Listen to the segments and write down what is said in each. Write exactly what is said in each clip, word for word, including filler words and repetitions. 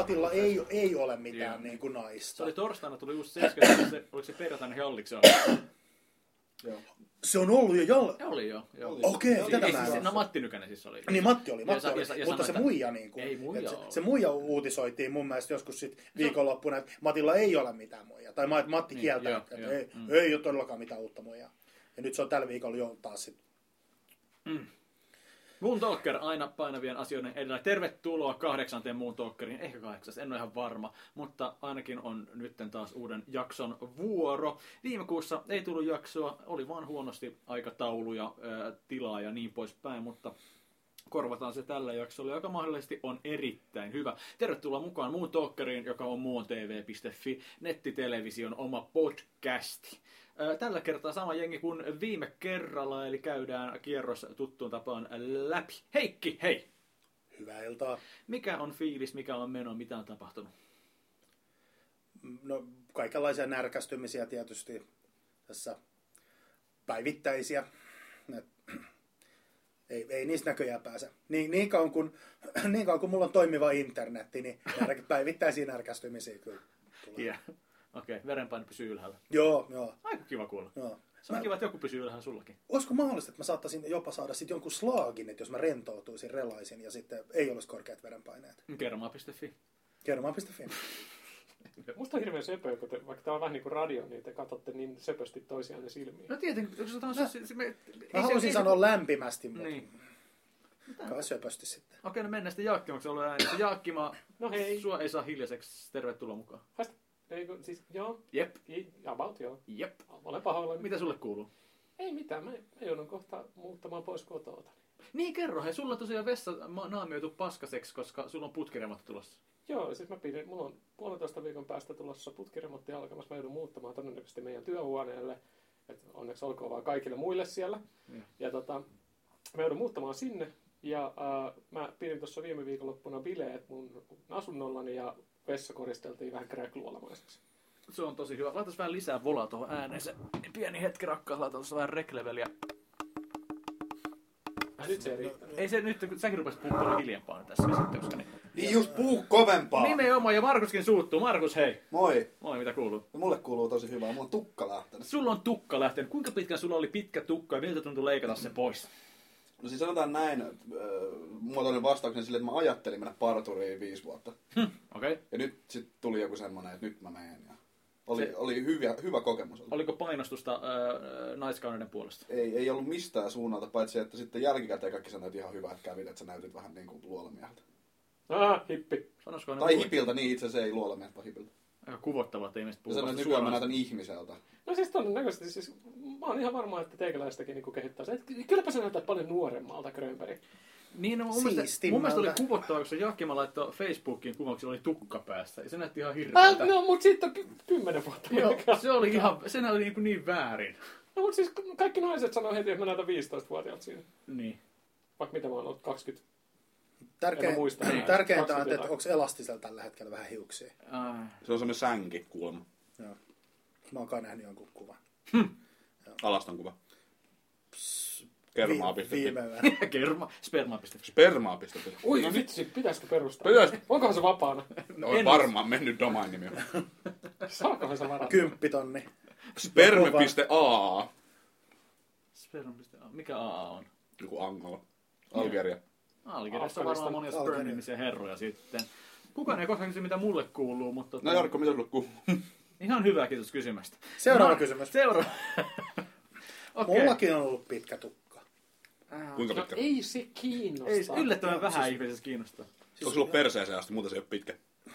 Matilla ei, ei ole mitään niin kuin naista. Se oli torstaina, tuli just seitsemänkymmentä, se, oliko se perjantaina Jalliksen? Joo. Se on ollut jo Jall... Oli jo. Joo. Okei, okay, tätä ei, mä siis, no Matti Nykänen siis oli. Niin Matti oli, Matti ja, oli. ja, ja mutta se että... muija niin kuin, ei muija se, se muija uutisoitiin mun mielestä joskus sit viikonloppuna, että Matilla ei ole mitään muijaa. Tai Matti niin, kieltää, että jo, ei, mm. ei ole todellakaan mitään uutta muijaa. Ja nyt se on tällä viikolla jo taas sit. Mm. Moon Talker aina painavien asioiden edellä. Tervetuloa kahdeksanteen Moon Talkeriin. Ehkä kahdeksas, en ole ihan varma. Mutta ainakin on nytten taas uuden jakson vuoro. Viime kuussa ei tullut jaksoa. Oli vaan huonosti aikataulu ja ää, tilaa ja niin poispäin. Mutta korvataan se tällä jaksolla, joka mahdollisesti on erittäin hyvä. Tervetuloa mukaan Moon Talkeriin, joka on moontv piste fi. Nettitelevision oma podcasti. Tällä kertaa sama jengi kuin viime kerralla, eli käydään kierros tuttuun tapaan läpi. Heikki, hei! Hyvää iltaa. Mikä on fiilis, mikä on meno, mitä on tapahtunut? No, kaikenlaisia närkästymisiä tietysti tässä päivittäisiä. Ei, ei niistä näköjään pääse. Niin, niin, kauan kun, niin kauan kun mulla on toimiva internetti, niin päivittäisiä närkästymisiä kyllä tulee. Yeah. Okei, okay, verenpaine pysyy ylhäällä. Joo, joo. Aika kiva kuulla. Joo. Se on mä... kiva, että joku pysyy ylhäällä sullakin. Olisiko mahdollista, että mä saattaisin jopa saada sit jonkun slaagin, että jos mä rentoutuisin, relaisin ja sitten ei olisi korkeat verenpaineet? Kermaa piste fi. Kermaa piste fi. Musta on hirveän söpöä, kun te, vaikka tämä on vähän niin kuin radio, niin te katsotte niin söpösti toisiaan silmiin. No tietenkin, jos otetaan... No, se, se, me, mä haluaisin se, sanoa se... lämpimästi, mutta... Niin. Kai söpösti sitten. Okei, okay, no mennään sitten Jaakkimaksi ollut äänessä. Jaakkima, no hei. Sua ei saa hiljaiseksi. Tervetuloa mukaan. Haista. Eikö, siis, joo. Jep. About joo. Jep. Olen pahoillani. Mitä sulle kuuluu? Ei mitään, mä, mä joudun kohta muuttamaan pois kotoa. Niin kerro, hei, sulla on tosiaan vessa naamioitu paskaseksi, koska sulla on putkiremontti tulossa. Joo, siis mä pidin, mulla on puolentoista viikon päästä tulossa putkiremontti alkamassa. Mä joudun muuttamaan todennäköisesti meidän työhuoneelle. Et onneksi olkoon vaan kaikille muille siellä. Ja, ja tota, mä joudun muuttamaan sinne. Ja äh, mä pidin tuossa viime viikonloppuna bileet mun asunnollani ja vessa koristeltiin vähän kräkluolamaiseksi. Se on tosi hyvä. Laitais vähän lisää volaa tuohon ääneen. Se pieni hetki rakkaat, laitan tuossa vähän rek-leveliä. Äh, nyt se ei riittää. Ei se nyt, kun säkin rupesit puhumaan hiljempaa tässä käsittelyssä. Niin... niin just puhu kovempaa. Nimenomaan, ja Markuskin suuttuu. Markus, hei. Moi. Moi, mitä kuuluu? No, mulle kuuluu tosi hyvää. Mulla on tukka lähtenyt. Sulla on tukka lähtenyt. Kuinka pitkään sulla oli pitkä tukka ja miltä tuntui leikata se pois? No siis sanotaan näin, äh, muotoinen vastauksen sille, että mä ajattelin mennä parturiin viisi vuotta. Hm, okei. Okay. Ja nyt sit tuli joku semmonen, että nyt mä menen. Ja oli, se... oli hyvä, hyvä kokemus. Oliko painostusta äh, naiskauneiden puolesta? Ei, ei ollut mistään suunnalta, paitsi että sitten jälkikäteen kaikki sanoivat ihan hyvä, että kävit, että sä näytit vähän niin kuin luolamieheltä. Ah, hippi. Sanoisiko tai hipiltä, niin itse asiassa ei luolamieheltä, vaan hipiltä. Aika kuvottavaa, että ei meistä puhu. Ja sanoin, että nykyään mä näytän ihmiseltä. No siis todennäköisesti, siis mä oon ihan varma, että teikäläistäkin niin kehittää se. Että kylläpä sä näytät paljon nuoremmalta, Grönberg. Niin, no, mun, mielestä, mun mielestä oli kuvottavaa, kun se Jaakkima laittoi Facebookiin kuvauksia, oli tukka päässä. Ja se näytti ihan hirveältä. Ah, no, mut sitten ky- kymmenen vuotta. Joo, se oli ihan, se oli niin, niin väärin. No, mut siis kaikki naiset sanoo heti, että mä näytän viisitoistavuotiaalta siinä. Niin. Vaikka mitä mä oon ollut kaksikymmentä. Tärkein, muista, tärkeintä on, että onko elastisella tällä hetkellä vähän hiuksia. Ah. Se on semmoinen sänki kuulemma. Joo. Mä oon kai nähnyt jonkun kuvan. Hm. Alaston kuva. Kermaa piste fi. Kerma. Spermaa piste fi. Spermaa piste fi. Ui, no vitsi, pitäisikö perustaa? Pitäis... Onkohan se vapaana? No, on varmaan mennyt domain-nimi. Saakohan se varata? Kymppitonni. Sperme piste a. Sperma piste a. Mikä A A on? Joku Angola. Algeria. Algeriassa on varmaan monia sperm-nimisiä herroja sitten. Kukaan ei koskaan kysy, mitä mulle kuuluu, mutta... No Jarkko, mitä sulle kuuluu? Ihan hyvä, kiitos kysymästä. Seuraava no, kysymys. Seuraava. Okay. Mullakin on ollut pitkä tukka. Äh, Kuinka pitkä? No, ei se kiinnosta. Ei, yllättävän vähän siis... ihmisessä kiinnostaa. Siis... Onko sulla perseeseen asti, muuten se ei ole pitkä?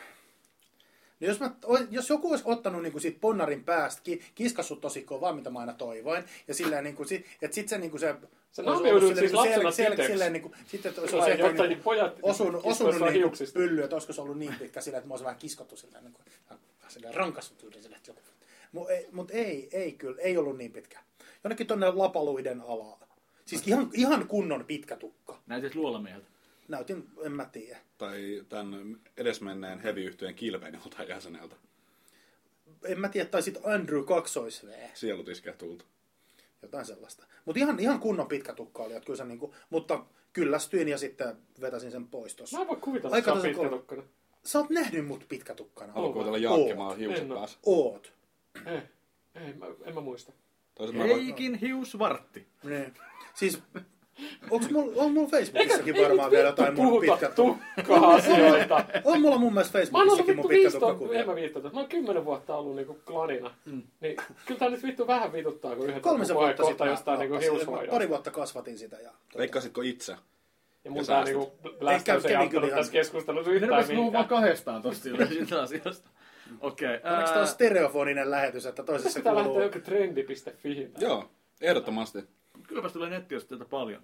No jos, mä, jos joku olisi ottanut niin kuin siitä ponnarin päästä, ki, kiskassut tosi kovaa, mitä mä aina toivoin, ja silleen, niin kuin, että sitten se, niin kuin se se naamioidut siis lapsena tytöksi. Silleen, niin kuin, sitten se olisi ehkä niin pojat osunut, osunut niin pyllyä, että olisiko se ollut niin pitkä silleen, että mä olisin vähän kiskottu silleen, niin kuin, silleen rankassut yhden silleen, että joku. Mutta ei, mut ei, ei kyllä, ei ollut niin pitkä. Jonnekin tonne lapaluiden alaa. Siis ihan, ihan kunnon pitkä tukka. Näytit luolamieheltä. Näytin, en mä tiedä. Tai tämän edesmenneen heavy-yhtyeen Kilpen joltain jäseneltä. En mä tiedä, tai sit Andrew kaksois V. Sielut iskee tulta. Jotain sellaista. Mutta ihan, ihan kunnon pitkä tukka oli, että kyllä se niinku, mutta kyllästyin ja sitten vetäsin sen pois tossa. Mä en voi kuvitella, että se on pitkä tukkana. Sä oot nähnyt mut pitkätukkana. Haluan kuvitella Oot. jankkemaa hiukset En oo. päässä. Oot. Ei, ei mä, en mä muista. Toisaalta mä voin- Heikin hiusvartti. Niin. Siis, onks mulla, on mulla Facebookissakin varmaan vielä jotain mun puhuta pitkät... tukka-asioita. On mulla mun mielestä Mä oon ollut Facebookissakin vittu mun viisitoista, pitkätukkakuvia. en mä viittota. Mä oon kymmenen vuotta ollut niinku klanina. Mm. Niin kyllä tää nyt vittu vähän vituttaa, kun yhden Kolmisen vuotta kohta sitten jostain mä niinku nappasin. hiushoidosta. Pari vuotta kasvatin sitä. Ja, Leikkasitko itse? Ja Ja mun tää säästit. niinku lästäys ei kävi auttanut kyllä ihan- tässä keskustelussa Me yhtään rupesin puhumaan mihinkään. kahdestaan tosta silleen siitä asiasta. Okei. Okay, Onneksi tää on stereofoninen lähetys, että toisessa Pitää lähteä kuuluu... joku trendi piste fihin. Joo, ehdottomasti. Kylläpäs tulee nettiosteita paljon.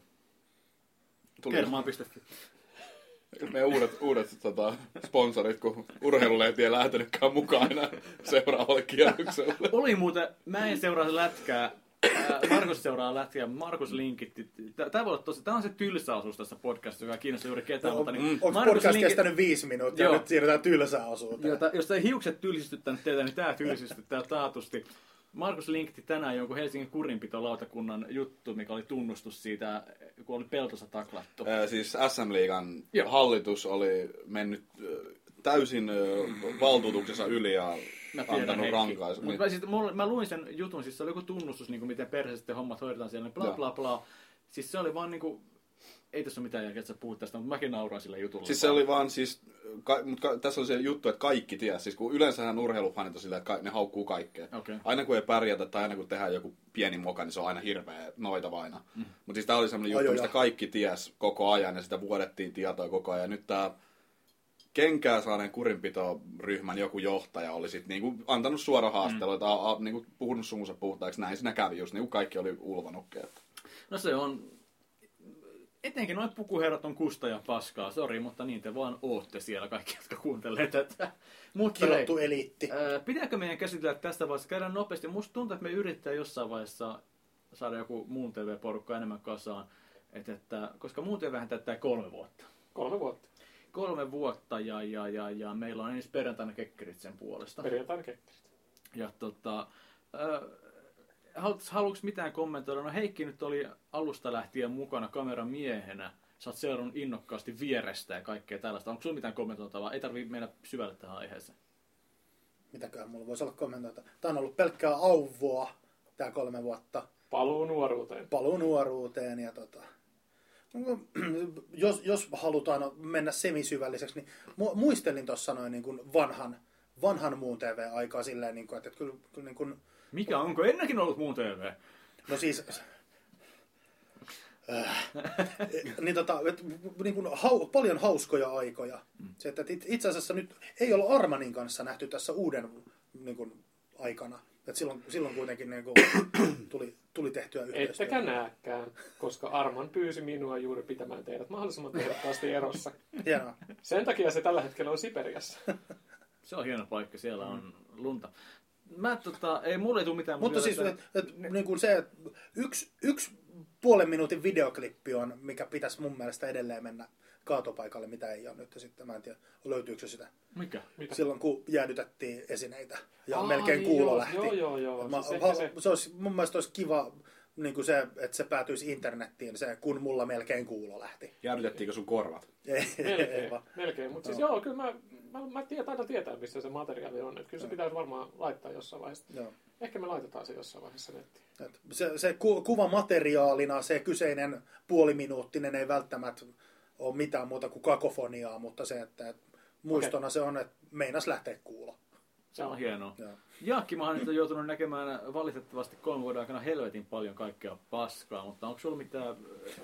Tuli Kermaan piste fi. meidän uudet, uudet tota, sponsorit, kun urheilulehti ei lähtenytkään mukaan enää seuraavalle kierrokselle. Oli muuten, mä en seuraa lätkää. Ää, Markus seuraa lätkää. Markus linkitti. Tää voi olla tosi, tää on se tylsä osuus tässä podcastissa, joka kiinnostaa juuri ketään. No, mutta niin, mm. Onko Markus podcast linkit- kestänyt viisi minuuttia Joo. ja nyt siirrytään tylsään osuuteen? Jota, jos ei hiukset tylsistyttänyt teitä, niin tää tylsistyttää taatusti. Markus linkti tänään jonkun Helsingin kurinpitolautakunnan juttu, mikä oli tunnustus siitä, kun oli Peltossa taklattu. Ää, siis S M-liigan Joo. hallitus oli mennyt ö, täysin ö, valtuutuksensa yli ja Mä tiedän, antanut Heikki. rankaisun. Mut mä, siis, mulla, mä luin sen jutun, siis se oli joku tunnustus, niin kuin miten perheessä hommat hoidetaan siellä, niin bla Joo. bla bla. Siis se oli vaan niinku, ei tässä ole mitään järkeä, että sä puhut tästä, mutta mäkin nauroin sille jutulle. Siis se oli vaan siis, ka, mutta ka, tässä oli se juttu, että kaikki ties. Siis kun yleensähän urheilufanit on silleen, että ka, ne haukkuu kaikkea. Okay. Aina kun ei pärjätä tai aina kun tehdään joku pieni moka, niin se on aina hirveä noitava aina. Mm. Mutta siis tää oli semmoinen juttu, Ai, mistä ai, kaikki ties koko ajan ja sitä vuodettiin tietoa koko ajan. Ja nyt tää kenkää saaneen kurinpitoryhmän joku johtaja oli sit niinku antanut suora haastelua, mm. a, a, niinku puhunut sunsa puhtaaksi. Näin siinä kävi just, niinku kaikki oli ulvanukkeet. No se on, etenkin noin pukuherrat on kusta ja paskaa, sori, mutta niin te vaan ootte siellä kaikki, jotka kuuntelee tätä. Mutta hei, Kirottu eliitti. ää, pitääkö meidän käsitellä tästä vaiheessa? Käydään nopeasti. Musta tuntuu, että me yrittää jossain vaiheessa saada joku muun T V-porukka enemmän kasaan. Et, että, koska muun T V:hän täyttää kolme vuotta. Kolme vuotta. Kolme vuotta ja, ja, ja, ja meillä on ensi perjantaina kekkerit sen puolesta. Perjantaina kekkerit. Ja tota, äh, haluatko mitään kommentoida? No Heikki nyt oli alusta lähtien mukana kameramiehenä. Sä oot seurannut innokkaasti vierestä ja kaikkea tällaista. Onko sulla mitään kommentoitavaa? Ei tarvitse mennä syvälle tähän aiheeseen. Mitäköhän mulla voisi olla kommentoita? Tää on ollut pelkkää auvoa, tää kolme vuotta. Paluu nuoruuteen. Paluu nuoruuteen ja tota... Jos, jos halutaan mennä semisyvälliseksi, niin mu- muistelin tuossa noin niin kuin vanhan, vanhan muun T V-aikaa silleen, niin kuin, että kyllä, kyllä niin kuin, Mikä? Onko ennenkin ollut muun T V? no siis... Äh, niin tota, et, niin kuin hau, paljon hauskoja aikoja. Se, että it, itse asiassa nyt ei olla Armanin kanssa nähty tässä uuden niin kuin, aikana. Et silloin, silloin kuitenkin niin kuin, tuli, tuli tehtyä yhteistyötä. Ettekä nääkään, koska Arman pyysi minua juuri pitämään teidät mahdollisimman tehokkaasti erossa. Hienoa. Sen takia se tällä hetkellä on Siperiassa. Se on hieno paikka, siellä on lunta. Mä tota, ei mulle ei tule mitään. Mutta siis et, et, niin kuin se, että yksi, yksi puolen minuutin videoklippi on, mikä pitäisi mun mielestä edelleen mennä kaatopaikalle, mitä ei ole nyt. Sitten mä en tiedä, löytyykö se sitä. Mikä? Mitä? Silloin kun jäädytettiin esineitä ja Aa, melkein niin kuulo joo, lähti. joo, joo, joo. Mä, Siis ha, ehkä se- se olisi, mun mielestä olisi kiva, niin kuin se, että se päätyisi internettiin, se, kun mulla melkein kuulo lähti. Jäädytettiinkö sun korvat? Ei, ei Melkein, vaan. melkein. Mutta siis joo, kyllä mä, mä, mä tiedän, taidan tietää, missä se materiaali on. Että kyllä se pitäisi varmaan laittaa jossain vaiheessa. Joo. Ehkä me laitetaan se jossain vaiheessa nettiin. Et Se, se ku, kuvamateriaalina, se kyseinen puoliminuuttinen ei välttämättä ole mitään muuta kuin kakofoniaa, mutta se, että et muistona se on, että meinas lähteä kuulo. Se on hienoa. Joo. Jaakkimahan nyt on joutunut näkemään valitettavasti kolmen vuoden aikana helvetin paljon kaikkea paskaa, mutta onko sulla mitään,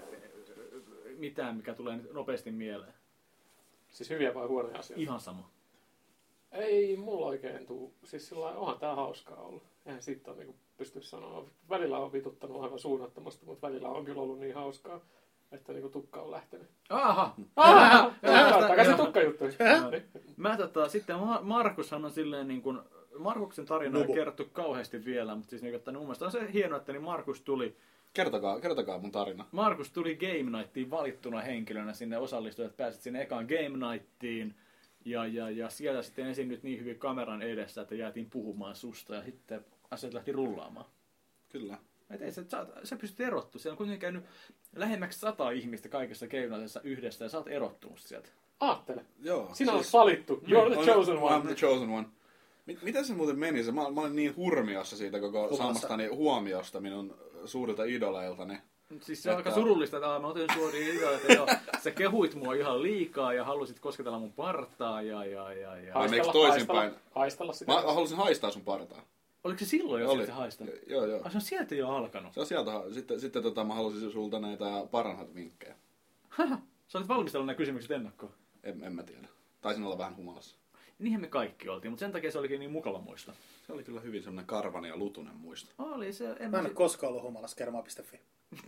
mitään mikä tulee nyt nopeasti mieleen? Siis hyviä vai huonoja asioita? Ihan sama. Ei mulla oikein tuu. Siis sillä lailla, onhan tää hauskaa ollut. Eihän siitä ole, niin pysty sanoa. Välillä on vituttanut aivan suunnattomasti, mutta välillä on kyllä ollut niin hauskaa, että niin tukka on lähtenyt. Aha! Ah! Takaisin Joo. tukkajuttuihin. Mä tota, sitten Ma- Markushan on silleen niin kuin, Markuksen tarina ei Nubu. kerrottu kauheasti vielä, mutta siis niin, että mun mielestä on se hienoa, että niin Markus tuli, Kertokaa, kertokaa mun tarina. Markus tuli Game Nightiin valittuna henkilönä sinne osallistujat, pääsit sinne ekaan Game Nightiin ja, ja, ja siellä sitten esiinnyt niin hyvin kameran edessä, että jäätiin puhumaan susta ja sitten asiat lähti rullaamaan. Kyllä. Et ei, sä, sä, sä pystyt erottumaan. Siellä on kuitenkin käynyt lähemmäksi sata ihmistä kaikessa Game Nightissa yhdessä ja sä oot erottunut sieltä. Aattele. Joo. Sinä olet valittu. You're the chosen one. I'm the chosen one. Miten se muuten meni? Se, mä, mä olin niin hurmiossa siitä koko Huomassa. saamastani huomiosta minun suurilta idoleiltani. Siis se on että... aika surullista, että mä otin suoria idoleilta, joo. Sä kehuit mua ihan liikaa ja halusit kosketella mun partaa ja ja ja ja. Haistella, toisinpäin? Haistella, haistella sitä. Mä halusin haistaa sun partaa. Oliko se silloin jo Oli. se haista? Joo, joo. Ah, se on sieltä jo alkanut. Se on sieltä. Sitten, sitten tota, mä halusin sulta näitä parhaat vinkkejä. Haha, sä olit valmistellut nämä kysymykset ennakkoon. En, en mä tiedä. Taisin olla vähän humalassa. Niinhän me kaikki oltiin, mutta sen takia se olikin niin mukava muisto. Se oli kyllä hyvin semmoinen karvanen ja lutunen muisto. Oli se. En mä en ole koskaan ollut humalassa, kermaa piste fi.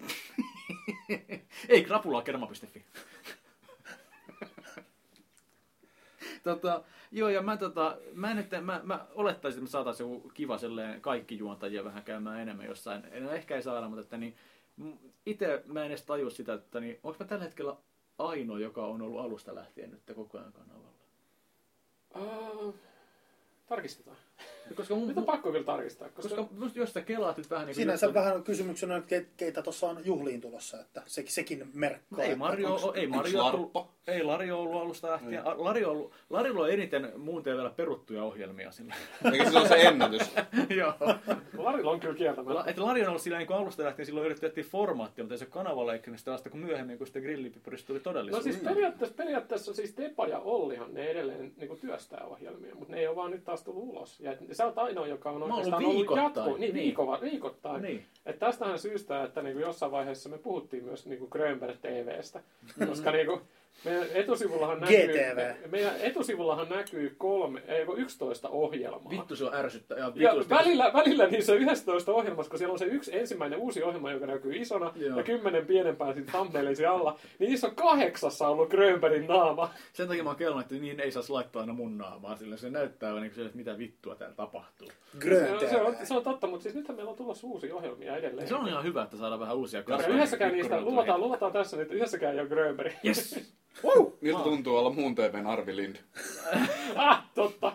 Ei, krapulaa kerma piste fi. tota, joo, ja mä, tota, mä, nyt, mä, mä olettaisin, että me saataisiin joku kiva selleen kaikki juontajia vähän käymään enemmän jossain. No, ehkä ei saada, mutta että niin, itse mä en edes tajua sitä, että niin, onko mä tällä hetkellä ainoa, joka on ollut alusta lähtien nyt koko ajan kanavalla? Uh, tarkistetaan. Koska mun, nyt on pakko kyllä tarkistaa. Koska, koska jos sä kelaat nyt vähän niin kuin... Sinänsä juttu... vähän kysymyksenä, että keitä tuossa on juhliin tulossa, että se, sekin merkkaa. Ei Mario, onks, ei Mario tullut, ei Lari ollut alusta lähtien. Lari on ollut, Larilla on eniten muun T V:llä peruttuja ohjelmia sillä. Eikä se ole se ennätys? Joo. Larilla on kyllä kieltämättä. Että Lari on ollut sillä niin alusta lähtien, silloin yritettiin formaattia, mutta ei se kanavalla eikä sitä vasta kuin myöhemmin, kun sitten Grillipiparista tuli todellisuus. No siis periaatteessa, periaatteessa siis Tepa ja Ollihan ne edelleen niin kuin työstää ohjelmia, mutta ne ei ole vaan nyt taas tullut ulos. Ja sä oot ainoa, joka on oikeastaan ollut jatko. Niin, niin. Viikova, viikoittain. Niin. Että tästähän syystä, että niin kuin jossain vaiheessa me puhuttiin myös niin kuin Grönberg T V:stä, koska niin kuin meidän etusivullahan näkyy, G T V. meidän etusivullahan näkyy kolme, ei yksitoista ohjelmaa. Vittu se on ärsyttä. Ja, ja välillä, välillä niissä yksitoista ohjelmassa, kun siellä on se yksi ensimmäinen uusi ohjelma, joka näkyy isona, joo. Ja kymmenen pienempää sitten thumbnailisi alla, niin niissä on kahdeksassa ollut Grönbergin naama. Sen takia mä oon kelannut, että niin ei saisi laittaa aina mun naamaa, sillä se näyttää niin kuin, että mitä vittua täällä tapahtuu. Grön se, on, se on totta, mutta siis nythän meillä on tulossa uusia ohjelmia edelleen. Se on ihan hyvä, että saadaan vähän uusia kasvoja. Yhdessäkään niistä, luvataan, luvataan tässä nyt, yhdessäkään ei ole Grönberg. Yes! Wow. Miltä tuntuu olla muun T V:n Arvi Lind? ah, totta.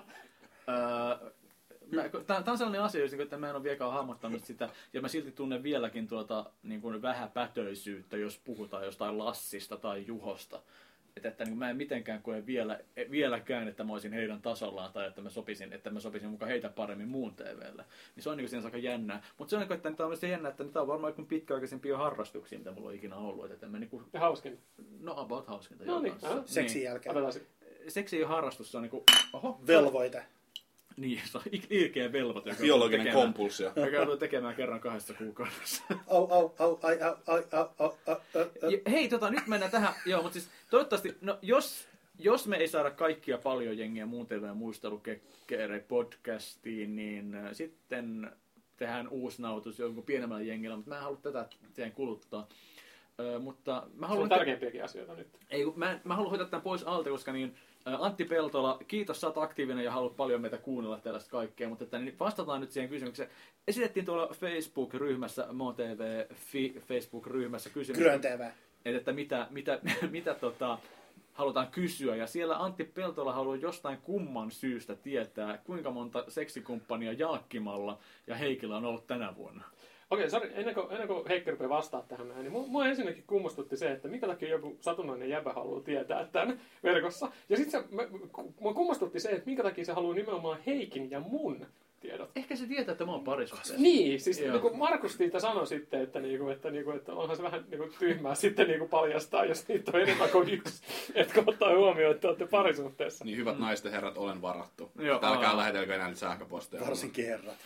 Tämä on sellainen asia, että mä en ole vieläkään hahmottanut sitä, ja mä silti tunnen vieläkin tuota, niin kuin vähäpätöisyyttä, jos puhutaan jostain Lassista tai Juhosta. Että, että niin mä en mitenkään koe vielä, vieläkään, että mä olisin heidän tasollaan tai että mä sopisin, että mä sopisin mukaan heitä paremmin muun T V:llä. Niin se on niin kuin aika jännää. Mutta se on, että tämä on jännää, että tämä on varmaan joku pitkäaikaisempia harrastuksia, mitä mulla on ikinä ollut. Että mä niin kuin... Ja hauskin. No about hauskinta. No niin. Seksin niin. jälkeen. Seksi ei ole harrastus, se on niin kuin... Oho. Velvoite. Niin, se on ilkeä velvoite. Biologinen kompulsio. Joka joutuu tekemään kerran kahdessa kuukaudessa. Au, au, au, ai, au, ai, au, au, au, au. Hei, tota, nyt mennään tähän. Joo, mutta siis toivottavasti, no jos, jos me ei saada kaikkia paljon jengiä muun T V:n muistelukekkere podcastiin, niin äh, sitten tehdään uusi nautus jonkun pienemmällä jengillä, mutta mä en halua tätä siihen kuluttaa. Ö, mutta mä haluan... Se on tärkeimpiäkin asioita nyt. Ei, mä, mä haluan hoitaa tämän pois alta, koska niin, Antti Peltola, kiitos, sä oot aktiivinen ja haluat paljon meitä kuunnella tällaista kaikkea, mutta että, niin vastataan nyt siihen kysymykseen. Esitettiin tuolla Facebook-ryhmässä, MoTV Facebook-ryhmässä kysymys. Grön T V. Että, että mitä, mitä, mitä tota, halutaan kysyä. Ja siellä Antti Peltola haluaa jostain kumman syystä tietää, kuinka monta seksikumppania Jaakkimalla ja Heikillä on ollut tänä vuonna. Okei, sori, ennen kuin, ennen kuin Heikki rupeaa vastaa tähän näin, niin mua, mua ensinnäkin kummastutti se, että minkä takia joku satunnainen jäbä haluaa tietää tämän verkossa. Ja sitten mua kummastutti se, että minkä takia se haluaa nimenomaan Heikin ja mun tiedot. Ehkä se tietää, että mä oon parisuhteessa. Niin, siis niin kuin Markus siitä sanoi sitten, että, niinku, että, niinku, että onhan se vähän niinku tyhmää sitten niinku paljastaa, jos niitä on enemmän kuin yksi. Että ottaa huomioon, että olette parisuhteessa. Niin, hyvät mm. naisten herrat, olen varattu. Joo, älkää lähetelkö enää niitä sähköposteja. Varsinkin herrat.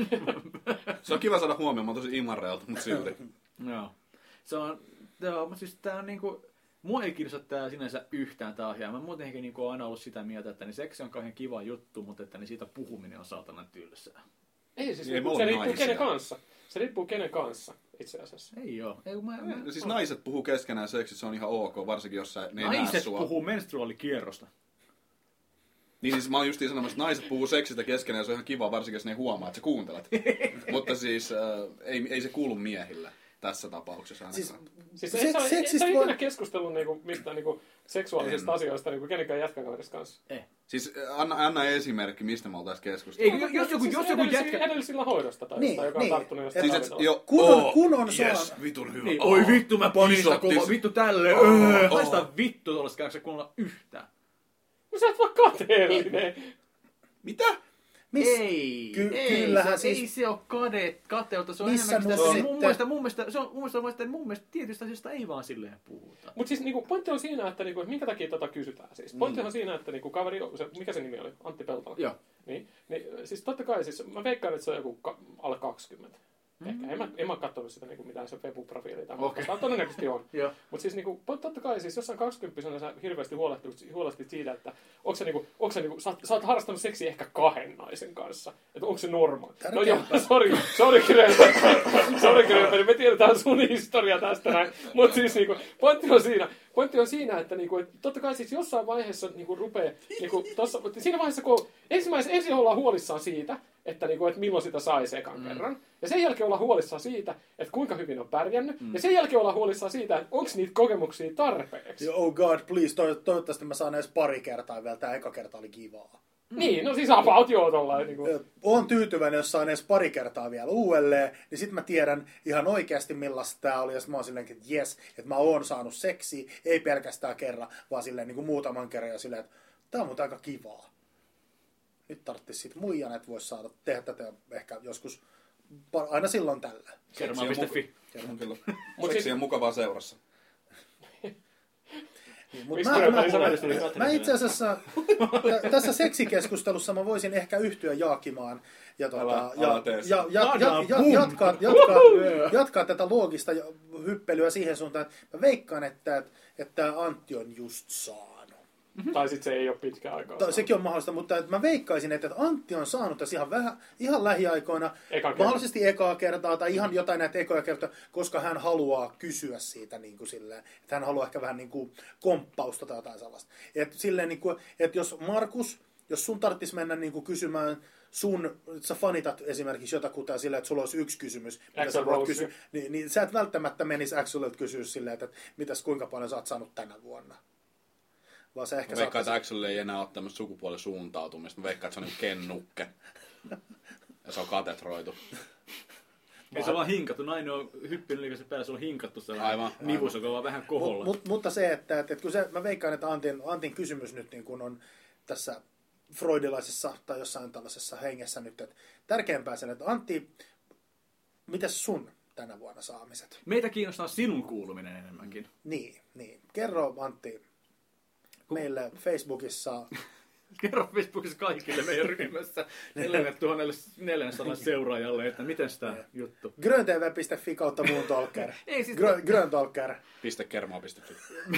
Se on kiva saada huomioon, mä oon tosi imarreilta, mutta silti. Joo. Se on, joo, mutta siis tää on niinku... Mua ei kiinnosta tää sinänsä yhtään tää ohjaa. Mä muutenkin niinku oon aina ollut sitä mieltä, että niin seksi on kauhean kiva juttu, mutta että niin siitä puhuminen on saatanan tylsää. Ei siis, ei, se riippuu naisia. Kenen kanssa. Se riippuu kenen kanssa, itse asiassa. Ei oo. Ei, mä, mä, no, siis naiset puhuu keskenään seksissä, se on ihan ok, varsinkin jos sä, ne ei naiset näe sua. puhuu menstruaalikierrosta. Niin siis mä oon justiin sanomassa, että naiset puhuu seksistä keskenään ja se on ihan kiva, varsinkin jos ne ei huomaa, että sä kuuntelet. Mutta siis äh, ei, ei se kuulu miehille. tässä tapauksessa ainakaan. Siis, Siis se- et sä, et seksistä sä voi- ikinä keskustellut niinku, mistään niinku, seksuaalisista En. asioista niinku, kenenkään jätkäkaverissa kanssa? Siis anna, anna esimerkki, mistä me oltais keskustellut. Ei, jos joku, siis jos joku edellisillä- jätkä... Edellisillä hoidosta tai Niin, jostain, joka on niin. tarttunut jostain Siis Siis et, ravintolasta. jo, Kun on- oo, kun on yes, suora- vitun hyvä. Niin, Oh. oi vittu, mä panin sitä Isot kova, tis- vittu tälleen, Oh, öö, oh. haista vittu tuollaista käydä kunnolla yhtään. No sä et vaan kateellinen. Mitä? Miss, Ei, Ky- ei, kyllähän se, siis- ei se ole kade, kateutta, se on Missä enemmänkin nuo sitä, sitten- mun mielestä, mun mielestä, se on mun mielestä, mun mielestä, mun mielestä tietystä asioista ei vaan silleen puhuta. Mutta siis niinku, pointti on siinä, että niinku, minkä takia tätä kysytään. Siis. Pointti on siinä, että niinku, kaveri, se, mikä se nimi oli? Antti Peltola. Joo. Niin, niin, siis totta kai, siis, mä veikkaan, että se on joku ka- alle kaksikymmentä. Ehkä. En mä, en mä katsonut sitä niinku, mitään se Webu-profiili tai Okei. okay. Todennäköisesti on. Joo. Mutta siis niinku, totta kai siis jossain kaksikymppisenä sä hirveästi huolehtit, huolehtit siitä, että onko se niinku, onko se niinku, sä, oot, sä oot harrastanut seksiä ehkä kahden naisen kanssa. Että onko se normaali. No joo, sori, sori Grönberg. Sori Grönberg, me tiedetään sun historia tästä näin. Mutta siis niinku, pointti on siinä, pointti on siinä, että niinku, et totta kai siis jossain vaiheessa niinku rupee, niinku, tossa, siinä vaiheessa kun ensimmäisenä ensin ollaan huolissaan siitä, että, niinku, että milloin sitä sais ekan mm. kerran. Ja sen jälkeen ollaan huolissaan siitä, että kuinka hyvin on pärjännyt. Mm. Ja sen jälkeen ollaan huolissaan siitä, että onko niitä kokemuksia tarpeeksi. oh god, please, to- toivottavasti mä saan edes pari kertaa vielä. Tää eka kerta oli kivaa. Mm. Niin, no siis about joo tollain. Niinku. Oon tyytyväinen, jos saan edes pari kertaa vielä uudelleen, niin sit mä tiedän ihan oikeasti millaista tää oli, ja sit mä oon silleen, että jes, että mä oon saanut seksiä, ei pelkästään kerran, vaan silleen niin kuin muutaman kerran, ja silleen, että tää on muuten aika kivaa. Nyt tarvitsisi sit muijan, että vois saada tehdä tätä ehkä joskus, par- aina silloin tällä. Kermaa piste fi. On kyllä. Mut Seksi siis- on mukavaa seurassa. Niin, mut Miksi mä, Grönberg mä, sanoi, mä, että tuli mä kateellinen? itse asiassa t- tässä seksikeskustelussa mä voisin ehkä yhtyä Jaakimaan ja, tota, Älä- ja, älä tee ja, ja, ja, Saadaan, ja, bum! jatkaa, jatkaa, jatkaa tätä loogista hyppelyä siihen suuntaan, että mä veikkaan, että, että, että Antti on just saanut. Tai sitten se ei ole pitkä aikaa. Tai sekin on mahdollista, mutta että mä veikkaisin, että Antti on saanut tässä ihan, vähän, ihan lähiaikoina, Ekan kerran. mahdollisesti ekaa kertaa tai ihan jotain näitä ekoja kertaa, koska hän haluaa kysyä siitä niin kuin silleen, että hän haluaa ehkä vähän niin kuin komppausta tai jotain sellaista. Että silleen niin kuin, että jos Markus, jos sun tarvitsisi mennä niin kuin kysymään sun, että sä fanitat esimerkiksi jotakuta silleen, että sulla olisi yksi kysymys, mitä Axl sä voit Rose. kysyä, niin, niin sä et välttämättä menisi Axelilta kysyä silleen, että, että mitäs kuinka paljon sä oot saanut tänä vuonna. Vaan se ehkä Mä veikkaan, saattaisi- että Axel ei enää ole tämmöistä sukupuolisuuntautumista. Mä veikkaan, että se on niinku Ken Nukke. Ja se on katetroitu. Ei se on vaan hinkattu, nainen on hyppinyt liikaisen päällä, se on hinkattu sellainen Aivan, nivus, joka on vaan vähän koholla. Mut, mut, mutta se, että, että, että kun se, mä veikkaan, että Antin, Antin kysymys nyt niin kun on tässä freudilaisessa tai jossain tällaisessa hengessä nyt, että tärkeämpää sen, että Antti, mitäs sun tänä vuonna saamiset? Meitä kiinnostaa sinun kuuluminen enemmänkin. Niin, niin. Kerro Antti meille Facebookissa. Kerro Facebookissa kaikille meidän ryhmässä neljätuhatta seuraajalle, että miten sitä juttu. gröntv piste fi kautta muun talker. Ei siis, Gröntalker. Piste kermaa, piste fi.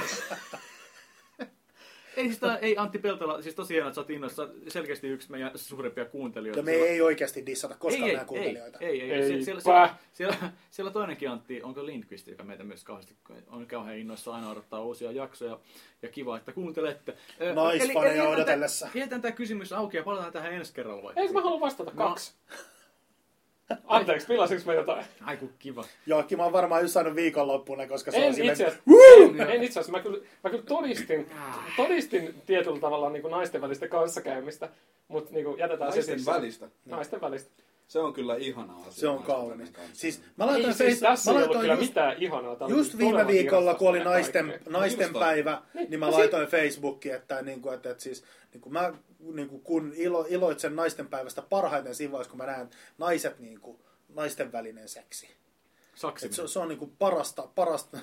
ei siis tää, ei Antti Peltola, siis tosiaan, että sä oot innoissa, selkeästi yksi meidän suurempia kuuntelijoita. Ja me ei oikeasti dissata koskaan ei, meidän ei, kuuntelijoita. Ei, ei, ei. Eipä. Sie- Siellä, siellä, siellä, siellä toinenkin Antti, onko Lindqvist, joka meitä myös kauheasti on kauhean innoissa aina odottaa uusia jaksoja. Ja kiva, että kuuntelette. Ö, Naisfaneja eli- eli jätän odotellessa. tää- Jätän tämä kysymys auki ja palataan tähän ensi kerralla vai? Eikö mä halua vastata No. kaksi? Anteeksi, pilasinko mä jotain? Ai kun kiva. Joakim on varmaan just saanut viikonloppuna, koska se on En silleen, itse asiassa, en, en itse asiassa. Mä kyllä, mä kyllä todistin, todistin tietyllä tavalla niin kuin naisten välistä kanssakäymistä, mutta niin kuin jätetään se Naisten siis- välistä. Naisten välistä. Se on kyllä ihana asia. se on naisten kaunis. välinen kanssa. Siis mä laitoin, Ei, siis Face- tässä mä ei ollut laitoin kyllä just, mitään ihanaa. Tää oli just kyllä viime todella viikolla, kun oli kiinnostavaa naisten, kaikkea. naisten Kiinnostaa. päivä, Niin, niin mä no si- laitoin Facebookiin, että, niin kuin, että, että siis, niin kuin mä niin kuin, kun ilo, iloitsen naisten päivästä parhaiten siinä vaiheessa, kun mä näen naiset, niin kuin, naisten välinen seksi. Saksi. Et se, se on niin kuin parasta, parasta.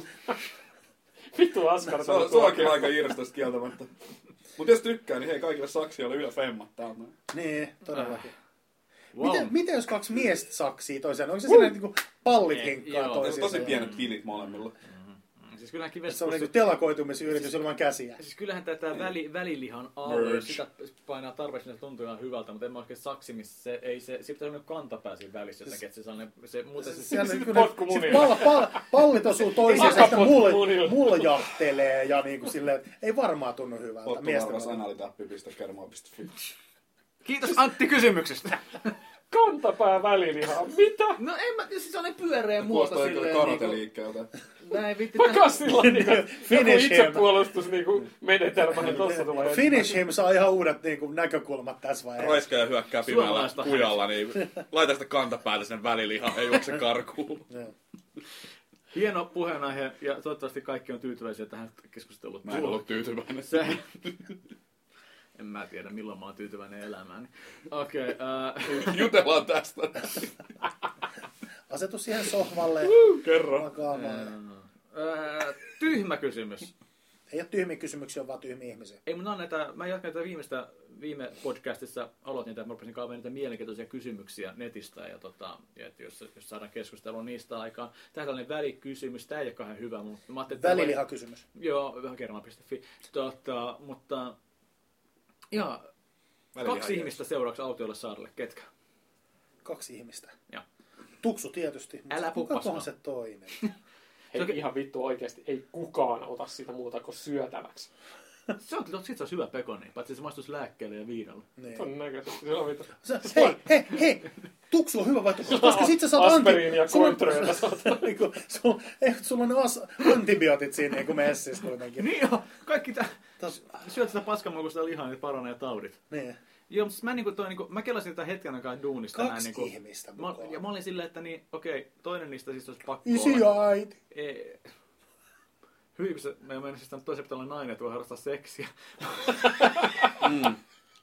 Vittu Askar. Se on, se onkin aika irstosta kieltämättä. Mutta jos tykkää, niin hei kaikille saksioille ylä femmat. Tää on näin. Niin, todellakin. Wow. Miten, miten jos kaksi miestä saksii toiseen? Onko se sellainen, niin kuin pallit Ei, hinkkaa joo. Ne on toisiinsa? tosi pienet pilit molemmilla. Siis kyllähän Se on kivessä niin kuin telakoitumisyritys ilman käsiä. Siis kyllähän tätä väli, välilihan alue, Merge. sitä painaa tarpeeksi, niin se tuntuu ihan hyvältä, mutta en mä oikein saksimissa, se ei se, se pitää olla kantapää siinä välissä jotenkin, että se sellainen, se muuten se, Siellä Sitten niin kuin potku ne- siis munille. pall, pall, pallit osuu toisiinsa, Takapotku sitten mulle, munille. muljahtelee ja niin kuin silleen, että ei varmaan tunnu hyvältä. Otto Miesten Varvas välillä. analitappi piste kermaa piste fi. Kiitos Antti kysymyksestä! Kant! Kantapää välilihaa. Mitä? No en mä, siis on ne pyöreä muoto Kuulostaa silleen. kyllä Niinku, karate-liikkeeltä. näin vitti. Makasilla niinku, joku Finish him. itsepuolustus niinku menetelmä, niin tossa tulee. Finish him saa ihan uudet niin kuin, näkökulmat tässä vaiheessa. Raiskaaja hyökkää pimeällä Suomalaista. kujalla, niin laita sitä kantapäälle sen välilihan, ei juokse karkuun. Joo. Hieno puheenaihe ja toivottavasti kaikki on tyytyväisiä tähän keskusteluun. Mä en ollut tyytyväinen. Se... En mä tiedä, milloin mä oon tyytyväinen elämään. Okei. Okay, uh... Jutellaan tästä. Asetu siihen sohvalle. Kerro. Makaamaan. uh, tyhmä kysymys. Ei ole tyhmiä kysymyksiä, vaan tyhmiä ihmisiä. Ei mun on näitä, mä jatkan tätä viimeistä, viime podcastissa aloitin, että mä rupesin kaavamaan niitä mielenkiintoisia kysymyksiä netistä ja, tota, ja että jos, jos saadaan keskustelua niistä aikaan. Tämä tällainen välikysymys, tämä ei ole kauhean hyvä, mutta mä ajattelin, että Välilihakysymys. Joo, vähän kerran piste fi. Tota, mutta ja Väliliha kaksi jees. ihmistä seuraavaksi autiolle saarelle, ketkä? Kaksi ihmistä. Joo. Tuksu tietysti. mutta Älä kuka puppas on vaan. se toinen? Hei, ihan vittu oikeesti, ei kukaan ota sitä muuta kuin syötäväksi. Se on, sit se on hyvä pekoni, paitsi se maistuisi lääkkeelle ja viinalla. Niin. Todennäköisesti. Se on vittu. Se, hei, hei, hei! Tuksu on hyvä vaihtoehto, koska sit sä saat Aspiriin ja sulla on- kontroja saat. niinku, sulla, ei, sulla on ne as, antibiootit siinä niinku messissä kuitenkin. Niin joo, kaikki tää, Tos, syöt sitä paskanmakuista lihaa, niin paranee taudit. niin. Joo, mutta mä, niinku, toi, niinku, mä kelasin tätä hetken aikaa duunista. Kaksi näin, niinku, ihmistä mä, mukaan. ja mä olin silleen, että niin, okei, toinen niistä siis olisi pakko Isi olla. ja äiti. Ei. Hyvin, kun se, mä menisin sitä toisen pitää olla nainen, että voi harrastaa seksiä. Mm.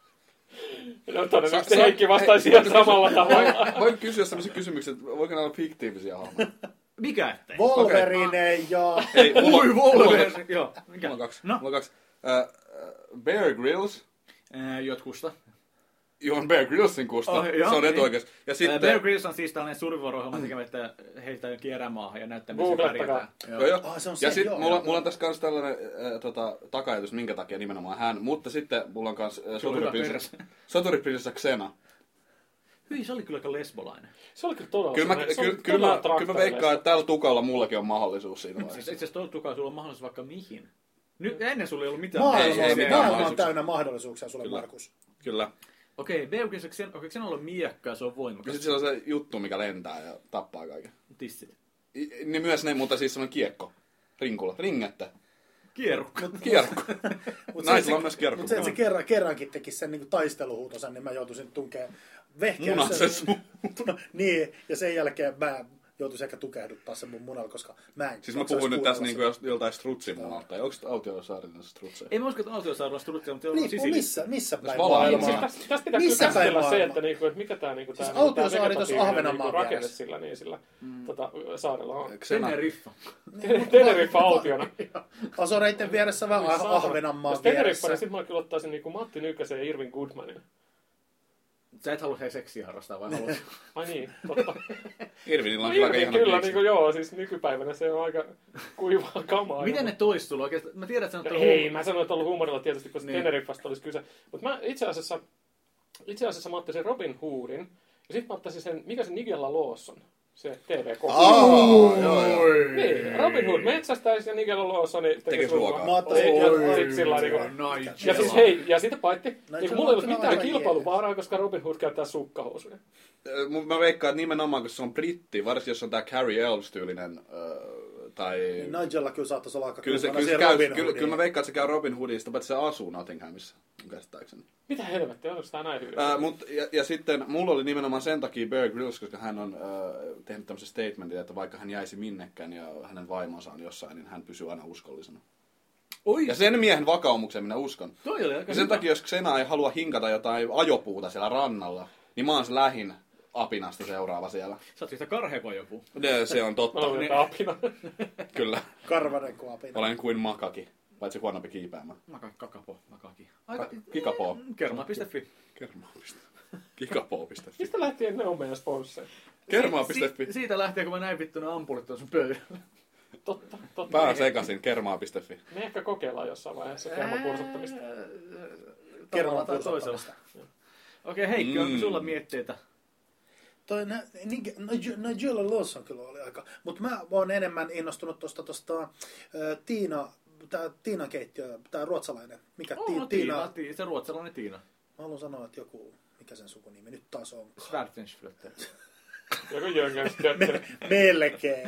No todennäköisesti Sa- sa- Heikki vastaisi hei, ihan samalla tavalla. Voin, voin kysyä sellaisia kysymyksiä, että voiko ne olla fiktiivisiä hahmoja? Mikä ettei? Wolverine ja... Ei, mulla, Ui, mulla, mulla, Wolverine! Joo, mikä? mulla on kaksi. No, Mulla on kaksi. Uh, Bear Grylls. Ää, jotkusta. Juon Bear Gryllsin kusta. Oh, joo, se on niin. etuoikeus. Ja Ää, sitten... Bear Grylls on siis tällainen survivor-ohjelma tekemä, että heitä kierää maahan ja näyttää, missä Googlettakaa. pärjätään. Joo, joo. Ah, se on se, ja sitten joo, mulla, joo. mulla on tässä kans tällainen äh, tota, takajatus, minkä takia nimenomaan hän. Mutta sitten mulla on kans äh, hyvä soturiprinsessa, perse. soturiprinsessa Xena. Hyi, se oli kyllä aika lesbolainen. Se oli kyllä todella Kyllä mä, semmoinen- se oli kyllä, kyllä, mä, todella kyllä mä veikkaan, että tällä tukalla mullakin on mahdollisuus siinä Siis vaiheessa. itse asiassa tuolla tukalla sulla on mahdollisuus vaikka mihin. Nyt ennen sulla ei ollut mitään. Maailma, Ei, ei on, mitään maailma on mahdollisuuksia. täynnä mahdollisuuksia sulle, Kyllä. Markus. Kyllä. Okei, Bear Grylls, okei, okay, Xenalla on miekkaa, se on Ja voimakas. sitten siellä on se juttu, mikä lentää ja tappaa kaiken. Tissit. I- Niin myös ne, mutta siis semmoinen kiekko. Rinkulla. Ringettä. Kierukka. Kiekko. Mut Naisilla on myös kiekko. Mutta se, että se kerran, kerrankin teki sen niin taisteluhuutosen, niin mä joutuisin tunkeen vehkeä. Munan se Niin, ja sen jälkeen mä joutuisin ehkä tukehduttaa sen mun munalla, koska mä en... Siis mä jaksaisi puhun nyt tässä kuunnella niinku joltain strutsimunalta. Onko Autiosaarinen strutseja? Ei mä usko, että Autiosaarella strutsia, mutta sitä. on Riippuu Sisilissä. missä, missä päin Valaa- Siis maailmaa. tästä, tästä pitää Missä kyllä käsitellä päin se, maailmaa? että, niinku, että mikä tämä niinku, Siis tää, niinku, tää Autiosaari tuossa vegetatiivinen Ahvenanmaan niinku, rakenne vieressä. sillä, niin, sillä tota, saarella on. Xena. Teneriffa. Teneriffa autiona. Asoreitten vieressä vähän Ai saatana. Ahvenanmaan Jos Teneriffa, vieressä. niin sitten mä kyllä ottaisin niinku Matti Nykäsen ja Irvin Goodmanin. Sä et halua hei seksiä harrastaa, vai haluat? Ai niin, totta. Irvinillä No on kyllä aika Irvin ihana kyllä, biiksi. niinku joo, siis nykypäivänä se on aika kuivaa kamaa. Miten ne tois sulla oikeastaan? Mä tiedän, että sä No oot ei, mä sanoin, että ollut huumorilla tietysti, koska Niin. niin. Teneriffasta olisi kyse. Mutta mä itse asiassa, itse asiassa mä ottaisin Robin Hoodin, ja sitten mä ottaisin sen, mikä se Nigella Lawson, se T V-kohu. Aa, joo, joo. Niin, Robin Hood metsästäisi ja Nigella Lawson tekisi Tekisi ruokaa. Mä ottaisin- Ei, ja Oi, sit sillä lailla niinku- Nigella. ja siis hei, ja sitten paitsi, Nigella niin mulla ei ollut on mitään aivan kilpailuvaaraa, koska Robin Hood käyttää sukkahousuja. Äh, Mä veikkaan, että nimenomaan kun se on britti, varsinkin jos on tää Carrie Elves-tyylinen, äh, tai... Nigella kyllä saattaisi olla aika Kyllä, se, kylmänä kyllä, se siihen käy, Robin kyllä, Hoodiin. kyllä mä veikkaan, että se käy Robin Hoodista, mutta se asuu Nottinghamissa, käsittääkseni. Mitä helvettiä, onko tää näin hyvin? Ää, mut, ja, ja sitten mulla oli nimenomaan sen takia Bear Grylls, koska hän on äh, tehnyt tämmöisen statementin, että vaikka hän jäisi minnekään ja hänen vaimonsa on jossain, niin hän pysyy aina uskollisena. Oi, Ja sen miehen vakaumuksen minä uskon. toi oli aika Ja sen hyvä. takia, jos Xena ei halua hinkata jotain ajopuuta siellä rannalla, niin mä oon se lähin apinasti seuraava siellä. Sä oot yhtä karhea kuin joku. Ne, se on Mä totta, luulen, että apina. kyllä. Karvanen kuapina. Olen kuin makaki, paitsi huonompi kiipäämään. Maka, kakapo, makaki. Aika... Ka- Kikapoo. Kerma piste fi. Kermaa piste fi. Kikapoo piste fi. Mistä lähtien ne on meidän sponsseja? Kermaa piste fi. Si- siitä lähtien, kun mä näin vittu ne ampulit tuossa sun pöydällä. Totta, totta. Pää sekaisin, kermaa piste fi. Me ehkä kokeillaan jossain vaiheessa kermapursuttamista. Tavalla tai toisella. Okei, Heikki, onko Mm. sulla mietteitä? Toi nä- Nig- Nigel- Nigella Lawson kyllä oli aika. Mutta mä oon enemmän innostunut tuosta tosta, äh, Tiina, tää Tiina-keittiö, tää ruotsalainen. Mikä Oh, Ti- no, Tiina? Tiina, Tiina, se ruotsalainen Tiina. Mä haluan sanoa, että joku Mikä sen sukunimi nyt taas on? Schwarzenschlötter. Joku Jöngenstetter. Melkein.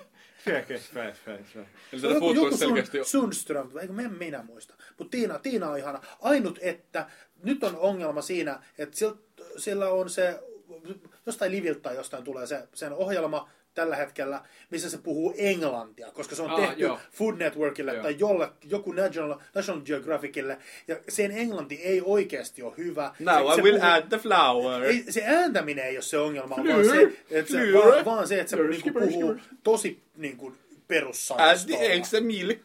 Joku, joku sun, Sundström, eikö minä, minä muista. Mutta Tiina, Tiina on ihana. Ainut, että nyt on ongelma siinä, että siellä, siellä on se, jostain Liviltä tai jostain tulee se, sen ohjelma tällä hetkellä, missä se puhuu englantia, koska se on ah, tehty joo. Food Networkille joo. tai jolle, joku National, National Geographicille, ja sen englanti ei oikeasti ole hyvä. Now se, I se will puhuu, add the flour. Ei, se ääntäminen ei ole se ongelma, vaan se, että se, vaan, vaan se, että se niinku puhuu tosi niinku, perussanastolla. Add the eggs and milk.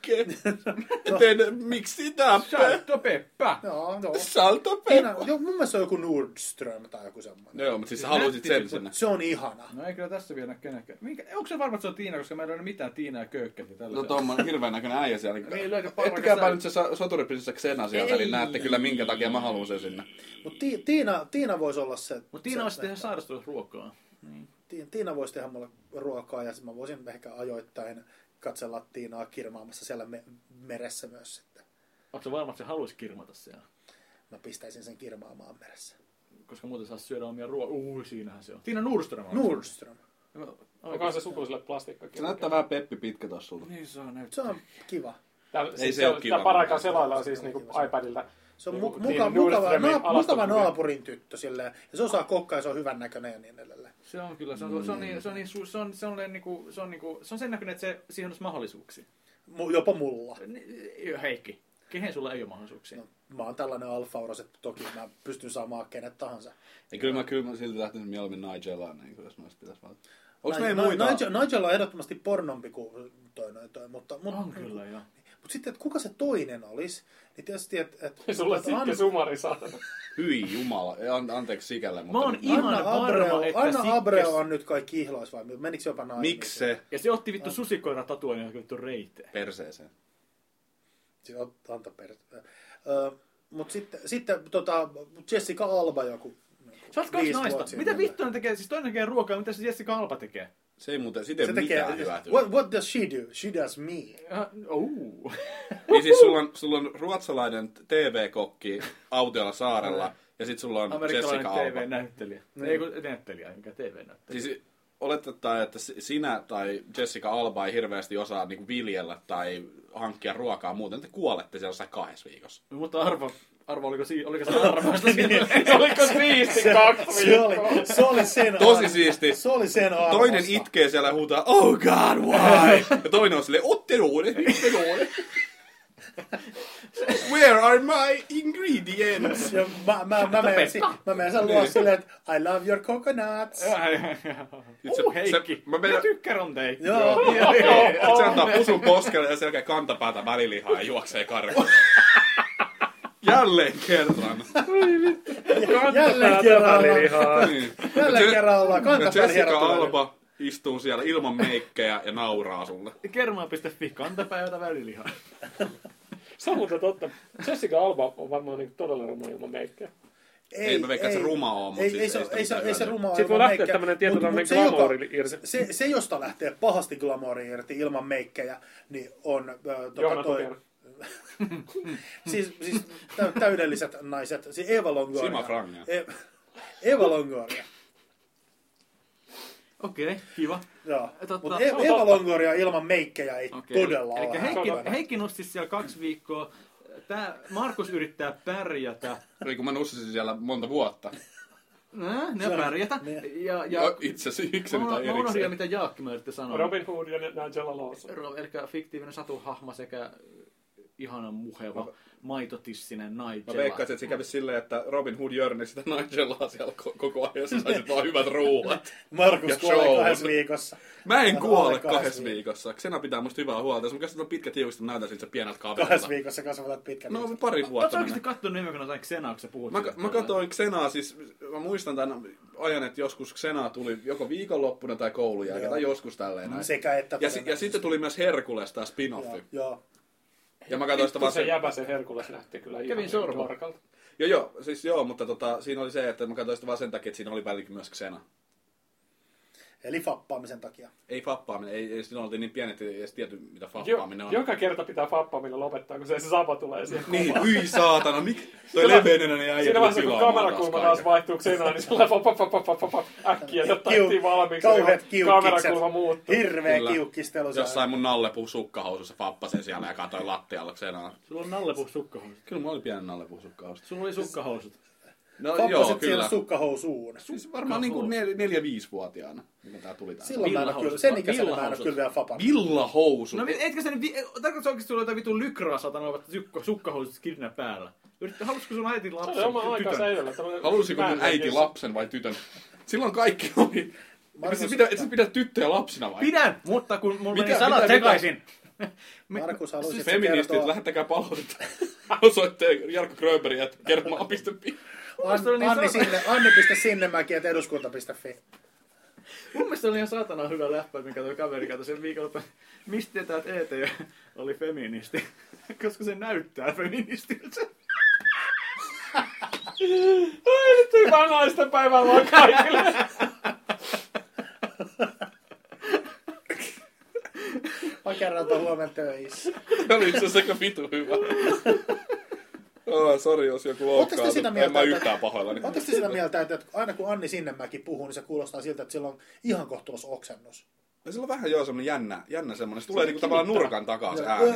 Then mix it up. Salto peppa. Joo, joo. Salto peppa. Joo, mun mielestä se on joku Nordström tai joku semmoinen. Joo, mutta siis sä haluaisit sen sinne. Se on ihana. No ei kyllä tässä vielä näe kenenkään. Minkä, onko se varma, että se on Tiina, koska meillä ei ole mitään Tiina ja Köykkäsi tällä. No tuommoinen hirveän näköinen äijä siellä. Niin, ettekääpä nyt se soturiprinsessa Xena sieltä, eli näette kyllä minkä takia mä haluan sen sinne. Mutta ti, Tiina, Tiina voisi olla se. Mutta Tiina voisi tehdä sairasturuokaa. Niin. Tiina voisi tehdä mulle ruokaa ja mä voisin ehkä ajoittain katsella Tiinaa kirmaamassa siellä me- meressä myös sitten. Onko se varma, että se haluaisi kirmata siellä? Mä pistäisin sen kirmaamaan meressä. Koska muuten saisi syödä omia ruokaa. Uu, siinähän se on. Tiina Nordström. Nordström. Onko se suku sille plastikkakin? Se näyttää vähän Peppi Pitkätassulta. Niin se on näyttää. Se on kiva. Tää, ei siis se, se ole kiva. Tämä paraikaa selaillaan siis niinku iPadilta. Se on mu- muka, mukava, na- mukava naapurin tyttö silleen. Ja se osaa kokkaa ja se on hyvän näköinen ja niin edelleen. Se on kyllä. Se on, se on, niin, se on, niin, se on, se on, niinku, se on, niinku, se on sen näköinen, että se, siihen olisi mahdollisuuksia. M- jopa mulla. Heikki, kehen sulla ei ole mahdollisuuksia? No, mä oon tällainen alfauros, että toki mä pystyn saamaan kenet tahansa. Ja kyllä mä, kyllä mä silti lähtisin mieluummin Nigelaan, niin jos noista pitäisi valita. Onko meillä muita? Nigel, Nigel on ehdottomasti pornompi kuin toi, toi, toi mutta... mutta on kyllä, joo. Mutta sitten, että kuka se toinen olisi, niin tietysti, että... Et, sulla et Sikke Sumari, saatana. Hyi jumala, An, anteeksi sikälle, mutta... Mä oon ihan Anna varma, Abreu, että Anna Sikkes... Abreu on nyt kai kihlois vai menikö jopa naimiin? Miksi se? Ja se otti vittu susikoira tatuoin johonkin vittu reiteen. Perseeseen. Se on anta perseeseen. Mutta sitten, sitten tota, Jessica Alba joku... Sä oot kaksi naista. Mitä vittu ne tekee? Siis toinen tekee ruokaa, mitä se Jessica Alba tekee? Se ei muuten, siitä ei se mitään tekee, hyötyä. What, what does she do? She does me. Uh, oh. Niin siis sulla on, sulla on ruotsalainen T V-kokki autiolla saarella, ja sit sulla on Jessica Alba. T V-näyttelijä. Mm. Ei kun näyttelijä, mikä T V-näyttelijä. Siis oletetaan, että sinä tai Jessica Alba ei hirveästi osaa niinku viljellä tai hankkia ruokaa muuten, te kuolette siellä jossain kahdessa viikossa. Mutta arvo, arvo oliko, si- oliko se arvoista siinä? Oliko siisti kaksi se oli, se oli sen Tosi siisti. Se oli sen arvosta. Toinen itkee siellä ja huutaa, oh god, why? Ja toinen on silleen, otteluuni, otteluuni. Where are my ingredients? Ja mä, mä, mä, menen, mä menen sen luo silleen, että I love your coconuts. Uh, Heikki, mä, mä tykkään on teitä. Joo. Sitten se antaa pusun poskelle ja selkeä kantapäätä välilihaa ja juoksee karkuun. Jälleen kerran. Jälleen kerran. Jälleen kerran ollaan kantapään Jessica Alba istuu siellä ilman meikkejä ja nauraa sulle. Kermaa piste fi, kantapäätä välilihaa. Se on muuten totta. Jessica Alba on varmaan niin todella ruma ilman meikkejä. Ei, ei mä veikkaan, että se ruma on, mutta ei, siis ei, se, ei, se, ei se ruma Sitten voi lähteä tämmönen tietynlainen glamouri irti. Se, se, josta lähtee pahasti glamouri irti ilman meikkejä, niin on... Äh, Johanna Tukena. siis, siis täydelliset naiset. Siis Eva Longoria. Sima Franga. E, Eva Longoria. Okei, okay, kiva. Joo, mutta e- Eva Longoria ilman meikkejä ei okay. todella ole. Eli Heikki, Heikki nosti siellä kaksi viikkoa. Tää Markus yrittää pärjätä. Eli kun mä nussasin siellä monta vuotta. Nää, ne pärjätä. Ja, ja, no, itse asiassa ykseni tai erikseen. Mä unohdin, mitä Jaakki mä yritti sanoa. Robin Hood ja Nigella Lawson. Eli fiktiivinen satuhahmo sekä ihana muheva no. maitotissinen Nigella. Mä veikkaisin, että se kävisi silleen, että Robin Hood jörni sitä Nigellaa siellä koko ajan. Sä saisit vaan hyvät ruuat. Markus kuolee kahdessa viikossa. Mä en kuole kahdessa viikossa. Xena pitää musta hyvää huolta. Jos mä kasvataan pitkät hiukset, mä näytän siltä pieneltä kaverilta. Kahdessa viikossa kasvatat pitkät no, hiukset. No pari vuotta. Oletko oikeasti kattonut nimen, kun jotain Xenaa, kun sä puhut? Mä, mä katsoin Xenaa, siis mä muistan tämän ajan, että joskus Xenaa tuli joko viikonloppuna tai koulun jälkeen, tai joskus tälleen näin. Sekä että... Ja, si- ja sitten tuli myös Herkules, tää spin-offi. Joo, joo. Ja mä katsoin sitä vaan se jäbä se Herkules nähti kyllä Kevin ihan nuorkalta. Joo, joo, siis joo, mutta tota, siinä oli se, että mä katsoin sitä vaan sen takia, että siinä oli välikin myös Xena. Eli fappaamisen takia. Ei fappaaminen, ei, ei silloin oltiin niin pienet, että ei edes tiety, mitä Jo, fappaaminen on. joka kerta pitää fappaaminen lopettaa, kun se, se sapa tulee siihen. Niin, hyi saatana, mik... Toi leveinenä niin äijä siinä vaiheessa, kun pilaamaan kamerakulma taas kaiken. vaihtuu ksenaan, niin sillä pop, pop, pop, pop, pop, pop, äkkiä, jotta Kiu- ehtii valmiiksi. Kauheat kun kiukkikset. kamerakulma muuttuu. Hirveä Kyllä. kiukkistelu. Jossain mun nallepuu sukkahousussa fappasin siellä ja katsoin lattialla ksenaan. Sulla on nallepuu sukkahousut. Kyllä mulla oli pienen nallepuu sukkahousut. Sulla oli sukkahousut. No Fappasit joo, siellä kyllä. sukkahousuun. Siis varmaan niinku nel- neljä-viisivuotiaana, mitä tää tuli tää. Silloin mä en ole kyllä, sen ikäisenä mä en ole kyllä vielä fapannut. Villahousut. No etkö sä nyt, tarkoitatko oikeesti sulla jotain vitun lykraa satana olevat sukka, sukkahousut skidnä päällä? Yrittää, halusko sun äiti Se lapsen? oli oma aikaa tytön? edellä. Halusiko mun äiti lapsen vai tytön? Silloin kaikki oli... Et sä pidä, et sä pidä tyttöjä lapsina vai? Pidän, mutta kun mulla Mitä- meni sanat mitä- sekaisin. Markus, haluaisit sä Feministit, kertoa... lähettäkää palautetta osoitteen Jarkko Grönberg at kermaa piste fi. An, Se oli niin Anni, sana- sinne, Anni.sinnemäki at eduskunta piste fi. Mun mielestä oli ihan saatana hyvä läppä, mikä toi kaveri katsoi sen viikonloppuun. Mistä tietää, että E T oli feministi? Koska se näyttää feministiltä. Ai nyt hyvää naisten päivää vaan kaikille. Mä kerran tuon huomenna töissä. Se oli itse asiassa aika vitu hyvä. Oh, sori, jos joku Ootteko te loukkaa. sitä En mieltä, mä että- yhtään pahoillani. Oletteko te sitä mieltä, että aina kun Anni Sinnemäki puhuu, niin se kuulostaa siltä, että sillä on ihan kohtuus oksennus? Ja sillä on vähän joo semmonen jännä, jännä semmonen. Se tulee niinku tavallaan nurkan takaa se ääni.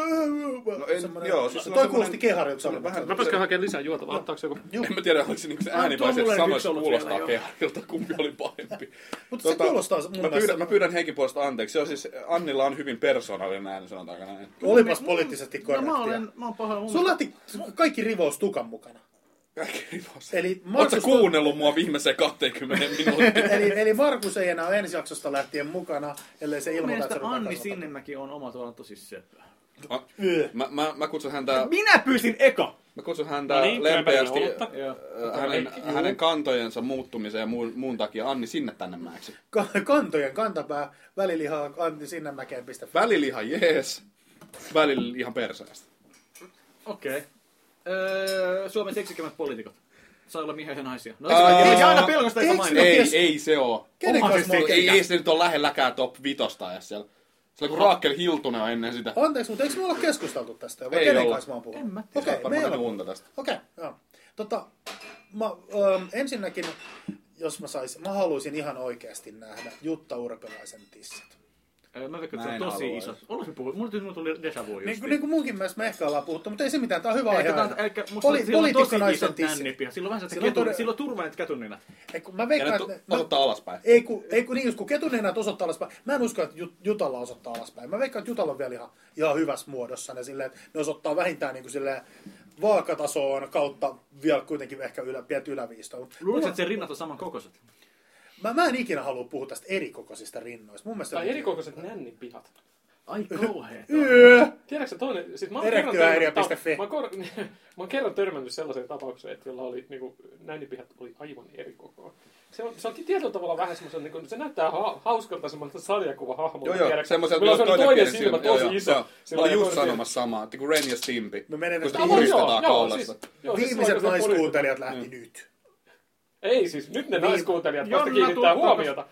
No, en- joo, siis sillä on toi semmonen- kuulosti keharilta se on sanomaan. vähän- Mä pääskö hakemaan lisää juotavaa? Ottaako joku? En mä tiedä, oliko se niinku se ääni vai se, mulle että yksi sanois ollut kuulostaa vielä, joo. keharilta, kumpi oli pahempi. Mutta se kuulostaa mun mä, mielestä... pyydän, mä pyydän Heikin puolesta anteeksi. Joo, siis Annilla on hyvin persoonallinen ääni, sanotaanko näin. Olipas poliittisesti No korrektia. mä olen, mä oon pahoilla. Mun Sulla lähti kaikki rivous tukan mukana. Kaikki rivos. Eli Oot sä Markus, kuunnellut mua viimeiseen kaksikymmentä minuuttia? eli, eli Markus ei enää ole ensi jaksosta lähtien mukana, ellei se mun ilmoita, että mielestä se rupeaa Anni kasvattamaan. Sinnemäki on oma tavallaan tosi seppä. Ah, Yö. Mä, mä, mä kutsun häntä, Minä pyysin eka! mä kutsun häntä No niin, lempeästi olutta. Joo. äh, hänen, hänen kantojensa muuttumisen ja muun, muun takia Anni sinne tänne mäeksi. Ka- kantojen kantapää, välilihaa Antti Sinnemäkeen piste fi. Välillä ihan jees, välillä ihan perseestä. Okei. Öö, Suomen seksikemmät poliitikot. Saa olla miehiä ja naisia. No Ää, ei se aina pelkästään eikö- mainita. Ei, ties- ei se oo. Kenen Onhan kanssa se mä oon- Ei, ei se nyt ole lähelläkään top vitosta edes siellä. Sillä kun Raakel Hiltunen on ennen sitä. Anteeksi, mutta eikö me olla keskusteltu tästä? Vai Ei kenen olla. kanssa mä oon puhunut? En mä tiedä. Okei, Varmaan me ei nähnyt olla. unta tästä. Okei, joo. Tota, mä, ähm, ensinnäkin, jos mä saisin, mä haluaisin ihan oikeasti nähdä Jutta Urpilaisen tissit. Öö, Mä veikkaan, Mä että se en on tosi haluaisi. iso. Ollaanko me puhuttu? Mulla tuli, mulla tuli déjà vu Niin, just. kuin- niin kuin munkin mielestä me ehkä ollaan puhuttu, mutta ei se mitään, tää on hyvä aihe. Eikä, aina. tää- eikä musta Poli- sillä on tosi poliitikkonaisen isot tissit. nännipihat. Sillä on vähän Sillä on sellaista todella- sillä on turvalliset kätunninät. Ei, kun mä Ja veikkaan, ne että... to- ne- no, osoittaa alaspäin. ei kun, ei kun niin, just kun ketunenät osoittaa alaspäin. Mä en usko, että Jut- Jutalla osoittaa alaspäin. Mä veikkaan, että Jutalla on vielä ihan, ihan hyvässä muodossa. Ne, silleen, että ne osoittaa vähintään niin kuin silleen vaakatasoon kautta vielä kuitenkin ehkä ylä, pientä yläviistoa. Luuletko, että se rinnat on saman kokoiset? Mä, mä en ikinä halua puhua tästä erikokoisista rinnoista. Mun mielestä Tai erikokoiset nännipihat. Ai kauheeta. Yö. Tiedätkö sä toinen, siis mä oon Erektiohäiriö piste fi. mä, oon kor- mä oon kerran törmännyt sellaiseen tapaukseen, että jolla oli niinku, nännipihat oli aivan eri kokoa. Se on, se onkin tietyllä tavalla vähän semmoisen, niin se näyttää ha- hauskalta semmoiselta sarjakuvahahmolta. Joo, joo, tiedätkö? semmoiselta, Mulla on jos semmoinen toinen toinen pieni silmä, silmä, joo, tosi joo, iso. joo. Mä Sillä olin on just toinen- sanomassa samaa, että kuin Ren ja Stimpy. Me menemme Kun sitä tästä- Joo, puristetaan joo, kaulasta. siis- joo, siis Viimeiset se on oikein naiskuuntelijat puristetaan. lähti nyt. Ei siis, nyt ne naiskuuntelijat vasta Jonna kiinnittää Tuotto- huomiota.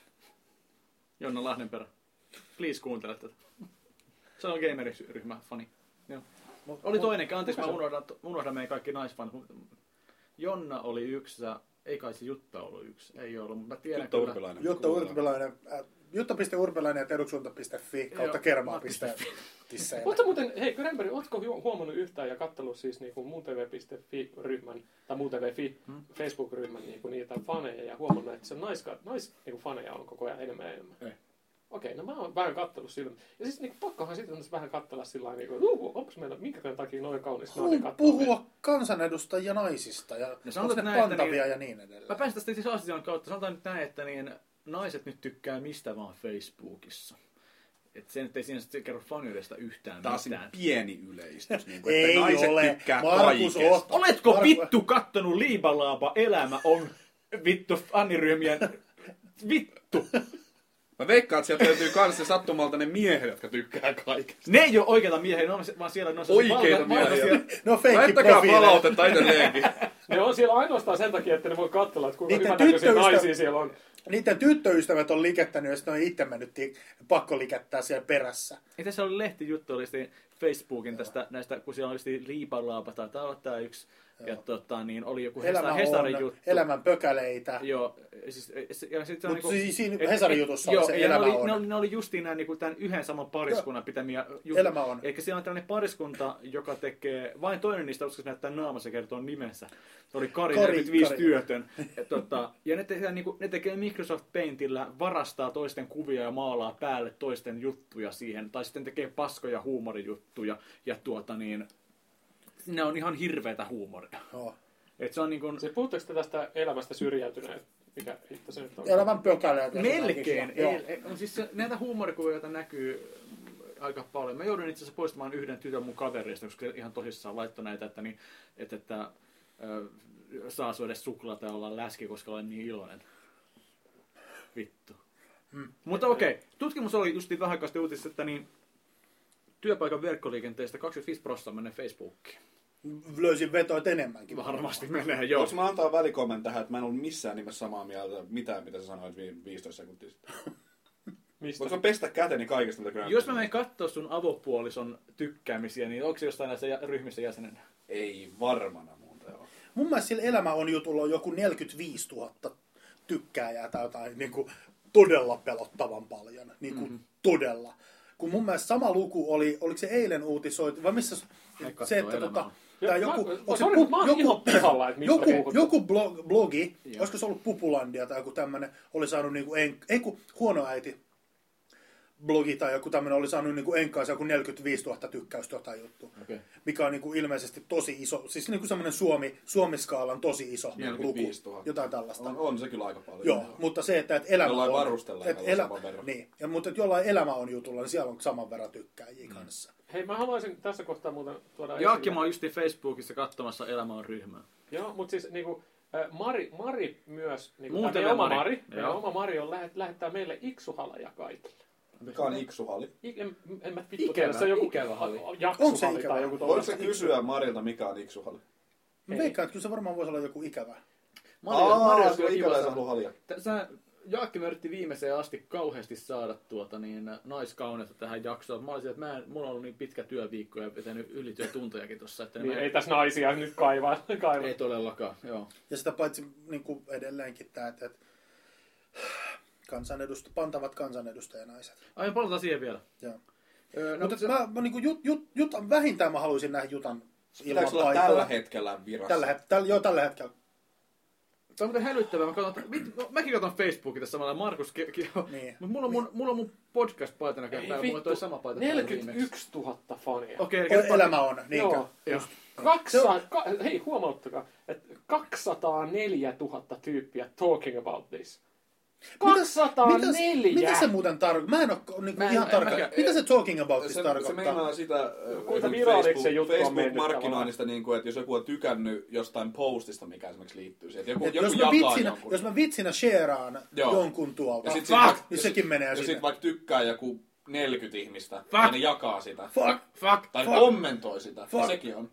Jonna Lahdenperä. Please kuuntele tätä. Se on gameriryhmä fani. Joo. Oli toinenkin, anteeksi, mä unohdan, unohdan meidän kaikki naisfanit. Jonna oli yksi ja ei kai se Jutta ollut yksi. Ei ollut, mutta mä tiedän Jutta kyllä. Urpilainen. Jutta Urpilainen, äh, jutta piste urpilainen ja eduskunta piste fi kautta Joo, kermaa mä- piste tisseillä. Mutta muuten, hei Grönberg, ootko hu- huomannut yhtään ja katsellut siis niinku muutv piste fi-ryhmän, tai muutv.fi Hmm? Facebook-ryhmän niinku niitä faneja ja huomannut, että se on naiska, nais, niinku faneja on koko ajan enemmän ja enemmän? Ei. Okei, no mä oon vähän kattellut silloin. Ja siis niinku pakkohan sitten vähän katsella sillä lailla, niinku, että uh, onks meillä, minkä takia noin kaunis nainen Puhu- katsoo meitä? Puhua kansanedustajia naisista ja No onko sanotaan ne näin, että pantavia niin- ja niin Mä edelleen. pääsin tästä itse asian kautta. Sanotaan nyt näin, että niin naiset nyt tykkää mistä vaan Facebookissa. Että se nyt ei siinä sitten kerro faniudesta yhtään Taas mitään. pieni yleistys, niin kuin, Ei että naiset ole. tykkää Markus kaikesta. Otto. Oletko Marko- vittu kattonut Liibalaapa elämä on vittu Anni-ryhmien vittu? Mä veikkaan, että sieltä löytyy kans sattumalta ne miehet, jotka tykkää kaikesta. Ne ei ole oikeita miehiä, ne on, vaan siellä ne on Oikeita valta- miehiä. valta- No feikki Laittakaa profiileja. palautetta edelleenkin. Ne on siellä ainoastaan sen takia, että ne voi katsella, että kuinka Niiden hyvännäköisiä tyttöystä- naisia siellä on. Niiden tyttöystävät on likettänyt, ja sitten ne on itse mennyt ti- pakko likettää siellä perässä. Ei tässä oli lehtijuttu, oli sitten Facebookin tästä, näistä, kun siellä oli sitten Liipalaapa, taitaa olla tämä yksi, ja tota, niin oli joku Elämä Hesarin on juttu. elämän pökäleitä. Joo, siis, ja sit se on Mutta niinku, siis siinä et- Hesarin et- jutussa joo, oli se ja elämä ne oli, on. Ne oli, ne oli justiin näin niinku tämän yhden saman pariskunnan pitämiä juttuja. Elämä on. Eli siellä on tällainen pariskunta, joka tekee, vain toinen niistä, koska se näyttää naamassa kertoo nimensä. Se oli Kari, Kari, neljäkymmentäviisi Kari. työtön. Ja, tota, ja ne, tekee, niinku, ne tekee Microsoft Paintillä, varastaa toisten kuvia ja maalaa päälle toisten juttuja siihen. Tai sitten tekee paskoja huumorijuttuja. Ja tuota niin, ne on ihan hirveätä huumoria. Joo. Et se on niin kuin, Se puhutteko te tästä elämästä syrjäytyneet? Mikä hitto se nyt on? Elämän pökäleitä. melkein. Joo. Ei, ei, on siis se, näitä huumorikuvia, joita näkyy aika paljon. Mä joudun itse asiassa poistamaan yhden tytön mun kaverista, koska se ihan tosissaan laittoi näitä, että, niin, että, että äh, saa syödä suklaata ja olla läski, koska olen niin iloinen. Vittu. Hmm. Mutta okei, okay. Tutkimus oli justiin vähän aikaa sitten uutisessa, että niin, työpaikan verkkoliikenteestä kaksikymmentäviisi prosenttia menee Facebookiin. Löysin vetoit enemmänkin. Varmasti menee, joo. Voinko mä antaa välikommentin tähän, että mä en ollut missään nimessä samaa mieltä mitään, mitä sä sanoit vi- viisitoista sekuntia sitten. Mistä? Voinko mä pestä käteni kaikesta, mitä Grant Jos mä sanoi? menen katsoa sun avopuolison tykkäämisiä, niin onko se jostain näissä jä- ryhmissä jäsenenä? Ei varmana muuta, joo. Mun mielestä sillä elämä on jutulla on joku neljäkymmentäviisituhatta tykkääjää tai jotain niin kuin todella pelottavan paljon. Niin kuin Mm-hmm. todella. Kun mun mielestä sama luku oli, oliko se eilen uutisoitu, vai missä Ei katsoo se, että elämää. tota, Joo, tai mä- joku, mä- onko se sorry, pu- mä oon ihan pihalla, että mistä joku, puhutaan. joku blog, blogi, Joo. olisiko se ollut Pupulandia tai joku tämmönen, oli saanut niinku, en, ei kun huono äiti blogi tai joku tämmönen oli saanut niinku enkaansa joku neljäkymmentäviisituhatta tykkäystä jotain juttu. Okay. Mikä on niinku ilmeisesti tosi iso, siis niinku semmoinen Suomi, Suomiskaalan tosi iso luku. neljäkymmentäviisituhatta. Jotain tällaista. On, on se kyllä aika paljon. Joo, mutta se, että et elämä Jollain on... varustella et ei elä, ole saman verran. niin, ja, mutta et jollain elämä on jutulla, niin siellä on saman verran tykkääjiä kanssa. Hei, mä haluaisin tässä kohtaa muuten tuoda Jaakki, mä oon justiin Facebookissa katsomassa Elämä on ryhmää. Joo, mutta siis niinku, äh, Mari, Mari myös, niinku, Muuten tämä meidän oma Mari. Mari, meidän Joo. oma Mari on lähet, lähettää meille iksuhaleja kaikille. Mikä on iksuhalli? I, en, en mä vittu Ikävä, tiedä, se on joku ikävä halli. On se jaksuhalli ikävä. tai joku Voitko tollaista. sä kysyä Marilta, mikä on iksuhalli? Mä Ei. veikkaan, että kyllä se varmaan voisi olla joku ikävä. Mario, Mario Aa, olisi se on kyllä ikävä, kiva jos saada. on halja. Sä, Jaakki, me yritti viimeiseen asti kauheasti saada tuota, niin, naiskaunetta tähän jaksoon. Mä olisin, että mä en, mulla on ollut niin pitkä työviikko ja vetänyt ylityötuntojakin tossa. Että Niin, mä, ei tässä naisia nyt kaivaa. kaivaa. ei todellakaan, joo. Ja sitä paitsi niin kuin edelleenkin tämä, että, että kansanedust, pantavat kansanedustajanaiset. Ai, palataan siihen vielä. Joo. Öö, No, mutta mä, mä niin kuin jut, jut, jutan, vähintään mä haluaisin nähdä Jutan ilman Pitääkö olla paikalla. tällä hetkellä virassa? Tällä, het, tällä, joo, tällä hetkellä. Se on muuten hälyttävää. Mä katson, mit, no, mäkin katson Facebookin tässä samalla. Markus, ki, ki, Niin. mutta mulla on mun, mulla on mun podcast-paita näköjään Ei päällä. Mulla on toi vittu, sama paita päällä viimeksi. neljäkymmentäyksituhatta fania. Okei, Okay, okay, elämä on, niinkö? Joo. joo. kaksisataa, ka, hei, huomauttakaa, että kaksisataaneljätuhatta tyyppiä talking about this. kaksisataaneljä! Mitä se muuten tarkoittaa? Mä en ole niin Mä en- ihan en tarkka. mäkään. Mitä se talking about Se, this se tarkoittaa? meinaa sitä äh, Kuinka Facebook- viraaliksi se juttu on mennyt Facebook-markkinoinnista, niin kuin, että jos joku on tykännyt jostain postista, mikä esimerkiksi liittyy siihen. Että joku, Et joku jos, mä jakaa vitsinä, jonkun. jos mä vitsinä shareaan Joo. jonkun tuolta, Ja sit, fuck, sit, niin ja sekin sit- menee ja sinne. sit vaikka tykkää joku neljäkymmentä ihmistä, Fuck. ja ne jakaa sitä. Fuck, Fuck. Tai fuck. kommentoi sitä. Fuck. Sekin on.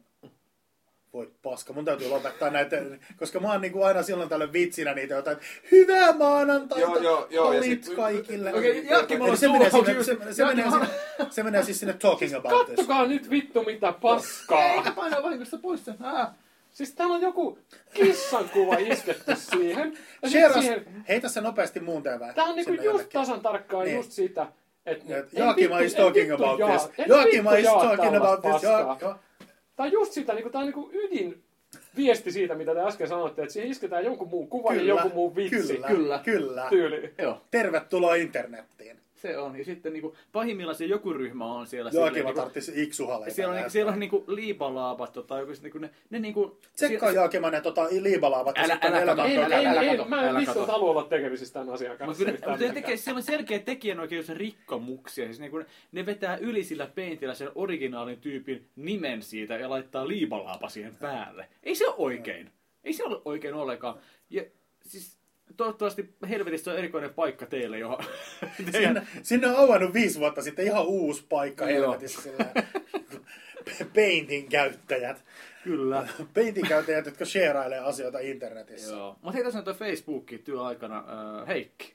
Voi paska, mun täytyy lopettaa näitä, koska mä oon niinku aina silloin tällöin vitsinä niitä jotain, hyvää maanantaita, Joo, joo, joo, ja holit sit- kaikille. Okei, Jaakki, mulla Eli on se menee, sulla sinne, just- se, se, Jaakki, menee mulla- sinne, se menee siis sinne talking about this. Kattokaa nyt vittu mitä paskaa. Eikä painaa vahingossa pois sen. Ah. Siis täällä on joku kissan kuva isketty siihen. Ja sit Sheeras, siihen, heitä se nopeasti muun teevään. tää on niinku sinne just jollekin. tasan tarkkaan Niin. just sitä. Et, Et en Joakima vittu- is en talking vittu about jaa- this. en Joakima vittu is jaa talking tällaista about this. paskaa. Joo, Tää on just sitä, niinku, tää on niinku ydin viesti siitä, mitä te äsken sanoitte, että siihen isketään jonkun muun kuva ja joku muu vitsi. Kyllä, Kyllä. kyllä. Tyyli. Joo, Tervetuloa internettiin. se on. Ja sitten niinku, pahimmillaan se joku ryhmä on siellä. Joakima silleen, niinku, tarvitsisi iksuhaleita. siellä on, niinku, siellä on niinku liipalaapat, tota, joku, niinku, ne, ne niinku... Tsekkaa Joakima ne tota, liibalaavat. ja Älä- sitten älä elämä- kato, En, älä- en, älä en, kato, mä en älä missään kato. halua olla tekemisissä tämän asian kanssa. Mutta yhtään mut ne tekee, mitenkään. siellä on selkeä tekijänoikeusrikkomuksia. Siis niinku, ne vetää yli sillä paintillä sen originaalin tyypin nimen siitä ja laittaa liipalaapa siihen päälle. Ei se ole oikein. Ei se ole oikein ollenkaan. Ja, siis, toivottavasti helvetissä on erikoinen paikka teille, johon... Sinne, sinne on avannut viisi vuotta sitten ihan uusi paikka helvetissä. Sillä Paintin käyttäjät. Kyllä. Paintin käyttäjät, jotka shareailee asioita internetissä. Joo. Mutta hei, tässä on tuo Facebookki työaikana. Äh, Heikki.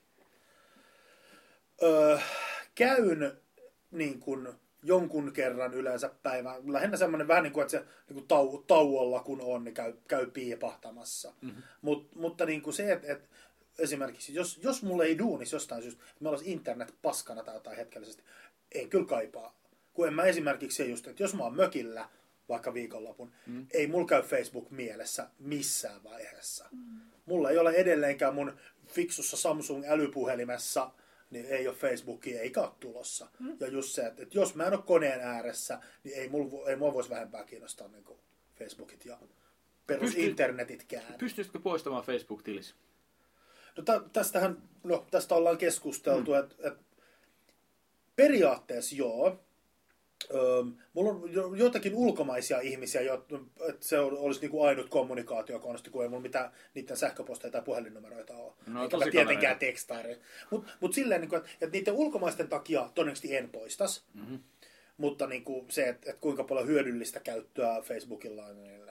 Öö, käyn niin kuin jonkun kerran yleensä päivän. Lähinnä semmoinen vähän niin kuin, että se niin kuin tau, tauolla kun on, niin käy, käy piipahtamassa. Mm-hmm. Mut, mutta niin kuin se, että, että esimerkiksi jos, jos mulla ei duunisi jostain syystä, että meillä olisi internet paskana tai jotain hetkellisesti, ei kyllä kaipaa. Kun en mä esimerkiksi se just, että jos mä oon mökillä vaikka viikonlopun, mm. ei mulla käy Facebook mielessä missään vaiheessa. Mm. Mulla ei ole edelleenkään mun fiksussa Samsung-älypuhelimessa, niin ei ole Facebookia eikä ole tulossa. Mm. Ja just se, että, että jos mä en ole koneen ääressä, niin ei mulla, ei mulla voisi vähempää kiinnostaa niin kuin Facebookit ja perusinternet-itkään. Pystyisikö poistamaan Facebook-tilisi? No, tä, tästähän, no, tästä ollaan keskusteltu, mm. että et, periaatteessa joo. Öö, mulla on joitakin ulkomaisia ihmisiä, että se olisi niinku ainut kommunikaatiokonsti, kun ei mulla mitään niiden sähköposteja tai puhelinnumeroita ole. No, eikä mä tietenkään tekstaari. Mutta mut silleen, niinku, että et niiden ulkomaisten takia todennäköisesti en poistas. Mm-hmm. Mutta niinku se, että et kuinka paljon hyödyllistä käyttöä Facebookilla on. Niin...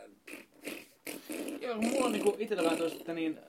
Joo, mulla on niinku itsellä vähän toista, niin...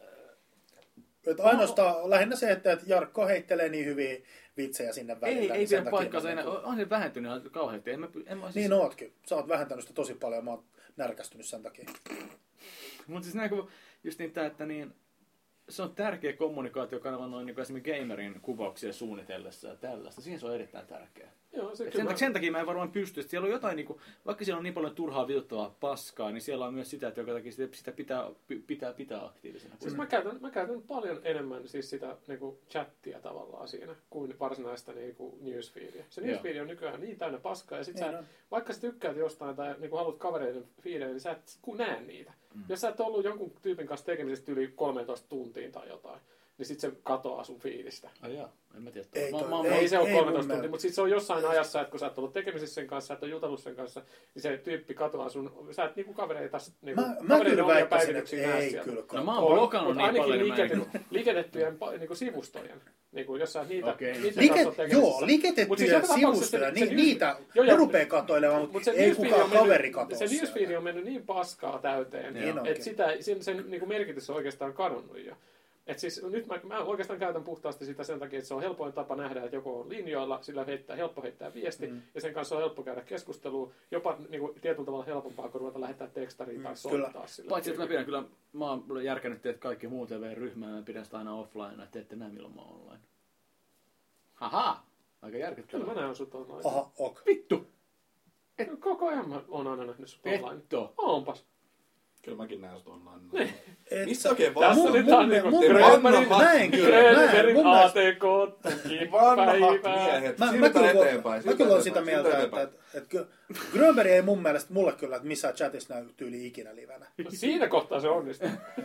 Et ainoastaan no, lähinnä se, että Jarkko heittelee niin hyviä vitsejä sinne välillä. Ei, ei pidä paikkaansa enää. On se vähentynyt kauheasti. En mä, en mä siis... Niin ootkin. Sä oot vähentänyt sitä tosi paljon ja mä oon närkästynyt sen takia. Mutta siis näin, just niin tää, että niin, se on tärkeä kommunikaatiokanava noin niin esimerkiksi gamerin kuvauksia suunnitellessa ja tällaista. Siihen se on erittäin tärkeää. Joo, se sen, sen takia mä en varmaan pysty. Siellä on jotain, niin kuin, vaikka siellä on niin paljon turhaa viuttavaa paskaa, niin siellä on myös sitä, että joka takia sitä pitää pitää, pitää aktiivisena. Siis mä käytän, mä käytän paljon enemmän siis sitä niin kuin chattia tavallaan siinä, kuin varsinaista niin kuin newsfeedia. Se newsfeed on nykyään niin täynnä paskaa, ja sit sä, no. vaikka sä tykkäät jostain tai niin kuin haluat kavereiden feedejä, niin sä et näe niitä. Mm. Jos sä et ollut jonkun tyypin kanssa tekemisestä yli kolmetoista tuntiin tai jotain, niin sit se katoaa sun fiilistä. Ai jaa, en mä tiedä. Ei, mä, toi, mä, ei, ei se ole ei kolmetoista tuntia, mutta sit se on jossain ajassa, että kun sä et ollut tekemisissä sen kanssa, sä et ole jutellut sen kanssa, niin se tyyppi katoaa sun, sä et niinku kavereita, niinku, mä, mä kyllä väittäisin, että ei kyllä. No mä oon blokannut niin ainakin paljon. Liiketettyjen, liiketettyjen niinku sivustojen. Niinku, jos sä niitä, okay. niitä Like, kanssa tekemisissä. joo, liiketettyjä siis sivustoja, ni, se, niitä jo, ne rupeaa katoilemaan, mutta mut se ei kukaan kaveri katoa. Se newsfeed on mennyt niin paskaa täyteen, niin että sitä, sen, sen niin kuin merkitys on oikeastaan kadonnut jo. Et siis nyt mä, mä oikeastaan käytän puhtaasti sitä sen takia, että se on helpoin tapa nähdä, että joku on linjoilla, sillä heittää, helppo heittää viesti, mm. ja sen kanssa on helppo käydä keskustelua, jopa niin kuin, tietyllä tavalla helpompaa kuin ruveta lähettää tekstariin mm. tai soittaa sillä. Paitsi, että mä pidän kyllä, mä oon järkännyt teet kaikki muu T V-ryhmää, mä pidän sitä aina offline, että ette näe milloin mä oon online. Haha! Aika järkyttävää. Kyllä mä näen sut online. Aha, ok. Vittu! Et, koko ajan mä oon aina nähnyt sut online. Etto. Oonpas. Kyllä mäkin näen sut online. Et, mistä oikein Tässä vastaan? nyt on niinku Grönbergin näin kyllä. Grönbergin Mun A mielestä- T K Vanhat miehet. Mä, mä, Siirrytään kyllä, eteenpäin. mä kyllä olen sitä siirrytään mieltä, että, eteenpäin. että, että Grönberg ei mun mielestä mulle kyllä, että missään chatissa näy tyyli ikinä livenä. Siinä kohtaa se onnistuu.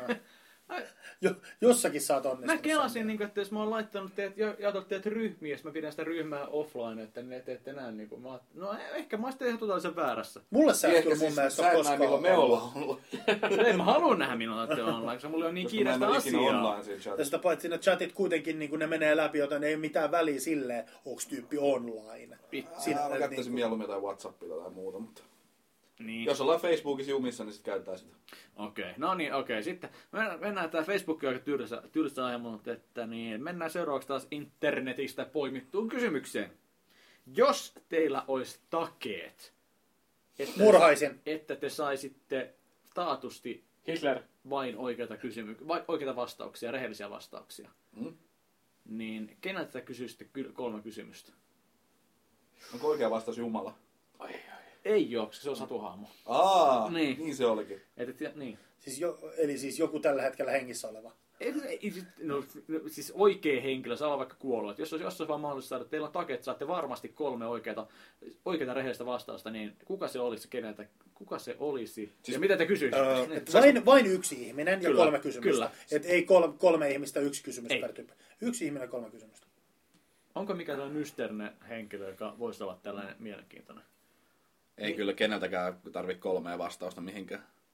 Jo, jossakin sä oot onnistunut. Mä kelasin, niin kuin, että jos mä oon laittanut teet, jaotellut teet ryhmiä, jos mä pidän sitä ryhmää offline, että ne te ette näe. Niin kuin, mä, no ehkä mä oon sitten ihan totaalisen väärässä. Mulle sä et Ehkä kyllä mun siis mielestä sä ole et näe, koskaan milloin me ollaan ollut. En mä halua nähdä milloin olette online, koska mulla on niin Koska mä en kiireistä ole ikinä asiaa. online siinä Ja chatissa. sitä paitsi ne chatit kuitenkin niin ne menee läpi, joten ei ole mitään väliä silleen, onko tyyppi online. Siinä, mä niin käyttäisin kuin- mieluummin jotain WhatsAppia tai muuta, mutta Niin. jos ollaan Facebookissa jumissa, niin sitten käytetään sitä. Okei, no niin, okei. Sitten mennään, mennään tää Facebook aika tylsä, tylsä aihe, mutta että niin, mennään seuraavaksi taas internetistä poimittuun kysymykseen. Jos teillä olisi takeet, että, Murhaisin. että te saisitte taatusti Hitler. vain oikeita, kysymyksiä, vai, oikeita vastauksia, rehellisiä vastauksia, Mm? niin keneltä te kysyisitte ky- kolme kysymystä? Onko oikea vastaus Jumala? Ai, ai. Ei ole, koska se on satuhahmo. Aa, Niin. niin, niin se olikin. Et, et, niin. Siis jo, eli siis joku tällä hetkellä hengissä oleva. Ei, ei, no, no, siis oikea henkilö, saa olla vaikka kuollut. Et Jos olisi, jos olisi vaan mahdollista saada, että teillä on takeet, saatte varmasti kolme oikeata, oikeata rehellistä vastausta, niin kuka se olisi, keneltä, kuka se olisi? Siis, ja mitä te kysyisitte? Öö, Niin. et vain, vain yksi ihminen ja Kyllä, kolme kysymystä. kyllä. Et ei kolme, kolme ihmistä, yksi kysymys Ei. per tyyppi. Yksi ihminen, kolme kysymystä. Onko mikä tällainen mysteerinen henkilö, joka voisi olla tällainen mielenkiintoinen? Ei kyllä keneltäkään tarvitse kolmea vastausta mihinkään.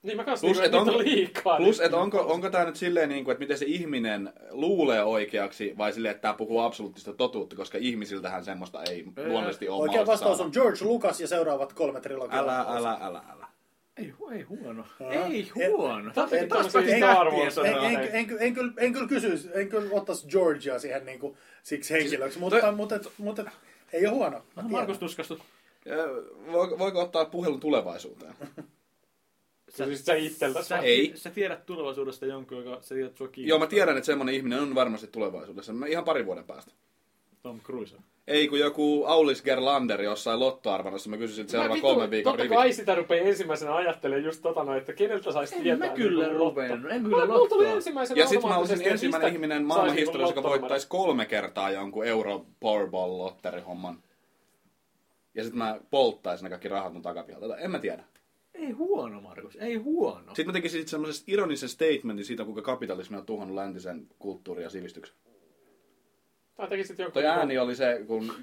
Niin mä kanssa Plus, niinku, et että onko, on liikaa. plus niin, et onko, onko tämä nyt silleen, niin kuin, että miten se ihminen luulee oikeaksi, vai silleen, että tämä puhuu absoluuttista totuutta, koska ihmisiltähän semmoista ei luonnollisesti ole Oikea vastaus saada. on George Lucas ja seuraavat kolme trilogiaa. Älä, älä, älä, älä. Ei, hu- ei huono. Aa. Ei huono. Tämäkin En- tämmöisiä en- Star Wars En, en, en, en, en, kyllä, en kyllä kysyisi, en kyllä ottaisi Georgia siihen niinku, siksi henkilöksi, mutta, toi- mutta, mutta, mutta ei ole huono. Mä tiedän. Markus tuskastut. Ja voiko, voiko ottaa puhelun tulevaisuuteen? Sä, siis sä itseltäsi Sä, vai? Ei. sä tiedät tulevaisuudesta jonkun, joka sä tiedät sua kiinnostaa. Joo, mä tiedän, että semmoinen ihminen on varmasti tulevaisuudessa. Mä ihan parin vuoden päästä. Tom Cruise. Ei, kun joku Aulis Gerlander jossain lottoarvonnassa, mä kysyisin, että seuraava kolmen viikon Totta rivit. kai sitä rupeaa ensimmäisenä ajattelemaan just tota noin, että keneltä saisi En tietää. mä kyllä niinku lotto. ruvennut, en Mä- kyllä Mulla tuli lottoa. ensimmäisenä Ja sit mä olisin automaattisesti, että ensimmäinen mistä ihminen saisi maailman niinku historiassa, joka lottonumeron. voittaisi kolme kertaa jonkun Euro Powerball lotterihomman. Ja sit mä polttaisin ne kaikki rahat mun takapihalta. En mä tiedä. Ei huono, Markus, ei huono. Sitten mä tekisin semmoisen ironisen statementin siitä, kuinka kapitalismi on tuhannut läntisen kulttuurin ja sivistyksen. Tai tekisit joku... Toi ääni oli se, kun...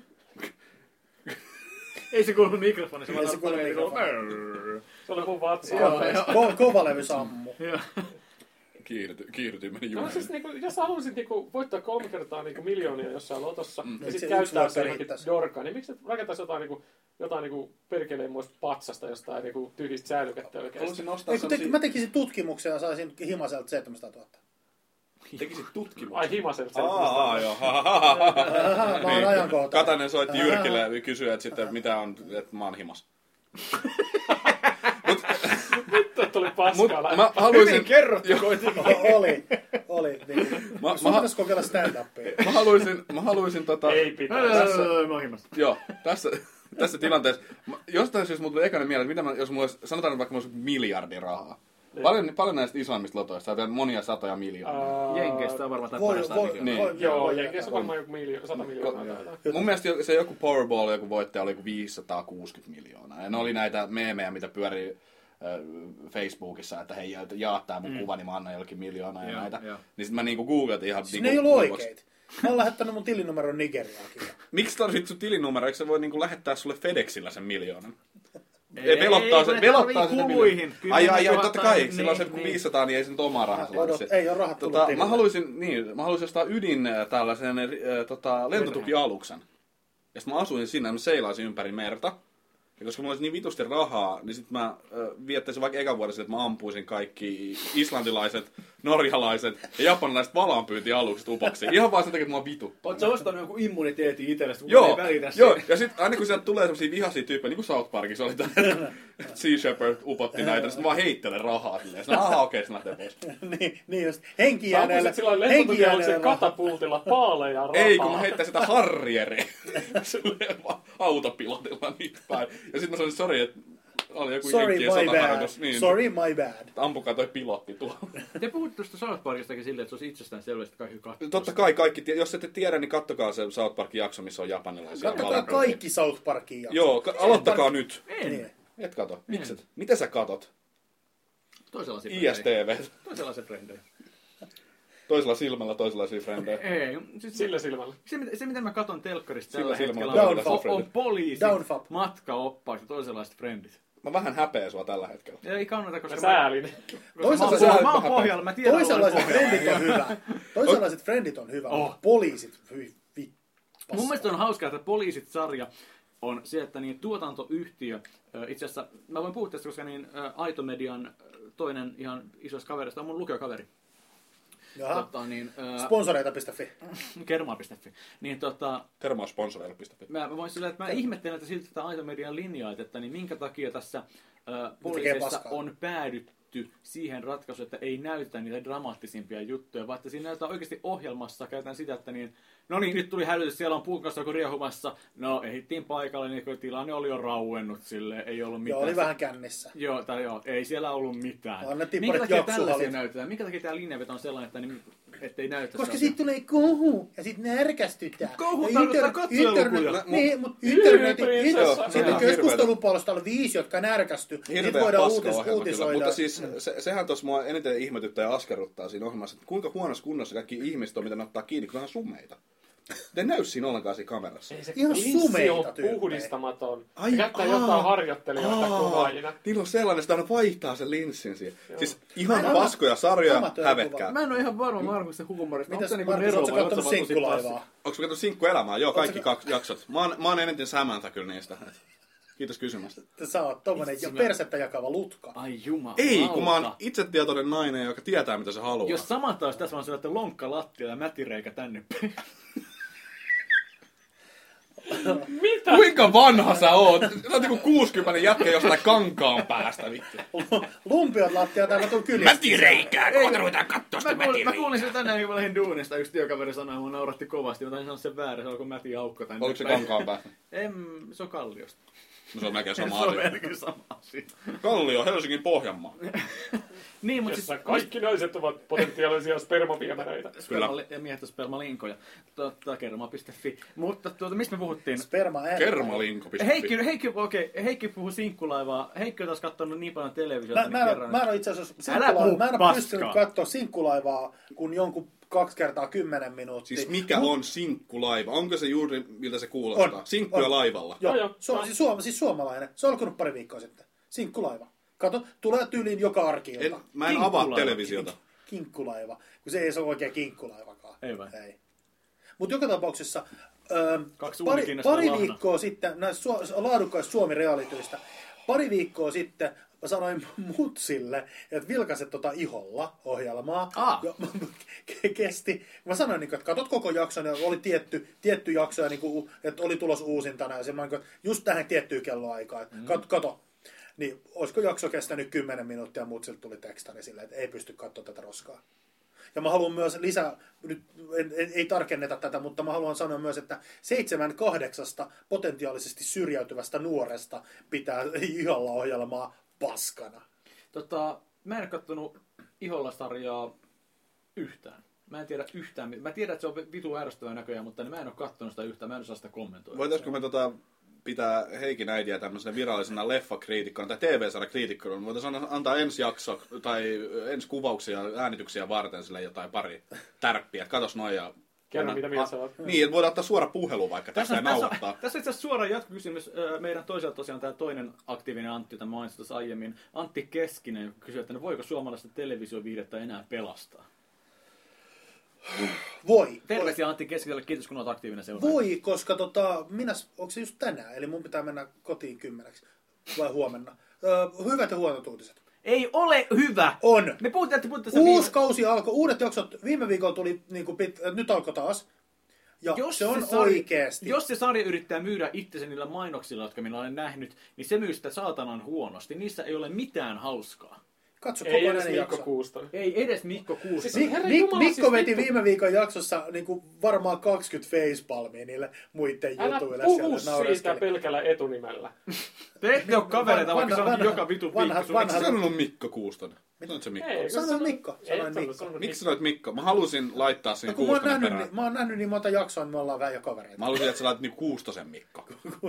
Ei se kuulu mikrofonissa. Ei se kuulu mikrofonissa. Se oli mun vatsa. Joo, joo. Ko- Kovalevy sammu. Joo. Kiihdytin, kiihdytin meni No, junaan. siis, niinku, jos haluaisit niinku, voittaa kolme kertaa niinku, miljoonia jossain lotossa mm. ja Yksi- sitten yksi käyttää lotta se johonkin riittäisi. dorkaan, niin miksi et rakentaisi jotain, niinku, jotain niinku, perkeleen muista patsasta jostain niinku, tyhjistä säilykettä oikeasti? Haluaisin nostaa Ei, kun te, sellaisia... mä tekisin tutkimuksia ja saisin Himaselta seitsemänsataatuhatta. Tekisit tutkimuksen. Ai himaselta. Aa, aa, joo. Ha, ha, ha, ha, ha. Aha, mä oon ajankohtainen. Katainen soitti Jyrkille ja kysyi, että, sitten, mitä on, että mä oon himas. Nyt tuli paskaa. Mut mä haluaisin... Hyvin kerrottu Joo. kuitenkin. Oli, oli. Niin. Mä, Sun mä, pitäisi kokeilla stand-upia. mä haluaisin, mä haluaisin tota... Ei pitää. Tässä- Mä oon himassa. Joo, tässä, tässä tilanteessa. Mä- Jostain syystä mulla tuli ekana mieleen, että mitä mä, jos mulla olisi, sanotaan nyt vaikka mulla olisi miljardi rahaa. Paljon, paljon näistä isoimmista lotoista, saa vielä monia satoja miljoonia. Ää, Jenkeistä on varmaan Voi, parasta voi, nykyään. Niin. voi, Joo, voi Jenkeissä on jättää. varmaan joku miljoona, sata miljoonaa. tai jotain. Mun mielestä jo- se joku Powerball, joku voittaja oli joku viisisataakuusikymmentä miljoonaa. Ja ne oli näitä meemejä, mitä pyörii äh, Facebookissa, että hei, jaa tää mun mm. kuva, niin mä annan jollekin miljoonaa ja Joo, näitä. joo. Niin sit mä niinku googletin ihan... Siis niinku, ne ei ollut kuivaksi. oikeita. Mä oon lähettänyt mun tilinumeron Nigeriaankin. Miksi tarvitsit sun tilinumero? Eikö se voi niinku lähettää sulle FedExillä sen miljoonan? Ei, Ei, velottaa ei, se, kun ne velottaa tarvii se kuluihin. miljoona. Ai, ai, ai, Kymmenen totta tuhatta, kai. niin, Silloin se niin. viisisataa, niin ei se nyt omaa rahansa Odot, laita ei oo rahat tullut tota, tilille. mä haluaisin, niin, mä haluaisin ostaa ydin äh, tällaisen äh, tota, lentotukialuksen. Ja sit mä asuin siinä, mä seilaisin ympäri merta. Ja koska mulla olisi niin vitusti rahaa, niin sit mä äh, viettäisin vaikka ekan vuoden sille, että mä ampuisin kaikki islantilaiset, norjalaiset ja japanilaiset valaanpyyntialukset upoksi. Ihan vaan sen takia, että mua vituttaa. Oot sä ostanut joku immuniteetin itsellesi, kun Joo, ei välitä joo, siitä? ja sitten aina kun sieltä tulee sellaisia vihaisia tyyppejä, niin kuin South Parkissa oli tämä, Sea Shepherd upotti näitä, niin sitten mä vaan heittelen rahaa silleen. Sitten aha, okei, se lähtee pois. niin, niin just. Henki Sä jääneelle. ampuisit silloin Henki lentotukialuksen jääneelle. katapultilla paaleja rahaa. Ei, kun mä heittäisin sitä harrieriä silleen vaan autopilotilla niitä päin. Ja sitten mä sanoin, sori, että oli joku Sorry, jenkkien my sotaharjoitus. bad. Niin, Sorry, my bad. ampukaa toi pilotti tuolla. Te puhutte tuosta South Parkistakin silleen, että se olisi itsestään selvästi kaikki katsoo. Totta kai kaikki, tie- jos ette tiedä, niin kattokaa se South Parkin jakso, missä on japanilaisia. Katsokaa valaanpyyntiä. kaikki South Parkin jaksot. Joo, ka- aloittakaa nyt. En. Niin. Et kato. Mikset? Miten sä katot? Toisenlaisia I S T V. Toisenlaisia frendejä. Toisella silmällä, toisenlaisia frendejä. Ei, siis Sillä silmällä. se, mitä- se mitä mä katon telkkarista Sillä tällä silmällä hetkellä on, toisenlaisia on, on frendejä. poliisit, Downfap. matkaoppaat ja toisenlaiset frendit. Mä vähän häpeä sua tällä hetkellä. Ei kannata, koska Mä mä, säälin. koska mä, Toisaalta oon, sä- mä oon pohjalla, mä tiedän, Toisenlaiset olen pohjalla. frendit on hyvä. Toisenlaiset frendit on hyvä. Oh. mutta Poliisit, hyi, vi, Mun mielestä on hauskaa, että Poliisit-sarja on se, että niin tuotantoyhtiö, ö, itse asiassa, mä voin puhua tästä, koska niin ö, Aito-median ö, toinen ihan isoista kaverista on mun lukiokaveri. Jaha. Tota, niin, ö, Sponsoreita piste fi. kermaa piste fi. Niin tota, Termosponsoreilla piste fi. mä, mä voin sillä, että mä ihmettelen, että siltä tätä Aito-median linjaa, että niin minkä takia tässä ö, tekee poliisissa paskaa. on päädytty siihen ratkaisuun, että ei näytä niitä dramaattisimpia juttuja, vaan että siinä näytetään oikeasti ohjelmassa, käytetään sitä, että niin, no niin, nyt tuli hälytys, siellä on puun kanssa joku riehumassa, no ehittiin paikalle, niin kun tilanne oli jo rauennut sille, ei ollut mitään. Joo, oli vähän kännissä. Joo, tai joo, ei siellä ollut mitään. Annettiin Minkä parit takia jaksuhalit. tällaisia näytetään? Minkä takia tämä linjanveto on sellainen, että niin, ettei näytä Koska sellaisia? siitä tulee kohu ja sitten närkästytään. Kohu Ja tarkoittaa katsojalukuja. internet, niin, mutta internetin, Prinsessa. inter, sitten Joo, keskustelupalstalla viisi, jotka närkästy. Sitten Hirveä voidaan paska uutis, ohjelma kyllä. uutisoida. Mutta siis se, sehän tuossa mua eniten ihmetyttää ja askarruttaa siinä ohjelmassa, että kuinka huonossa kunnossa kaikki ihmiset on, mitä ne ottaa kiinni, kun ne on sumeita. Ne näy siinä ollenkaan siinä kamerassa. Ei se Ihan linssi sumeita on tyyppejä. puhdistamaton. Ai, Se käyttää aa. jotain harjoittelijoita Aa, kuvaajina. niillä on sellainen, että aina vaihtaa sen linssin siihen. Joo. Siis ihan Mä en- paskoja sarjoja, Amatööri hävetkää. Mä en ole ihan varma Markusen huumorista. Mitäs Onko se Markus, niinku ootko Nero vai kattonut ootko sä vaan tosi Sinkkulaivaa? Onko sä katsonut Sinkkuelämää? Joo, kaikki Ootko kaksi jaksot. Mä oon, mä oon eniten Samantha kyllä niistä. Kiitos kysymästä. Sä oot tommonen jo persettä jakava lutka. Ai jumala. Ei, kun mä oon itsetietoinen nainen, joka tietää mitä se haluaa. Jos Samantha olisi tässä vaan sillä, että lonkka lattia ja mätireikä tänne päin. Mitä? Kuinka vanha sä oot? Sä oot niinku kuusikymmentä jätkä jostain kankaan päästä, vittu. Lumpiot lattia täällä tuon kyljessä. Mätireikää, kohta ruvetaan kattoo sitä Mä kuulin, mä mätireikää. kuulin sen tänään, kun mä lähdin duunista. Yksi työkaveri sanoi, että mun nauratti kovasti. Mä taisin sanoa sen väärin, se alkoi Mäti Aukko tänne Oliko se päin. kankaan päästä? En, se on Kalliosta. No se on melkein sama Se on asia. melkein sama asia. Kallio, Helsingin Pohjanmaa. Niin, mutta Jossa siis... kaikki naiset ovat potentiaalisia spermaviemäreitä. Sperma, ja miehet on spermalinkoja. Totta, kerma piste fi. Mutta tuota, mistä me puhuttiin? Sperma ääni. Kermalinko. Heikki, Heikki, okei, Heikki puhuu sinkkulaivaa. Heikki on taas katsonut niin paljon televisiota. Mä, niin mä, en, kerran, mä en ole itse asiassa Älä sinkkulaivaa. puhu Mä en ole paskaa. pystynyt katsoa sinkkulaivaa kun jonkun kaksi kertaa kymmenen minuuttia. Siis mikä on sinkkulaiva? Onko se juuri miltä se kuulostaa? On. Sinkkuja On. laivalla. Joo, Joo, joo. Su- siis, suom- siis suomalainen. Se on alkanut pari viikkoa sitten. Sinkkulaiva. Kato, tulee tyyliin joka arki-ilta. En, mä en avaa Kinkkulaiva. televisiota. Kinkkulaiva. Kun se ei se ole oikein kinkkulaivakaan. Ei vai? Ei. Mutta joka tapauksessa öö, Kaksi pari, uunikiinnostavaa pari lahnaa. viikkoa sitten, näistä su- laadukkaista Suomi-realityistä, pari viikkoa sitten mä sanoin Mutsille, että vilkaiset tota Iholla ohjelmaa. Ah. Ja, ke- kesti. Mä sanoin, että katot koko jakson ja oli tietty, tietty jakso, ja niinku, että oli tulos uusintana. Ja semmoinen, että just tähän tiettyyn kelloaikaan. Että kato, kato. Niin, olisiko jakso kestänyt kymmenen minuuttia, Mutsilta tuli tekstari silleen, että ei pysty katsoa tätä roskaa. Ja mä haluan myös lisää, nyt en, en, ei tarkenneta tätä, mutta mä haluan sanoa myös, että seitsemän kahdeksasta potentiaalisesti syrjäytyvästä nuoresta pitää Iholla ohjelmaa paskana. Tota, mä en ole kattonut Iholla-sarjaa yhtään. Mä en tiedä yhtään. Mä tiedän, että se on vitu ärsyttävä näköjään, mutta mä en ole kattonut sitä yhtään. Mä en osaa sitä kommentoida. Voitaisko me tota, pitää Heikin äitiä tämmöisenä virallisena leffakriitikkona tai T V-sarjakriitikkona? Me voitaisiin antaa ensi jakso tai ensi kuvauksia ja äänityksiä varten sille jotain pari tärppiä. Katos noin ja... Kerro, mitä mieltä sä oot. Niin, että voidaan ottaa suora puhelu vaikka tässä ja tässä, nauhoittaa. tässä on itse asiassa suora jatkokysymys. Ö, Meidän toisella tosiaan tämä toinen aktiivinen Antti, jota mainitsin tuossa aiemmin. Antti Keskinen, joka kysyi, että no voiko suomalaista televisioviihdettä enää pelastaa? Voi. Terveisiä Antti Keskiselle, kiitos kun olet aktiivinen seuraaja. Voi, koska tota, minä, onko se just tänään, eli mun pitää mennä kotiin kymmeneksi, vai huomenna. Öö, hyvät ja huonot uutiset. Ei ole hyvä! On. Me puhuttiin, että puhuttiin tässä Uusi viime... kausi alkoi, uudet jaksot, viime viikolla tuli, niin kuin pit, äh, nyt alkoi taas. Ja Jos se on sarja- oikeasti. Jos se sarja yrittää myydä itsensä niillä mainoksilla, jotka minä olen nähnyt, niin se myy sitä saatanan huonosti. Niissä ei ole mitään hauskaa. Katso Ei koko edes ajan Mikko jakso. Kuustonen. Ei edes Mikko Kuustonen. Siis- Herra Mik- Jumala, Mikko siis veti vittu. viime viikon jaksossa niin kuin varmaan kaksikymmentä facepalmia niille muiden Älä jutuille. puhu siellä siitä naureskeli. pelkällä etunimellä. Te ette ole kavereita, vaikka se on vanha- joka vitu vanha- viikko. vanha- Miksi sä sanonut Mikko Kuustonen? Sanoit se Mikko? Ei, kun Sanoin sano- Mikko, Ei, sanoin et sanonut, Mikko. sanonut Miksi sanoit Mikko? Mä halusin laittaa siihen No, kun mä oon, Kuustonen nähnyt, perään. niin, mä oon nähnyt niin monta jaksoa, niin me ollaan vähän jo kavereita. Mä halusin, että sä laitat niinku Kuustosen Mikko.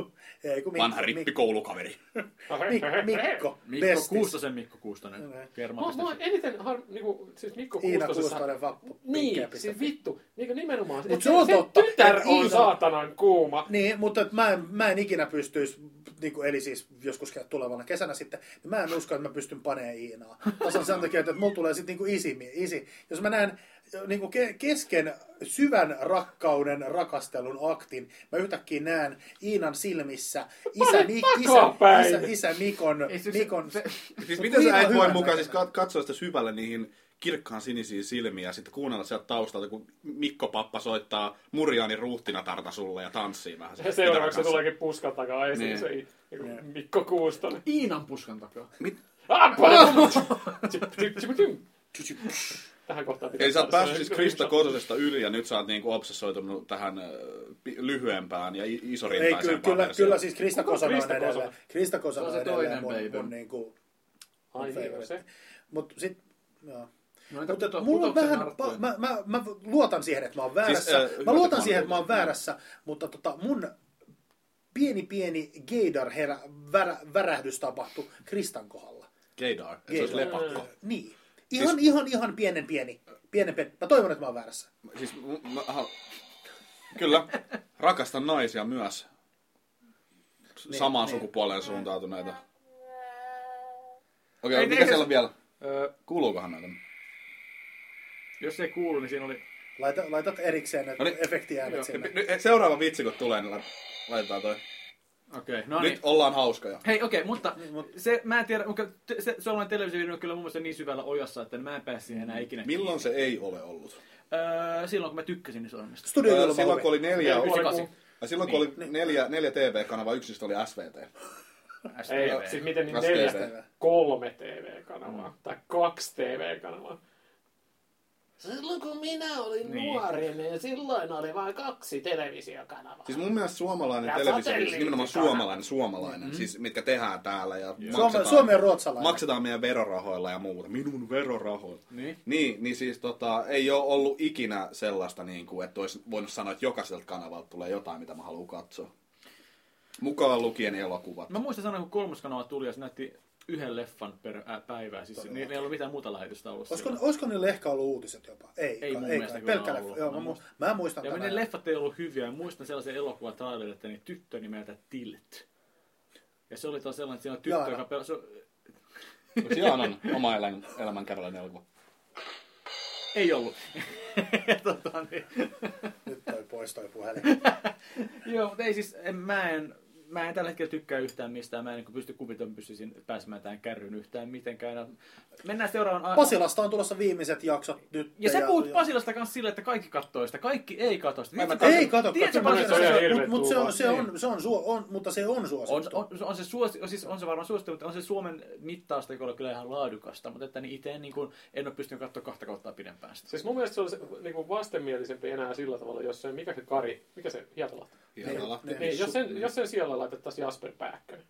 Ei, kun Mikko, Vanha rippikoulukaveri. Mik- Mikko, Mikko bestis. Kuustosen Mikko Kuustonen. Okei. Kerma. Mä, mä oon eniten, har, niinku, siis Mikko Iina Kuustosessa... Kuustonen, vappu. Niin, siis vittu. Niin nimenomaan. Mut Et se on totta. tytär Et on Iina- saatanan kuuma. Niin, mutta et mä, en, mä en ikinä pystyisi, niin kuin, eli siis joskus tulevana kesänä sitten, niin mä en usko, että mä pystyn paneen Iinaa. Tasan sen takia, että mulla tulee sitten niin isi, isi. Jos mä näen niin kuin ke, kesken syvän rakkauden rakastelun aktin, mä yhtäkkiä näen Iinan silmissä isä, Pane Mi, isä, takapäin! isä, isä Mikon, Ei, se- Mikon se- Siis miten sä Iina et voi hyvän mukaan siis näköinen. kat- katsoa sitä syvälle niihin kirkkaan sinisiin silmiä ja sitten kuunnella sieltä taustalta, kun Mikko Pappa soittaa Murjaani ruhtinatarta sulle ja tanssii vähän. sen Ja seuraavaksi se kitaran tuleekin puskan takaa esiin Niin. se niinku Mikko Kuustonen. Iinan puskan takaa. Mit? Ah, paljon! Tsyp, tsyp, tsyp, tsyp. Tähän kohtaan pitää Eli sä oot saada päässyt se- siis Krista Kososesta yli ja nyt sä oot niinku obsessoitunut tähän äh, pi- lyhyempään ja i- Ei, isorintaisempaan kyllä, kyllä, versioon. kyllä siis Krista Kuka on Kosonen on Krista edelleen. Kosonen? Krista Kosonen Se on on se edelleen toinen mun, baby. mun, niinku, Ai niin, favorite. se. Mut sit, joo. No, Mutta mutta mulla on vähän, pa, mä, mä, mä luotan siihen, että mä oon väärässä. Siis, äh, Siis, hyvä, mä luotan että siihen, että mä oon mahdollisuus. väärässä, mutta tota, mun pieni pieni gaydar herä, värä, värähdys tapahtui Kristan kohdalla. Gaydar, että se olisi Gaydar. lepakko. Niin. Ihan, ihan, ihan pienen pieni. Pienen pieni. Mä toivon, että mä oon väärässä. Siis m- mä, aha, Kyllä. Rakastan naisia myös. Niin, Samaan niin. sukupuoleen suuntautuneita. Okei, Ei, okay, mikä ei, siellä se- on vielä? Öö, Kuuluukohan näitä? jos ei kuulu, niin siinä oli... Laita, laitat erikseen ne No niin. efektiäänet Joo. sinne. Nyt seuraava vitsi kun tulee, niin laitetaan toi. Okei, okay, no Nyt niin. ollaan hauskoja. Hei, okei, okay, mutta Niin, mut- se, mä en tiedä, mutta te- se suomalainen televisio on kyllä mun mielestä niin syvällä ojassa, että mä en pääse siihen enää ikinä. Milloin se ei ole ollut? Öö, silloin, kun mä tykkäsin niistä ohjelmista. Studio Öö, Ylva silloin kun oli neljä, yhdeksänkymmentäkahdeksan. ja silloin kun oli neljä, neljä T V-kanavaa, yksi oli S V T. Ei, siis miten niin S T V. neljä, kolme T V-kanavaa tai kaksi T V-kanavaa. Silloin kun minä olin Niin. nuori, niin silloin oli vain kaksi televisiokanavaa. Siis mun mielestä suomalainen Ja televisio, siis satelliittikanava. nimenomaan suomalainen, suomalainen, mm-hmm. siis mitkä tehdään täällä ja Suomi, Suomi on ruotsalainen. maksetaan meidän verorahoilla ja muuta. Minun verorahoilla. Niin. Niin, niin siis tota, ei ole ollut ikinä sellaista, niin kuin, että olisi voinut sanoa, että jokaiselta kanavalta tulee jotain, mitä mä haluan katsoa. Mukaan lukien elokuvat. Mä muistan sanoa, kun kolmoskanava tuli ja se näytti yhden leffan per ää, päivää. Siis ni, ei ollut mitään muuta lähetystä ollut Olisiko, siellä. olisiko niillä ehkä ollut uutiset jopa? Ei, Ei mun ei mielestä kai. kyllä Pelkkä ollut. leffa. Joo, Mä mä, mu- muistan. mä muistan Ja ne tämän. leffat ei ollut hyviä. Ja muistan sellaisen elokuvatrailerin, että niin tyttö nimeltä Tilt. Ja se oli taas sellainen, että siinä on tyttö, Jaana. joka pelasi... Onko Jaanan oma elän, elämänkerrallinen elokuva? Ei ollut. Ja tota, niin. Nyt toi pois toi puhelin. Joo, mutta ei siis, en, mä en... Mä en tällä hetkellä tykkää yhtään mistään. Mä en niin pysty kuvitella, pystyisin pääsemään tähän kärryyn yhtään mitenkään. Mennään seuraavaan... Pasilasta on tulossa viimeiset jaksot nyt. Ja sä puhut Pasilasta kanssa silleen, että kaikki kattoo sitä. Kaikki ei katso sitä. Tiedätkö, Ei kato, tiedätkö, kato, Pasilasta- se on ihan hirveä mutta se on, se tuuba. on, se on, suo, on, mutta se on on, suosittu. on, on, se suosi, siis on se varmaan suosittu, mutta on se Suomen mittausta, joka on kyllä ihan laadukasta. Mutta että niin itse en, niin kuin, en ole pystynyt katsoa kahta kautta pidempään sitä. Siis mun mielestä se olisi niin vastenmielisempi enää sillä tavalla, jos se, mikä se Kari, mikä se Hietalahti? Hienoa. Niin, Niin, jos sen, jos sen siellä laitettaisiin Jasper Pääkkönen.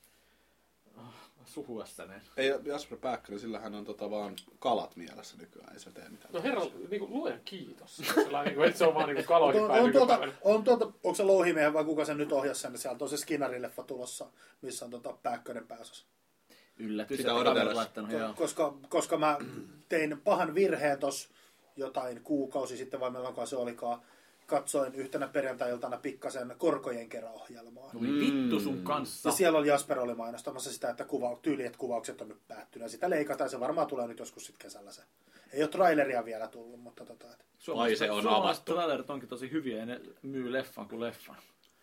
Suhuassaneen. Ei Jasper Pääkkönen, sillä hän on tota vaan kalat mielessä nykyään, ei se tee mitään. No herra, niin kuin, luojan kiitos. Sellainen, niin kuin, että se on vaan niin kuin kaloihin on, päin on, tuota, nykypäivänä. on tuota, onko se Louhimiehen vai kuka sen nyt ohjasi sen, sieltä on se Skinnari-leffa tulossa, missä on tuota Pääkkönen pääosassa. Yllätys, Sitä että odotellessa. kaveri laittanut, joo. Koska, koska mä tein pahan virheen tuossa jotain kuukausi sitten, vai milloinkaan se olikaan. Katsoin yhtenä perjantai-iltana pikkasen Korkojen kerran-ohjelmaa. Tuli vittu sun kanssa. Ja siellä oli Jasper oli mainostamassa sitä, että kuva, tyyli, että kuvaukset on nyt päättynyt. Ja sitä leikataan, se varmaan tulee nyt joskus sitten kesällä se. Ei ole traileria vielä tullut, mutta tota... Et. Suomalaiset, Ai, se on suomalaiset avattu. trailerit onkin tosi hyviä ja ne myy leffan kuin leffan.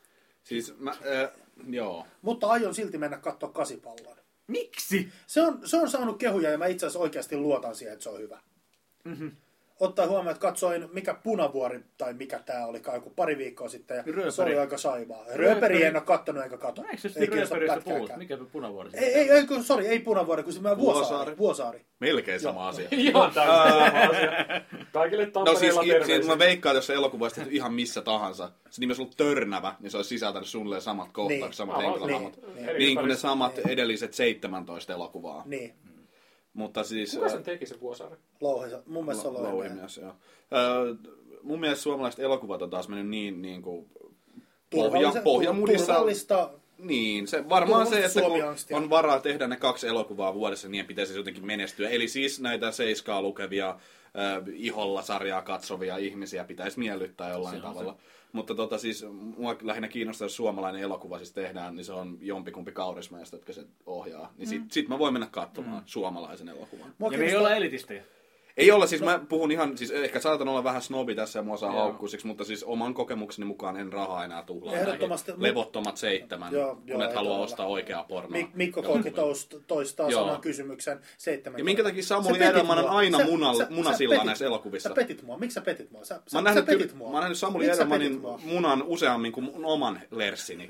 Siis mä, äh, joo. Mutta aion silti mennä katsoa Kasipallon. Miksi? Se on, se on saanut kehuja ja mä itse asiassa oikeasti luotan siihen, että se on hyvä. Mm-hmm. Ottaa huomioon, että katsoin mikä Punavuori tai mikä tää olikaan joku pari viikkoa sitten ja Rööperi. se oli aika saimaa. Rööperi. Rööperi en ole kattonut eikä kato. Eikö se Ei kiinnosta Rööperistä puhut? pätkääkään. Mikä Punavuori? Ei, ei, ei, kun, sori, ei Punavuori, kun se mä Vuosaari. Vuosaari. Vuosaari. Melkein sama asia. Ihan täysin sama asia. Kaikille No siis, Tampereella siis terveisiä. mä veikkaan, että jos se elokuva olisi tehty ihan missä tahansa, se nimi olisi ollut Törnävä, niin se olisi sisältänyt suunnilleen samat kohtaukset, Niin. samat Aivan, henkilöhahmot. niin. Niin, Eri niin kuin ne ympäristössä. samat edelliset seitsemäntoista elokuvaa. Niin, Mutta siis... Kuka sen teki sen Vuosaaren? Louhisa. Mun mielestä se on Louhimies. Louhimies, joo. Öö, mun mielestä suomalaiset elokuvat on taas mennyt niin, niin kuin pohja, Turvallisen- pohjamudissa. Turvallista. Niin, se, varmaan se, että kun Suomi-angstia. on varaa tehdä ne kaksi elokuvaa vuodessa, niin pitäisi jotenkin menestyä. Eli siis näitä seiskaa lukevia, äh, iholla sarjaa katsovia ihmisiä pitäisi miellyttää jollain Se on tavalla. Mutta tota siis, mua lähinnä kiinnostaa, jos suomalainen elokuva siis tehdään, niin se on jompikumpi Kaurismäestä, jotka se ohjaa. Niin sit, sit mä voin mennä katsomaan suomalaisen elokuvan. Mua Ja me ei kiinnostaa- olla elitistejä. Ei olla, siis mä puhun ihan, siis ehkä saatan olla vähän snobi tässä ja mua saa Joo. haukkuisiksi, mutta siis oman kokemukseni mukaan en rahaa enää tuhlaa. Ehdottomasti. näihin levottomat seitsemän, Joo, kun joo, et ei halua todella. ostaa oikeaa pornoa. Mik- Mikko Koukki toist- toistaa Joo. saman kysymyksen seitsemän Ja minkä kertaa. takia Sä Samuli petit Edelman on mua. aina Sä- munal- sä- munasilla sä petit- näissä elokuvissa? Sä petit mua. Miksi sä petit mua? Sä, Mä sä, oon sä nähnyt, petit tyl- mua. mä oon nähnyt Samuli Miksi sä Edelmanin petit mua? munan useammin kuin mun oman lerssini.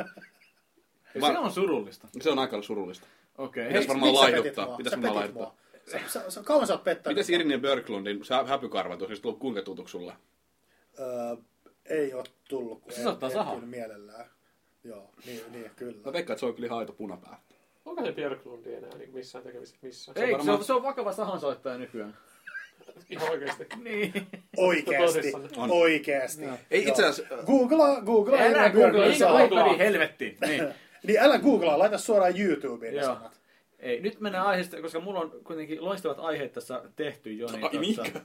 Ja se on surullista. Se on aika surullista. Okei. Pitäis Hei, varmaan Miksi sä petit laihduttaa. mua? Pitäis Sä varmaan petit laihduttaa. mua. Sä, sä, sä, kauan sä oot pettänyt? Mites Irene Björklundin se häpykarvatus, olisi tullut kuinka tutuksi sulle? Öö, ei ole tullut. kun Se en- ottaa en sahaa. kyllä mielellään. Joo, niin, niin kyllä. Mä veikkaan, että se on kyllä ihan aito punapää. Onko se Björklundi enää niin missään tekemisissä missään? Ei, se varmaan- on, se on vakava sahansoittaja nykyään. Ihan oikeesti. Niin. Oikeesti. Tosissaan. On. Oikeesti. Ei Joo. itse asiassa... Googlaa, googlaa. Älä Irene googlaa, Björklund eikä saa. googlaa helvettiin. Niin. Niin älä googlaa, laita suoraan YouTubeen ne Joo. sanat. Ei, nyt mennään aiheesta, koska mulla on kuitenkin loistavat aiheet tässä tehty jo. Niin Ai mikä?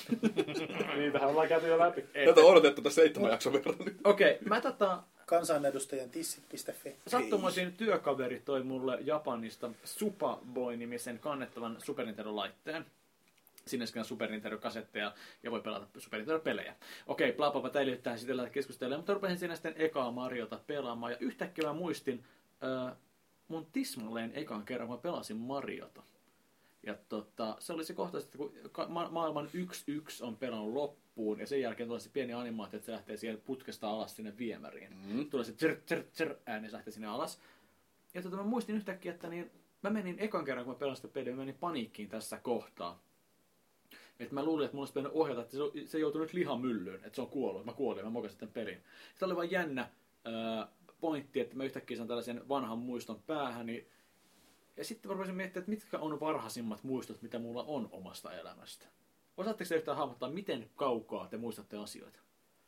Niitähän ollaan käyty jo läpi. Tätä on odotettu tässä seitsemän jakson verran nyt. Okei, okay, mä tota... Kansanedustajien tissit piste fi. Sattumoisin työkaveri toi mulle Japanista Supaboy-nimisen kannettavan Super Nintendo-laitteen. Sinne on Super Nintendo-kasetteja ja voi pelata Super Nintendo-pelejä. Okei, bla bla bla, tää ei liity tähän sitten keskustelemaan, mutta rupesin siinä sitten ekaa Mariota pelaamaan. Ja yhtäkkiä mä muistin äh, mun tismalleen ekan kerran, kun mä pelasin Mariota. Ja tota, se oli se kohta, että kun ma- maailman yksi yksi on pelannut loppuun, ja sen jälkeen tulee se pieni animaatio, että se lähtee siellä putkesta alas sinne viemäriin. Mm. Tulee se tsr, tsr, tsr ääni, se lähtee sinne alas. Ja tota, mä muistin yhtäkkiä, että niin, mä menin ekan kerran, kun mä pelasin sitä peliä, mä menin paniikkiin tässä kohtaa. Että mä luulin, että mun olisi pitänyt ohjata, että se, se joutui nyt lihamyllyyn, että se on kuollut, että mä kuolin ja mä mokasin tämän pelin. Sitä oli vaan jännä ää, pointti, että mä yhtäkkiä saan tällaisen vanhan muiston päähäni. Ja sitten mä rupesin miettimään, että mitkä on varhaisimmat muistot, mitä mulla on omasta elämästä. Osaatteko te yhtään hahmottaa, miten kaukaa te muistatte asioita?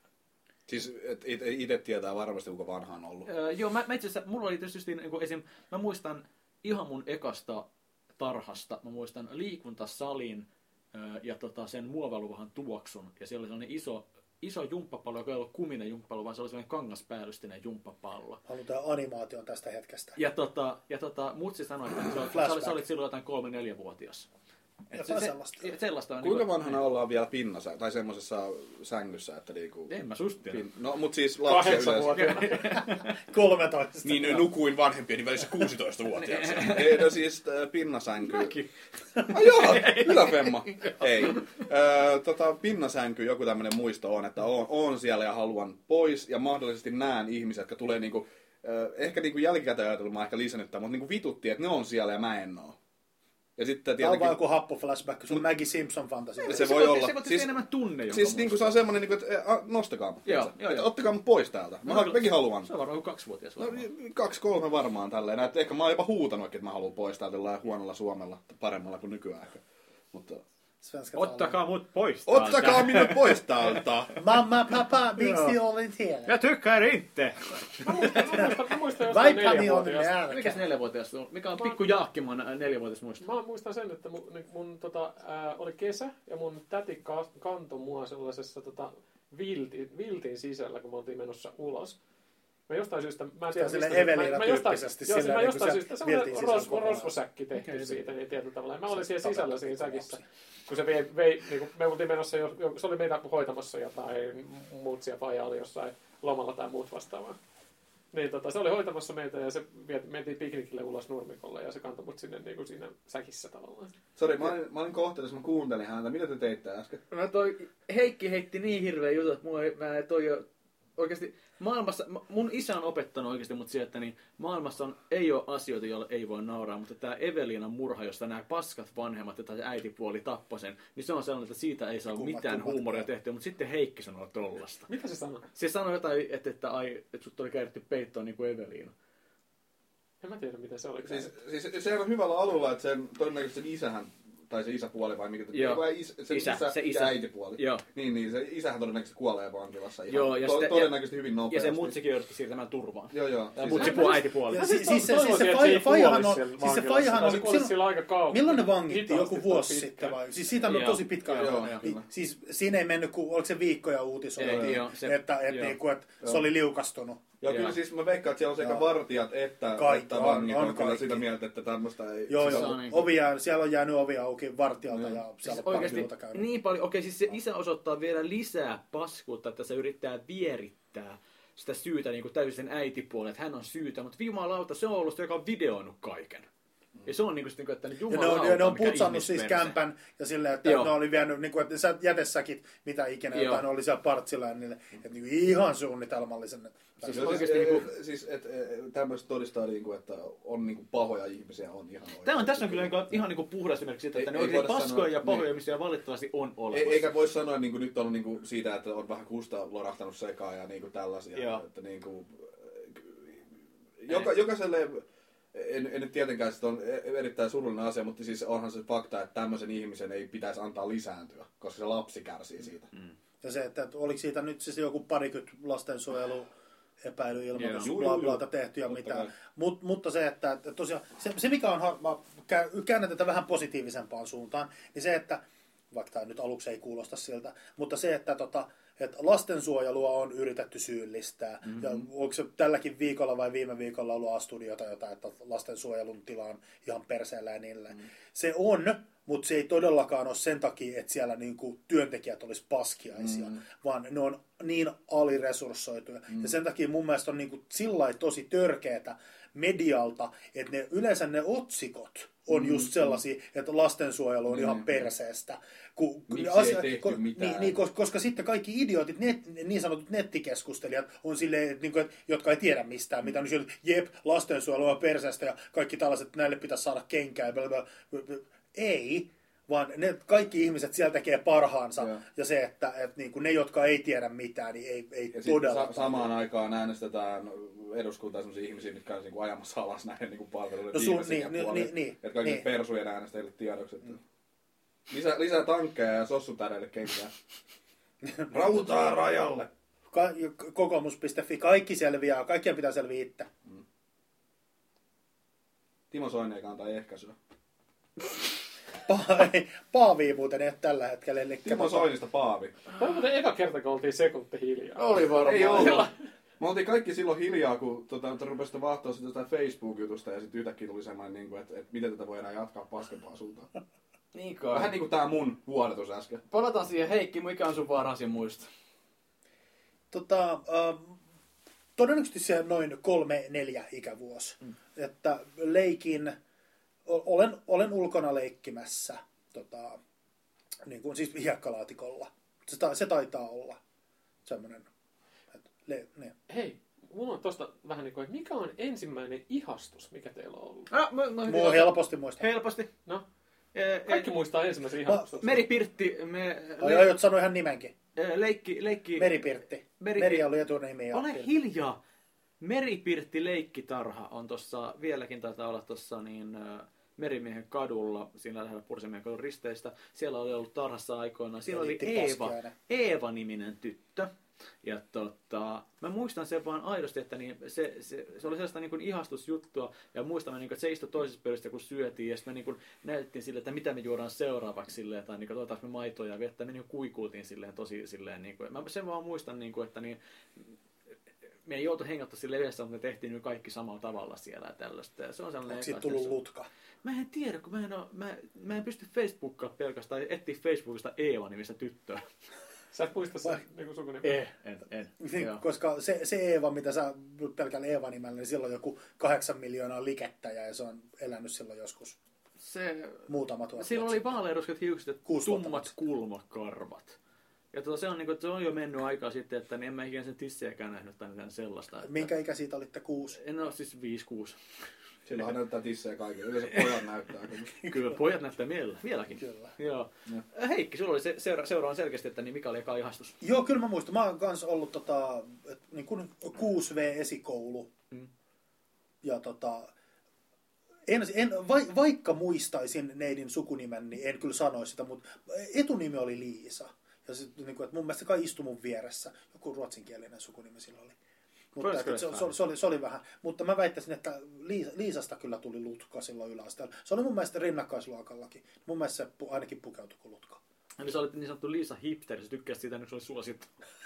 Siis itse tietää varmasti, kuinka vanha on ollut. Öö, joo, mä, mä itse asiassa, mulla oli tietysti, niin kuin esim, mä muistan ihan mun ekasta tarhasta, mä muistan liikuntasalin öö, ja tota, sen muovaluvahan tuoksun. Ja siellä oli sellainen iso, iso jumppapallo, joka ei ollut kuminen jumppapallo, vaan se oli sellainen kangaspäällystinen jumppapallo. Halutaan animaation tästä hetkestä. Ja, tota, ja tota, mutsi sanoi, että se, oli, se oli silloin jotain kolme neljä-vuotias. Et se, sellaista. sellaista on Kuinka niin vanhana niin ollaan vielä pinnassa, tai semmoisessa sängyssä, että niinku... En mä susta pin... No, mut siis lapsia yleensä. kolmetoista. Niin nukuin vanhempieni välissä kuusitoistavuotiaaksi. Ei, no siis äh, pinnasänky. Mäkin. Ai joo, yläfemma. Ei. Äh, tota, pinnasänky, joku tämmönen muisto on, että oon, oon siellä ja haluan pois, ja mahdollisesti näen ihmisiä, jotka tulee niinku... Äh, ehkä niinku jälkikäteen ajatellut, mä oon ehkä lisännyt tämän, mutta niinku vitutti, että ne on siellä ja mä en oo. Ja sitten tietenkin... Tämä on vaan joku happo-flashback, sun Maggie Simpson-fantasia. Se, se voi olla. Se voi siis, enemmän tunne, jonka siis niin kuin se on semmoinen, niin kuin, että nostakaa mut. Joo, joo, joo. Ottakaa mut pois täältä. Mä no, mekin haluan. Se on varmaan kaksivuotias varmaan. No, kaksi, kolme varmaan tälleen. Näet, ehkä mä oon jopa huutanut, että mä haluan pois täältä jollain huonolla Suomella. Paremmalla kuin nykyään ehkä. Mutta... Ottakaa mut pois täältä. Ottakaa minut pois täältä. Mamma, papa, miksi olet siellä? Jag tycker inte. Mä muistan jostain neljävuotias. Mikäs neljävuotias on? Mikä on pikku Jaakkiman neljävuotias muista? Mä muistan sen, että mun, mun tota, ää, oli kesä ja mun täti kantoi mua sellaisessa tota, viltin, viltin sisällä, kun me oltiin menossa ulos. Mä jostain syystä, mä en tiedä mistä... Evelina-tyyppisesti sillä niin kuin se syystä, semmoinen rosvo, rosvosäkki tehty okay, siitä, niin tietyllä tavalla. Mä olin siellä sisällä siinä säkissä, kun se vei, vei niin kuin me oltiin menossa, jo, se oli meitä hoitamassa jotain, muutsia faija oli jossain lomalla tai muut vastaavaa. Niin tota, se oli hoitamassa meitä ja se mentiin piknikille ulos nurmikolle ja se kantoi mut sinne niin kuin siinä säkissä tavallaan. Sori, mä olin, mä olin kohteellessa, mä kuuntelin häntä. Mitä te teitte äsken? No toi Heikki heitti niin hirveä juttu, että mulla ei, mä toi jo... Oikeasti maailmassa, mun isä on opettanut oikeasti mut siihen, että niin maailmassa on, ei ole asioita, joille ei voi nauraa, mutta tämä Evelinan murha, josta nämä paskat vanhemmat ja tämä äitipuoli tappoi sen, niin se on sellainen, että siitä ei saa kummat, mitään kummat, huumoria tehtyä, mutta sitten Heikki sanoo tollasta. Mitä se sanoi? Se sanoi jotain, että, että, ai, että sut oli kääritty peittoon niin kuin Evelina. En mä tiedä, mitä se oli. Siis, siis se on hyvällä alueella, että sen todennäköisesti sen isähän, tai se isäpuoli vai mikä, is, se, isä, isä, se isä ja äitipuoli. Joo. Niin, niin, se isähän todennäköisesti kuolee vankilassa ihan joo, ja to, sitä, todennäköisesti ja, hyvin nopeasti. Ja se mutsikin jouduttiin siirtämään turvaan. Joo, joo. Siis mutsipuoli äitipuoli. Ja siis, siis, siis se faijahan on... Siis se faijahan on... Milloin ne vangittiin? Joku vuosi sitten vai? Siis siitä on tosi pitkä aika. Siis siinä ei mennyt, kun oliko se viikkoja uutisoitiin, että se oli liukastunut. Joo, kyllä siis mä veikkaan, että siellä on sekä vartijat että, että vangit on, on kyllä sitä mieltä, että tämmöistä ei... Joo, joo. Niin ovia, siellä on jäänyt ovia auki vartijalta no. ja siellä siis on oikeasti käynyt. Niin paljon, okei, siis se isä osoittaa vielä lisää paskuutta, että se yrittää vierittää sitä syytä niin kuin täysin sen äitipuolen, että hän on syytä, mutta jumalauta, se on ollut se, joka on videoinut kaiken. Ja se on niinku sitten, että jumalauta, ja ne on putsannut siis kämpän ja silleen, että joo. Ne oli vienyt niinku, että jätessäkin mitä ikinä, joo. Jotain oli siellä partsilla ja niille, että niinku ihan suunnitelmallisen. Siis, siis, oikeasti, niinku, siis et, et, tämmöistä todistaa, niinku, että on niinku pahoja ihmisiä, on ihan oikein. Tämä on tässä on kyllä niinku, ihan niinku puhdas esimerkiksi siitä, että ei, ne oikein paskoja sanoa, ja pahoja niin. Ihmisiä valitettavasti on olemassa. Eikä voi sanoa niinku, nyt on niinku, siitä, että on vähän kusta lorahtanut sekaan ja niinku, tällaisia. Että, niinku, joka, jokaiselle... En, en nyt tietenkään, että on erittäin surullinen asia, mutta siis onhan se fakta, että tämmöisen ihmisen ei pitäisi antaa lisääntyä, koska se lapsi kärsii siitä. Mm. Ja se, että oliko siitä nyt siis joku parikymmentä lastensuojelu epäilyilmoitus, Joo. bla blata tehty ja Totta mitään. kai. Mut, mutta se, että, että tosiaan, se, se mikä on, mä käännän tätä vähän positiivisempaan suuntaan, niin se, että, vaikka tämä nyt aluksi ei kuulosta siltä, mutta se, että, tota, että lastensuojelua on yritetty syyllistää. Mm-hmm. Ja onko se tälläkin viikolla vai viime viikolla ollut A-studiota jotain, että lastensuojelun tila on ihan perseellä ja niille. Mm-hmm. Se on, mutta se ei todellakaan ole sen takia, että siellä niinku työntekijät olisi paskiaisia, mm. vaan ne on niin aliresurssoituja. Mm. Ja sen takia mun mielestä on niinku sillai tosi törkeätä medialta, että ne, yleensä ne otsikot on mm. just sellaisia, että lastensuojelu on mm. ihan perseestä. Ku, Miksi asia, ei tehty ko, mitään? Niin, niin, koska, koska sitten kaikki idiotit, net, niin sanotut nettikeskustelijat, on silleen, että, että, jotka ei tiedä mistään, mitä on sille, jep, lastensuojelu on perseestä ja kaikki tällaiset, näille pitäisi saada kenkää ja blablabla. Ei, vaan ne kaikki ihmiset siellä tekee parhaansa. Ja, ja se, että, että niin kuin ne, jotka ei tiedä mitään, niin ei, ei todella. Sa- samaan aikaan äänestetään eduskuntaa sellaisia ihmisiä, mitkä on niin kuin ajamassa alas näiden niin kuin palveluiden no, viimeisiä niin, puolia. Niin, niin, että kaikille niin. persujen äänestäjille tiedoksi. Että... Lisää, lisää tankkeja ja sossutäreille kenkää. Rautaa rajalle! Ka- kokoomus piste fi, kaikki selviää, kaikkien pitää selviä itse. Mm. Timo Soini ei kantaa ehkäisyä. Pa- Paavi muuten ei ole tällä hetkellä. Eli Timo Soinista Paavi. Tämä on muuten eka kerta, kun oltiin sekunti hiljaa. Oli varmaan. Ei ollut. Me oltiin kaikki silloin hiljaa, kun tota, rupesitte vahtoa sitä Facebook-jutusta ja sitten yhtäkkiä tuli semmoinen, niin kuin, että, että miten tätä voidaan jatkaa paskempaan suuntaan. Niin kai. Vähän niin kuin tää mun vuodatus äsken. Palataan siihen. Heikki, mikä on sun varhaisin muisto? Tota, äh, todennäköisesti se noin kolme, neljä ikävuosi. Mm. Että leikin, olen, olen ulkona leikkimässä, tota, niin kuin, siis hiekkalaatikolla. Se, se taitaa olla semmoinen. Le, ne. Hei, mulla on tosta vähän niin kuin, että mikä on ensimmäinen ihastus, mikä teillä on ollut? Ah, mä, mä, Mua helposti muistaa. Helposti. No, E, kaikki muistaa ensimmäisen ihastuksen. Meripirtti. Me, Ai, aiot sanoa ihan nimenkin. Leikki, leikki. Meripirtti. Meri, Meri oli etunimi. Ole hiljaa. Meripirtti leikkitarha on tossa, vieläkin taitaa olla tossa niin Merimiehen kadulla, siinä lähellä Pursimiehen kadun risteistä. Siellä oli ollut tarhassa aikoinaan. Siinä oli Eeva, Eeva-niminen tyttö. Ja tota, mä muistan sen vaan aidosti, että niin se, se, se oli sellaista niin kuin ihastusjuttua. Ja muistan, niin kuin, että se istui toisessa pöydässä, kun syötiin. Ja sitten me niin kuin näytettiin silleen, että mitä me juodaan seuraavaksi. Silleen, tai niin kuin, otaanko me maitoa ja vettä. Me niin kuin kuikuiltiin silleen tosi silleen. Niin kuin, mä sen vaan muistan, niin kuin, että niin, me ei joutu hengottaa sille yhdessä, mutta me tehtiin nyt kaikki samalla tavalla siellä ja tällaista. Ja se on sellainen. Onko siitä tullut lutka? Mä en tiedä, kun mä en, ole, mä, mä en pysty Facebookaa pelkästään etsiä Facebookista Eeva-nimistä tyttöä. Sä et muista sen niin sukunimeä? Eh, en, en. Koska se, se Eeva, mitä sä pelkällä Eeva-nimellä, niin sillä on joku kahdeksan miljoonaa likettäjää ja se on elänyt silloin joskus se, muutama tuhat. Sillä oli vaaleanruskeat hiukset ja tummat vuotta. kulmakarvat. Ja tuota, se, on, niin kuin, se on jo mennyt aikaa sitten, että niin en mä ikinä sen tissejäkään nähnyt tai mitään sellaista. Että... Minkä ikä siitä olitte? Kuusi? En ole siis viisi, kuusi. Silloinhan näyttää tissejä kaikille. Yleensä pojat näyttää. Kyllä, pojat näyttää mielellä. Vieläkin. Kyllä. Joo. Ja. Heikki, sulla oli se, seura- seuraan selkeästi, että niin mikä oli eka ihastus? Joo, kyllä mä muistan. Mä oon kans ollut tota, niin kuin kuusi vuotta-esikoulu. Mm. Ja tota, en, en, vai, vaikka muistaisin neidin sukunimen, niin en kyllä sanoisi sitä, mutta etunimi oli Liisa. Ja sit, niin kuin, että mun mielestä se kai istui mun vieressä. Joku ruotsinkielinen sukunimi sillä oli. Mutta että se, se, se, oli, se oli vähän. Mutta mä väittäisin, että Liisa, Liisasta kyllä tuli lutka silloin yläasteella. Se oli mun mielestä rinnakkaisluokallakin. Mun mielestä se pu, ainakin pukeutui kuin lutka. Eli sä olit niin sanottu Liisa hipsteri, sä tykkäsit siitä, että se oli suosittu.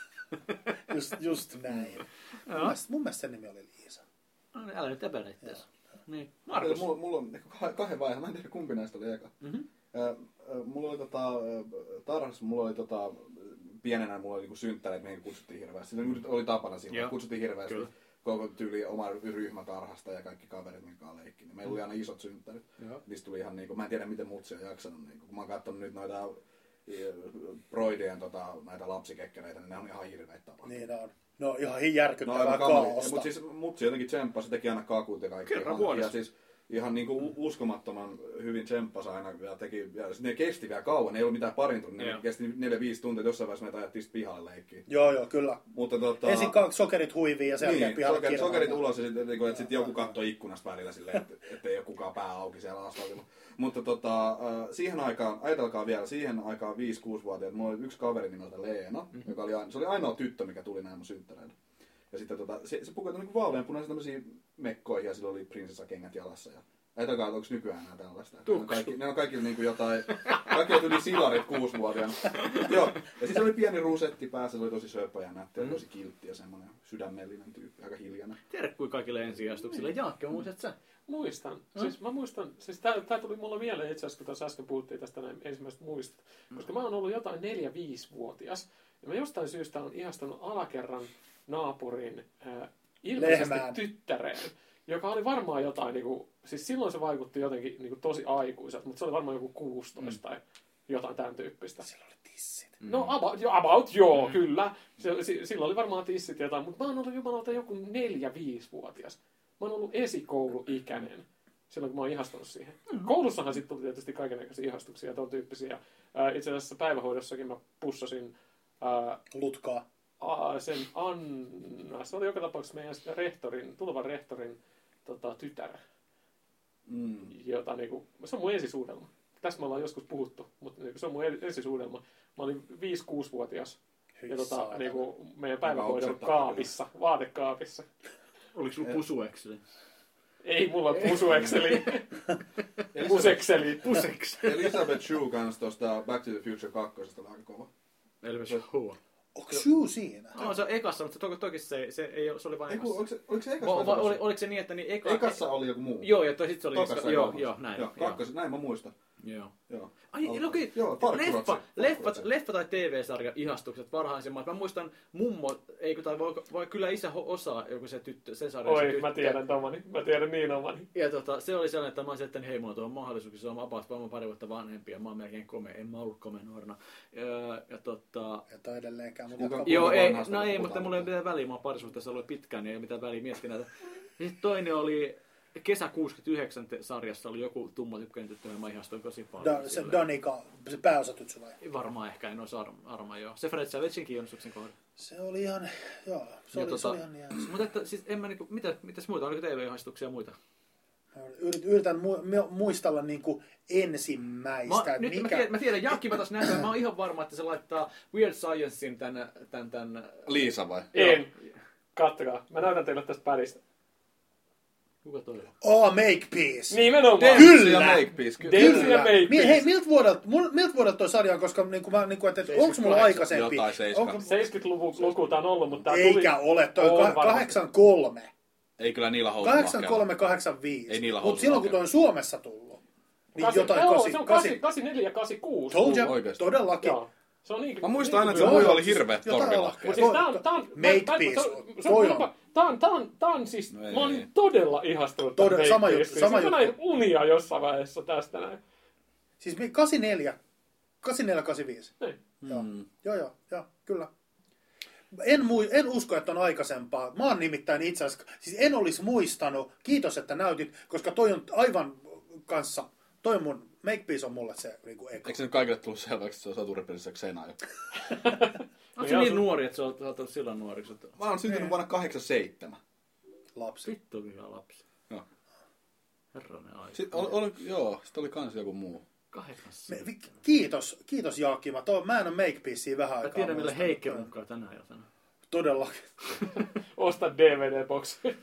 just, just näin. mun, mielestä, mun mielestä sen nimi oli Liisa. No niin, älä nyt epäile itseäsi. Niin. Markus. Mulla, mulla on kahden vaihe, mä en tiedä kumpi näistä oli eka. Mm-hmm. Mulla oli tota, tarhassa, mulla oli tota, pienenä mulla oli niinku synttäreet, mihin kutsuttiin hirveästi. Se oli tapana silloin, kutsuttiin hirveästi. Kyllä. Koko tyyli oma ryhmä tarhasta ja kaikki kaverit, mitkä on leikkiä. Meillä oli aina isot synttärit. Joo. Niistä tuli ihan niinku, mä en tiedä miten mutsi on jaksanut. Niinku, kun mä oon katsonut nyt noita Broidien tota, näitä lapsikekkereitä, niin ne on ihan hirveitä tapahtumia. Niin on. No ihan järkyttävää no, kaaosta. Mutta siis mutsi jotenkin tsemppasi, teki aina kakut ja kaikki. Kerran vuodessa. Ja siis ihan niinku mm. uskomattoman hyvin tsemppasi aina ja teki, ja ne kesti vielä kauan, ei ollut mitään parin tunnin, ne kesti neljä viisi tuntia, jossain vaiheessa meitä ajettiin pihalle leikkiin. Joo, joo, kyllä. Mutta tota... Ensin kaksi sokerit huiviin ja sen jälkeen niin, pihalle sokerit, sokerit ulos ja sitten et sit joku katsoi ikkunasta välillä silleen, että et ei ole kukaan pää auki siellä asfaltilla. Mutta tota, siihen aikaan, ajatelkaa vielä, siihen aikaan viisi kuusi vuotiaat, mulla oli yksi kaveri nimeltä Leena, mm-hmm. joka oli, se oli ainoa tyttö, mikä tuli näin mun synttäreille. Ja sitten tota, se, se pukeutui niinku vaaleanpunaisiin tämmöisiä mekkoihin ja sillä oli prinsessakengät jalassa. Ja ajatelkaa, että onko nykyään enää tällaista. Ne on kaikki, ne on kaikki niinku jotain, kaikki tuli silarit kuusivuotiaana. Joo. Ja siis oli pieni rusetti päässä, se oli tosi söpö ja nätti ja tosi kiltti ja semmoinen sydämellinen tyyppi, aika hiljainen. Tiedätkö kaikille ensiastuksille? Jaakke, muistat sä? Muistan. Hmm? Siis mä muistan, siis tää, tää tuli mulla mieleen itse asiassa, kun tuossa äsken puhuttiin tästä näin ensimmäistä muista. Hmm. Koska mä oon ollut jotain neljä-viisivuotias. Ja mä jostain syystä on ihastunut alakerran naapurin äh, ilmeisesti Lehmään. tyttäreen. Joka oli varmaan jotain, niinku, siis silloin se vaikutti jotenkin niinku, tosi aikuiselta, mutta se oli varmaan joku kuusitoista hmm. tai jotain tämän tyyppistä. Silloin oli tissit. No about, jo, about joo, mm. kyllä. Se, si, silloin oli varmaan tissit jotain, mutta mä oon ollut jumalalta joku neljä-viisivuotias. Mä oon ollut esikouluikäinen silloin, kun mä oon ihastunut siihen. Mm-hmm. Koulussahan sitten tuli tietysti kaikennäköisiä ihastuksia ja ton tyyppisiä. Äh, itse asiassa päivähoidossakin mä pussasin... Äh, Lutkaa. Äh, sen Anna. Se oli joka tapauksessa meidän rehtorin, tulevan rehtorin tota, tytär. Mm. Jota, niinku, se on mun ensisuudelma. Tästä me ollaan joskus puhuttu, mutta niinku, se on mun ensisuudelma. Mä olin viisi-kuusivuotias ja tota, niinku, meidän päivähoidon kaapissa, vaatekaapissa. Oliko sulla pusuekseli? Ei mulla ole pusuekseli. Pusekseli. Pusekseli. Elizabeth Shue kanssa tuosta Back to the Future kakkosesta oli aika kova. Elizabeth Shue. Onko Shue siinä? No, se on ekassa, mutta to, toki se, se, ei, se oli vain ekassa. Oliko se, oliko se ekassa? Va, va, oli, oliko se niin, että niin eka... Ekassa oli joku muu. Joo, ja sitten se oli... Tokassa joo, joo, näin. Joo, kakkosessa, näin mä muistan. Joo. Joo. Ai, no kyllä, joo, leffa, leffa, leffa tai T V-sarja ihastukset varhaisimmat. Mä muistan mummo, eikö tai voi, voi kyllä isä osaa joku se tyttö, se sarja. Oi, se tyttö. Mä tiedän tomani, mä tiedän niin omani. Ja tota, se oli sellainen, että mä olisin, että hei, mulla on tuohon mahdollisuus, se on about varmaan pari vuotta vanhempi ja mä oon melkein komea, en mä ollut komea nuorena. Ja, ja tota... Ja toi edelleenkään, mutta... Kuka, joo, ei, no ei, mutta mulla ei ole mitään väliä, mä oon parisuhteessa ollut pitkään, niin ei ole mitään väliä miettiä näitä. Ja sitten toinen oli... Kesä kuusikymmentäyhdeksän sarjassa oli joku tumma tykkönen tyttö, ja mä ihastuin tosi paljon. Da, se Danica, se pääosatytsy vai? Varmaan ehkä, en osaa armaa, joo. Se Fred Savagein kiinnostuksen kohde. Se oli ihan, joo, se, oli, tota, se oli ihan jäänsä. Mutta että, siis en mä niinku, mitä, mitäs muita, oliko T V-ihastuksia muita? Yritän mu- muistella niinku ensimmäistä. Mä, nyt mikä... mä tiedän, mä tiedän Jaakki mä taas näin, mä oon ihan varma, että se laittaa Weird Sciencein tän... tän, tän Liisa vai? En. Kattokaa, mä näytän teille tästä päristä. Kuka toi on? Oh, Makepeace! Nimenomaan! Kyllä! Makepeace, kyllä. Dempsey ja Makepeace. Hei, miltä vuodelta, miltä vuodelta toi sarja on, koska niinku mä, niinku, että onko mulla aikaisempi? Jotain seitsemänkymmentäluvun luku tää on ollut, mutta tää eikä tuli... Eikä ole, toi on kahdeksankymmentäkolme. Ei kyllä niillä housut kahdeksankymmentäkolme kahdeksankymmentäviisi. Ei niillä housut Mutta silloin kun toi on Suomessa tullut, niin kasi, jotain joo, kasi, se on kasi, kahdeksankymmentäneljä ja kahdeksankymmentäkuusi. Told you, todellakin. Joo. Se on niin, mä muistan aina, että se muija oli hirveet torvilahkeet. Siis tää on... Tää on Makepeace. Toi on. Tää on, tää on, tää on siis... No mä olin todella ihastunut Todella, tämän sama juttu, sama juttu. Mä näin unia jossain vaiheessa tästä näin. Siis kahdeksankymmentäneljä. kahdeksankymmentäneljä kahdeksankymmentäviisi. Niin. Joo, mm. joo, joo, joo, kyllä. En, mui, en usko, että on aikaisempaa. Mä oon nimittäin itse asiassa... Siis en olisi muistanut. Kiitos, että näytit, koska toi on aivan kanssa... Toi mun... Makepeace on mulle se niinku eka. Eikö se nyt kaikille tullut selväksi, että se on soturipelissä Xena jo? Onko se niin nuori, että sä oot ollut silloin nuoriksi? Mä oon syntynyt vuonna kahdeksankymmentäseitsemän. Lapsi. Vittu on hyvä lapsi. Joo. Herranen aika. Sitten oli, oli, joo, sitten oli kans joku muu. kahdeksankymmentäseitsemän. Kiitos, kiitos Jaakki. Mä, to, mä en ole Makepeacea vähän aikaa. Mä tiedän, millä Heikki mukaan tänään iltana. Todellakin. Osta D V D-boksi.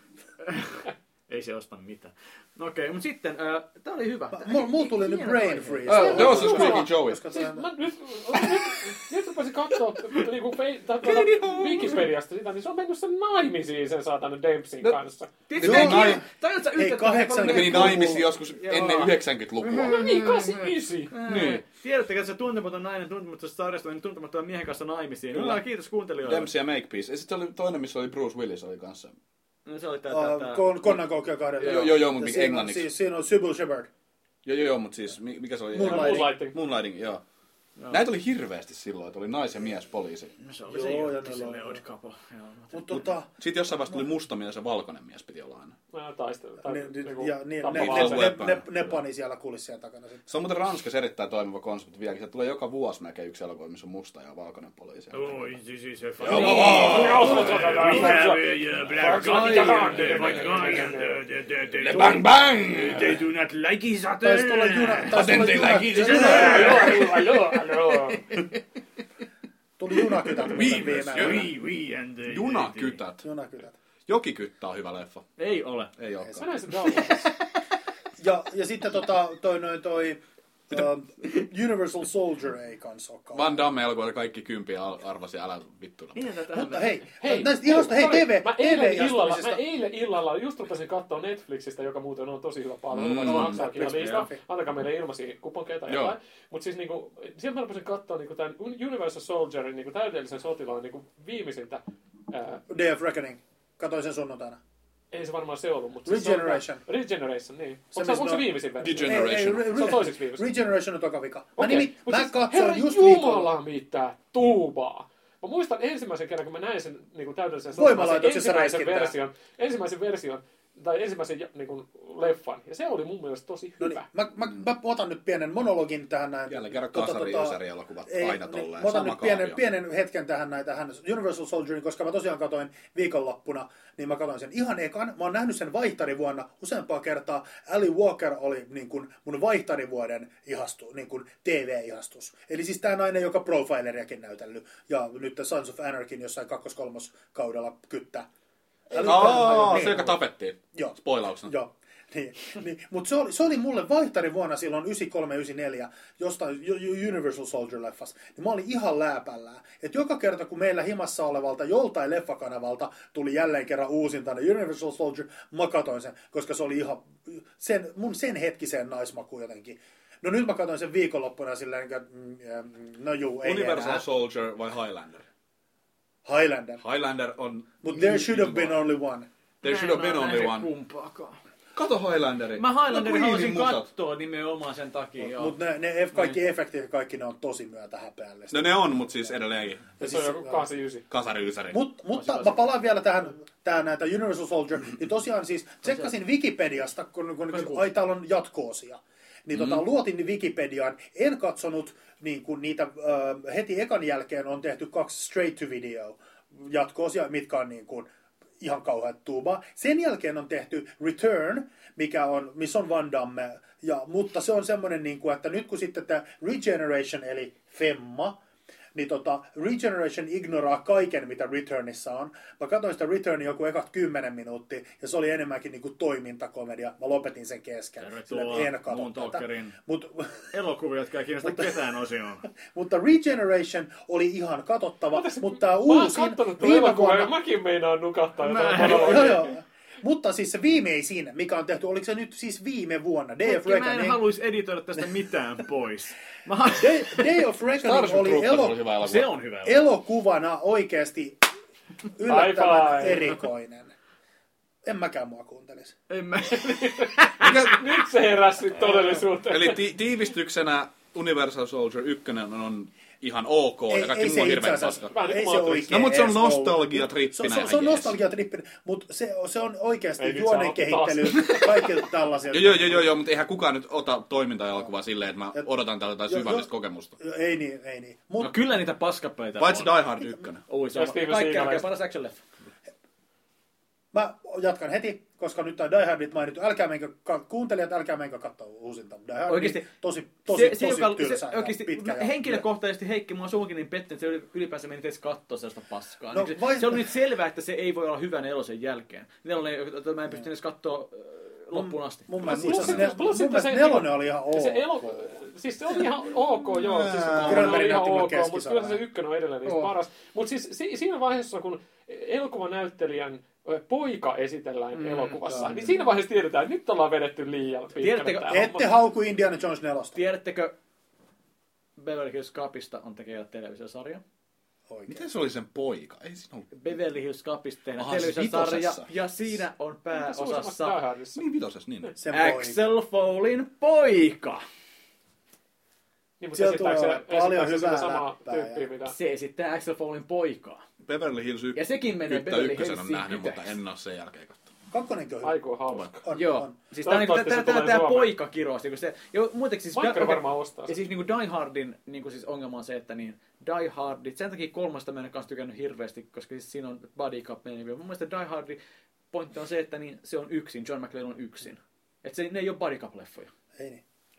Ei se osta mitään. No okei, okay, mutta sitten, äh, tää oli hyvä. Mulla mul tuli nyt brain freeze. Oh, those was Squeaky Joey. Siis mä nyt, nyt, nyt rupesin kattoo niinku Wikipediasta sitä, niin se on mennyt sen naimisiin sen saatana Dempseyn kanssa. Tajut sä yhtä... He meni naimisiin joskus ennen yhdeksänkymmentälukua. No niin, kahdeksankymmentäyhdeksän. Niin. Tiedättekö, että se tuntematon nainen tuntemattomasta sarjasta meni tuntemattoman miehen kanssa naimisiin? Kyllä, kiitos kuuntelijoille. Dempsey ja Makepeace. Ja sitten oli toinen, missä oli Bruce Willis oli kanssa. No se oli tää... Uh, Conan Koukkia kahdella. Joo, joo, joo, mutta englanniksi. Siis siinä on Sybil Shepherd. Joo, joo, joo, mutta siis mikä se oli? Moonlighting. Moonlighting, joo. Joo. Näitä oli hirveästi silloin, että oli nais- ja miespoliisi. No se oli joo, se juttu, silleen odd couple. Mut tota... Sitten jossain vaiheessa tuli musta mies ja valkoinen mies piti olla aina. No taistelu. Ja ne pani siellä kulissien takana. Se on muuten Ranskassa erittäin toimiva konsepti vieläkin. Se tulee joka vuosi melkein yksi elokuva, missä on musta ja valkoinen poliisi. Oi, siis siis se... Le bang bang! They do not like each other. Taisi tulla juna... They like each other. Tuli Junakytät muuten viimeinen. We, we and the, Junakytät. Junakytät. Jokikyttä on hyvä leffa. Ei ole. Ei Mä olekaan. näin sen Dallasissa. Ja, ja sitten tota, toi, noin toi uh, Universal Soldier ei kans olekaan. Van Damme-elokuvat kaikki kympiä arvasi, älä vittuna. Niin, tätä Mutta hei, Hei, näistä ihosta, hei, sorry, T V, mä eilen, illalla, mä T V-ihastumisista. eilen illalla just rupesin katsoa Netflixistä, joka muuten on tosi hyvä palvelu, Mm, mm, vaikka maksaakin ihan Netflix, liikaa. Antakaa meille ilmaisia kuponkeita ja Joo. jotain. Mutta siis niinku, sieltä mä rupesin katsoa niinku tämän Universal Soldierin niinku täydellisen sotilaan niinku viimeisintä. Ää, Day of Reckoning. Katoin sen sunnuntaina. ei se varmaan se ollut, mutta Regeneration. Se on, Regeneration, niin. Se, Onko se, missä onko se ne on- viimeisin versio? Degen- Generation. Ei, ei, Se on toiseksi viimeisin. Regeneration on toka vika. Mä, Okei, nimi, mut mä siis, katsoin herra just Jumala, viikolla. mitä tuubaa. Mä muistan ensimmäisen kerran, kun mä näin sen niin täydellisen Voimalaitoksessa ensimmäisen räiskintää. version, ensimmäisen version, tai ensimmäisen niin kuin, leffan. Ja se oli mun mielestä tosi No hyvä. niin, mä, mä, mä otan nyt pienen monologin tähän näin. Jälleen kerran Tota, kasari- tota, ja sarjaelokuvat ei, aina niin, tolleen. Mä otan Sama nyt pienen, kaavio. pienen hetken tähän näin, tähän Universal Soldierin, koska mä tosiaan katoin viikonloppuna, niin mä katoin sen ihan ekan. Mä oon nähnyt sen vaihtarivuonna useampaa kertaa. Ali Walker oli niin kuin mun vaihtarivuoden ihastu, niin kuin T V-ihastus. Eli siis tää nainen, joka Profileriakin näytellyt. Ja nyt Sons of Anarchyn jossain kakkos-kolmoskaudella kyttä. Ali Aa, Walker- se joka tapettiin. Joo. Spoilauksena. Joo. Niin, niin. Mutta se oli, se oli mulle vaihtari vuonna silloin yhdeksänkymmentäkolme yhdeksänkymmentäneljä jostain Universal Soldier-leffassa. Niin mä olin ihan lääpällään. Että joka kerta kun meillä himassa olevalta joltain leffakanavalta tuli jälleen kerran uusinta Universal Soldier, mä katoin sen, koska se oli ihan sen, mun sen hetkiseen naismakuun jotenkin. No nyt mä katsoin sen viikonloppuna silleen, että mm, mm, no juu, ei Universal enää. Soldier vai Highlander? Highlander. Highlander on... But there should have been only one. There should have been only one. Kumpaakaan. Kato Highlanderin. Mä Highlanderin No, haluaisin Queenin musat. katsoa nimenomaan sen takia. joo. Mutta ne, ne F- kaikki efektit ja kaikki ne on tosi myötähäpeällistä. No ne on, mutta siis edelleenkin. Ja Se on siis- joku kahdeksankymmentäyhdeksän. Kasariysäri. Mut, mutta mä palaan vielä tähän, tähän näitä Universal Soldier. Niin tosiaan siis tsekkasin Wikipediasta, kun, kun, kun ai täällä on jatko-osia. Niin tota, Mm. luotin Wikipediaan. En katsonut niin kun niitä, äh, heti ekan jälkeen on tehty kaksi straight to video jatko-osia, mitkä on niin kuin ihan kauheat tuubaa. Sen jälkeen on tehty Return, mikä on, missä on Van Damme. Ja, mutta se on semmoinen, niin kuin, että nyt kun sitten tämä Regeneration, eli Femma, niin tota, Regeneration ignoraa kaiken, mitä Returnissa on. Mä katsoin sitä Returnia joku ekat kymmenen minuuttia, ja se oli enemmänkin niinku toimintakomedia. Mä lopetin sen kesken. Tervetuloa Sillä en katso Moon tätä. Talkerin Mut, elokuvia, jotka ei kiinnosta ketään osioon. mutta Regeneration oli ihan katsottava, mutta tää Mä oon uusin kattonut tuon viime elokuvan ja vuonna... mäkin meinaan nukahtaa jotain Mä- Joo, monologia. joo. Mutta siis se viimeisin, mikä on tehty, oliko se nyt siis viime vuonna? Day of Mä en Reckoning. haluaisi editoida tästä mitään pois. Mä ha- Day, Day of Reckoning Starship oli Troopers elo, oli hyvä elokuva. Se on hyvä. elokuva. elokuvana oikeasti yllättävän High five. erikoinen. En mäkään mua kuuntelisi. En mä... Nyt se heräsi todellisuuteen. Eli ti- tiivistyksenä Universal Soldier yksi on ihan ok Ei, ja kaikki ei muu se on itse hirveän asiassa, paska. Vähän niin ei kuin se Matrix. oikein No, mut se on edes ollut. nostalgiatrippi Se, se, näin se on jees. nostalgiatrippi, mutta se, se on oikeasti Ei nyt juonen saa kehittely kaikilta tällaisilta. Joo, joo, joo, joo, mutta eihän kukaan nyt ota toimintaelokuvaa silleen, että mä Et- odotan tältä jotain Jo- syvällistä jo- kokemusta. Ei niin, ei niin. No Mut, kyllä niitä paskapäitä Paitsi on. Die Hard yksi. Oi, se Ja on Steven kaikki Seagal. jälkeen paras action-leffa. mä jatkan heti, koska nyt on Die Hardit mainittu. Älkää menkö, ka- kuuntelijat, älkää menkö katsoa uusinta Die Hardia. Oikeesti, tosi, tosi, se, se, tosi joka, tylsää se, ja oikeasti, pitkä. mä ja- henkilökohtaisesti Heikki, mua suunkin niin pettynyt, että se yli- ylipäänsä meni edes katsoa sellaista paskaa. No, Niin se, vai- se oli nyt selvää, että se ei voi olla hyvä nelosen jälkeen. Nelonen, jota mä en pysty edes katsoa äh, loppuun asti. Mun mielestä, Plus- itse asiassa ne- plus mun sitten mielestä se- nelonen oli ihan ok. Se elo, siis se oli ihan ok, joo. Siis se Ää, kolmonen oli Grönberg ihan näytti mulle ok, mutta keskisormen. kyllä se ykkönen on edelleen niistä Oo. paras. Mutta siis si, siinä vaiheessa, kun elokuvanäyttelijän ö, poika esitellään Mm, elokuvassa, joo. niin siinä vaiheessa tiedetään, että nyt ollaan vedetty liian pitkälle. Tiedättekö- tää Ette homma. hauku Indiana Jones nelosta. Tiedättekö, Beverly Hills Cupista on tekeillä televisiosarja. Oikein. Miten se oli sen poika? Ei siinä ollut. Beverly Hills Cupista tehdään Aha, siis televisiosarja. vitosessa. Ja siinä on Mitä suurimmassa Die pääosassa Hardissa? Niin vitosessa, niin. Sen voi. Axel Foleyn poika. Niin, mutta Siellä esittääkö tulee se- paljon esittääkö se hyvää sitä samaa läppää tyyppiä, ja- mitä... Se esittää Axel Foleyn poikaa. Beverly Hills yksi. Ja sekin menee Yttä Beverly ykkösen on Hillsiin nähnyt, mutta yhdeksi. en ole sen jälkeen katsonut. Kakkonenkin on hyvä. Aiku on hauska. On, Joo, on. siis tää on niinku, Toivottavasti tää, se tää, tulee tää Suomeen. poika kirosti, kun se, jo, muutenkin siis... Maikkari okei, varmaan ostaa Ja sen. siis niinku Die Hardin niinku siis ongelma on se, että niin Die Hardit, sen takia kolmasta mä en kanssa tykännyt hirveästi, koska siis siinä on Buddy Cup meni. Mun mielestä Die Hardin pointti on se, että niin se on yksin, John McClane on yksin. Että se, ne ei ole Buddy Cup-leffoja. Ei niin.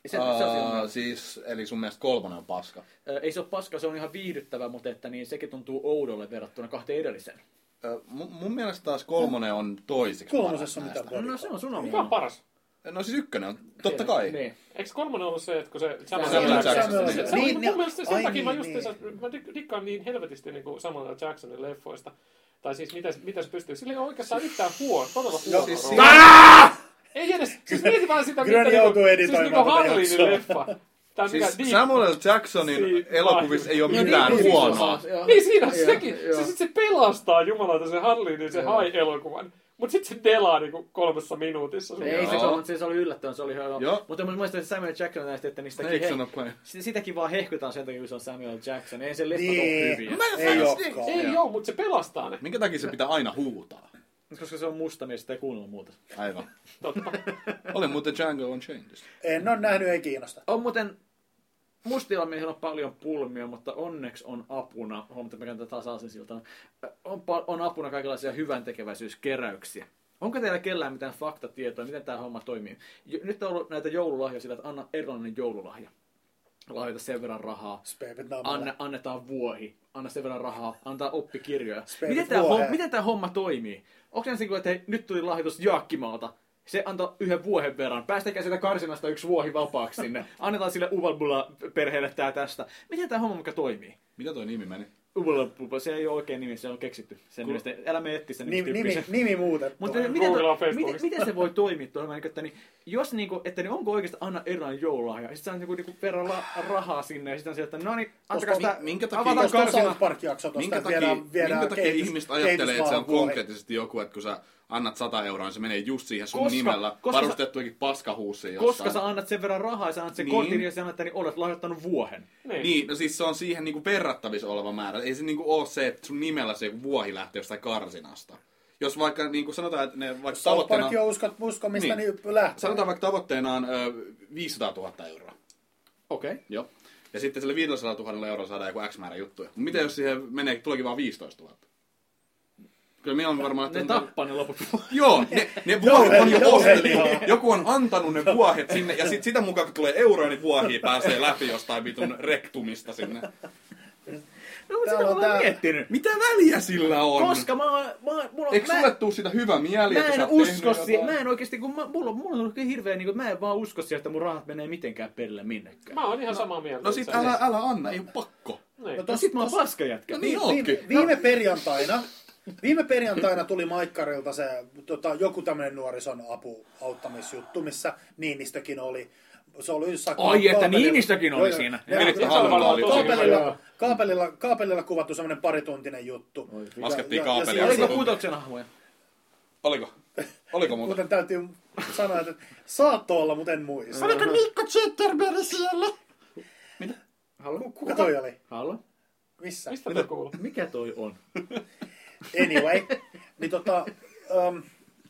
Se, se on uh, siis, eli sun mielestä kolmonen on paska? Ei se ole paska, se on ihan viihdyttävä, mutta että niin sekin tuntuu oudolle verrattuna kahteen edelliseen. Mun, mun mielestä taas kolmonen on toisiksi Kolmosessa on paras mitään No se on sun Mikä on oma. paras? No siis ykkönen on, totta kai. Niin. Eikö kolmonen ollut se, että kun se Samuel Samuel Jackson. Jackson... Niin, Se on niin, mun niin, mielestä ai sen takia mä niin, justiinsa, niin. mä dik- dikkaan niin helvetisti niin kuin Samuel Jacksonin leffoista. Tai siis mitä, mitä se pystyy. Sillä ei ole oikeastaan yhtään huono, todella huono siis rooli. siinä- Ei edes, siis mieti vaan sitä, Grön mitä joutuu niinku, siis editoimaan niinku tätä Hallinin jaksoa. leffa. Tää on Siis mikä, Deep- Samuel Jacksonin Siinä- elokuvissa ei ole No mitään niin, huonoa. siis osa, Niin siinä joo, sekin, joo. se, sit se pelastaa jumalauta sen Hallinin, sen Joo. hai-elokuvan. Mut sit se delaa niinku kolmessa minuutissa. sun Ei mielestä. se, mutta se oli yllättävän, se oli ihan Joo. Mutta mä muistan, että Samuel Jackson näistä, että niistä Eikö sano päin? sitäkin vaan hehkutaan sen takia, kun se on Samuel Jackson. Ei se leffat Niin. ole hyviä. Ei olekaan. Ei joo, mut se pelastaa ne. Minkä takia se pitää aina huutaa? Koska se on musta mies, sitä ei kuunnella muuta. Aivan. Totta. Oli muuten Django Unchained. En ole nähnyt, ei kiinnosta. On muuten, mustilla miehillä on paljon pulmia, mutta onneksi on apuna, huomatta mä käyn taas aasinsiltaan, on, pa- on apuna kaikenlaisia hyvän tekeväisyyskeräyksiä. Onko teillä kellään mitään faktatietoa, miten tämä homma toimii? Jo, nyt on ollut näitä joululahjoja sillä, että anna erilainen joululahja. Lahjoita sen verran rahaa. Speipit naamalla. Anne, annetaan vuohi, anna sen verran rahaa, antaa oppikirjoja. Speipit Miten tämä, vuoheen. homma, miten tämä homma toimii? Onko se niin että hei, nyt tuli lahjoitus Jaakkimaalta, se antoi yhden vuohen verran, päästäkää sitä karsinasta yksi vuohi vapaaksi sinne, annetaan sille Uvalbula-perheelle tää tästä. Miten tämä homma muka toimii? Mitä toi nimi meni? Uvalbula, se ei ole oikein nimi, se on keksitty. Sen nimestä, älä me etti sen Nimi, nimi, nimi, nimi muutettu. Mutta Googlaa miten, to, miten, Facebookista. miten se voi toimia tuohon, että niin, jos niinku, että niin onko oikeasti anna erilainen joululahja, ja sitten saa niinku, niinku verran la, rahaa sinne, ja sitten on sieltä, että no niin, antakaa Koska sitä, minkä takia- avataan Tuosta on karsina. South Park-jakso tuosta, Minkä että takia, viedään, viedään minkä takia kehitys- ihmiset ajattelee, että se on kehitysmaahan vuohi. konkreettisesti joku, että kun sä annat sata euroa, niin se menee just siihen sun Koska- nimellä koska sä- varustettuakin paskahuussiin jossain. Koska sä annat sen verran rahaa ja sä annat sen Niin. kortin ja sä annat, niin olet lahjoittanut vuohen. Niin. Niin, no siis se on siihen niinku verrattavissa oleva määrä. Ei se niinku ole se, että sun nimellä se joku vuohi lähtee jostain karsinasta. Jos vaikka niinku sanotaan, että ne vaikka South tavoitteena... Park on uskot, uskomista, Niin. niin, lähtee. Sanotaan vaikka tavoitteena on ö, viisisataatuhatta euroa. Okei. Okay. Joo. Ja sitten sille viisisataa euroa saadaan joku X määrä juttuja. Mutta mitä jos siihen menee, tuleekin vaan viisitoistatuhatta? Kyllä minä on varmaan... Ne että- tappaa ne loput. Joo, ne, ne vuohet on jo Jouhelihaa. ostettu. Joku on antanut ne vuohet sinne, ja sit sitä mukaan kun tulee euroja, niin vuohia pääsee läpi jostain vitun rektumista sinne. No, mutta Täällä sitä on mä oon tää- miettinyt. Mitä väliä sillä on? Koska mä, oon- mä, oon- mulla on, Eikö mä, sulle tuu sitä hyvä mieli, mä että sä en oot usko tehnyt siihen. jotain? Mä en oikeesti, kun mä, mulla, on- mulla on oikein hirveä, niin kuin, mä en vaan usko siihen, että mun rahat menee mitenkään perille minnekään. Mä oon ihan samaa mieltä. No sit itse asiassa. älä, älä anna, ei oo pakko. Niin. No No sit mä oon paskajätkä. No niin Viime, ootkin. viime perjantaina, viime perjantaina tuli Maikkarilta se tota, joku tämmöinen nuorison apu auttamisjuttu, missä Niinistökin oli. Se oli jossain Ai, että kaapelilla- Niinistökin oli Joo, joo. siinä. Ja- Pidittiin ja- Hannulla oli tosi kaapelilla, hyvä. kaapelilla, kaapelilla kuvattu semmoinen parituntinen juttu. Oi, Ja- Laskettiin ja- kaapelia. ja siinä- Oliko puutoksen hahmoja? Oliko? Oliko muuta? Muuten täytyy sanoa, että saattoi olla, mutta en muista. Oliko Mikko Zetterberg siellä? Hallo? Kuka toi oli? Hallo? Missä? Mistä toi kuuluu? Mikä toi on? Anyway, niin tota, um,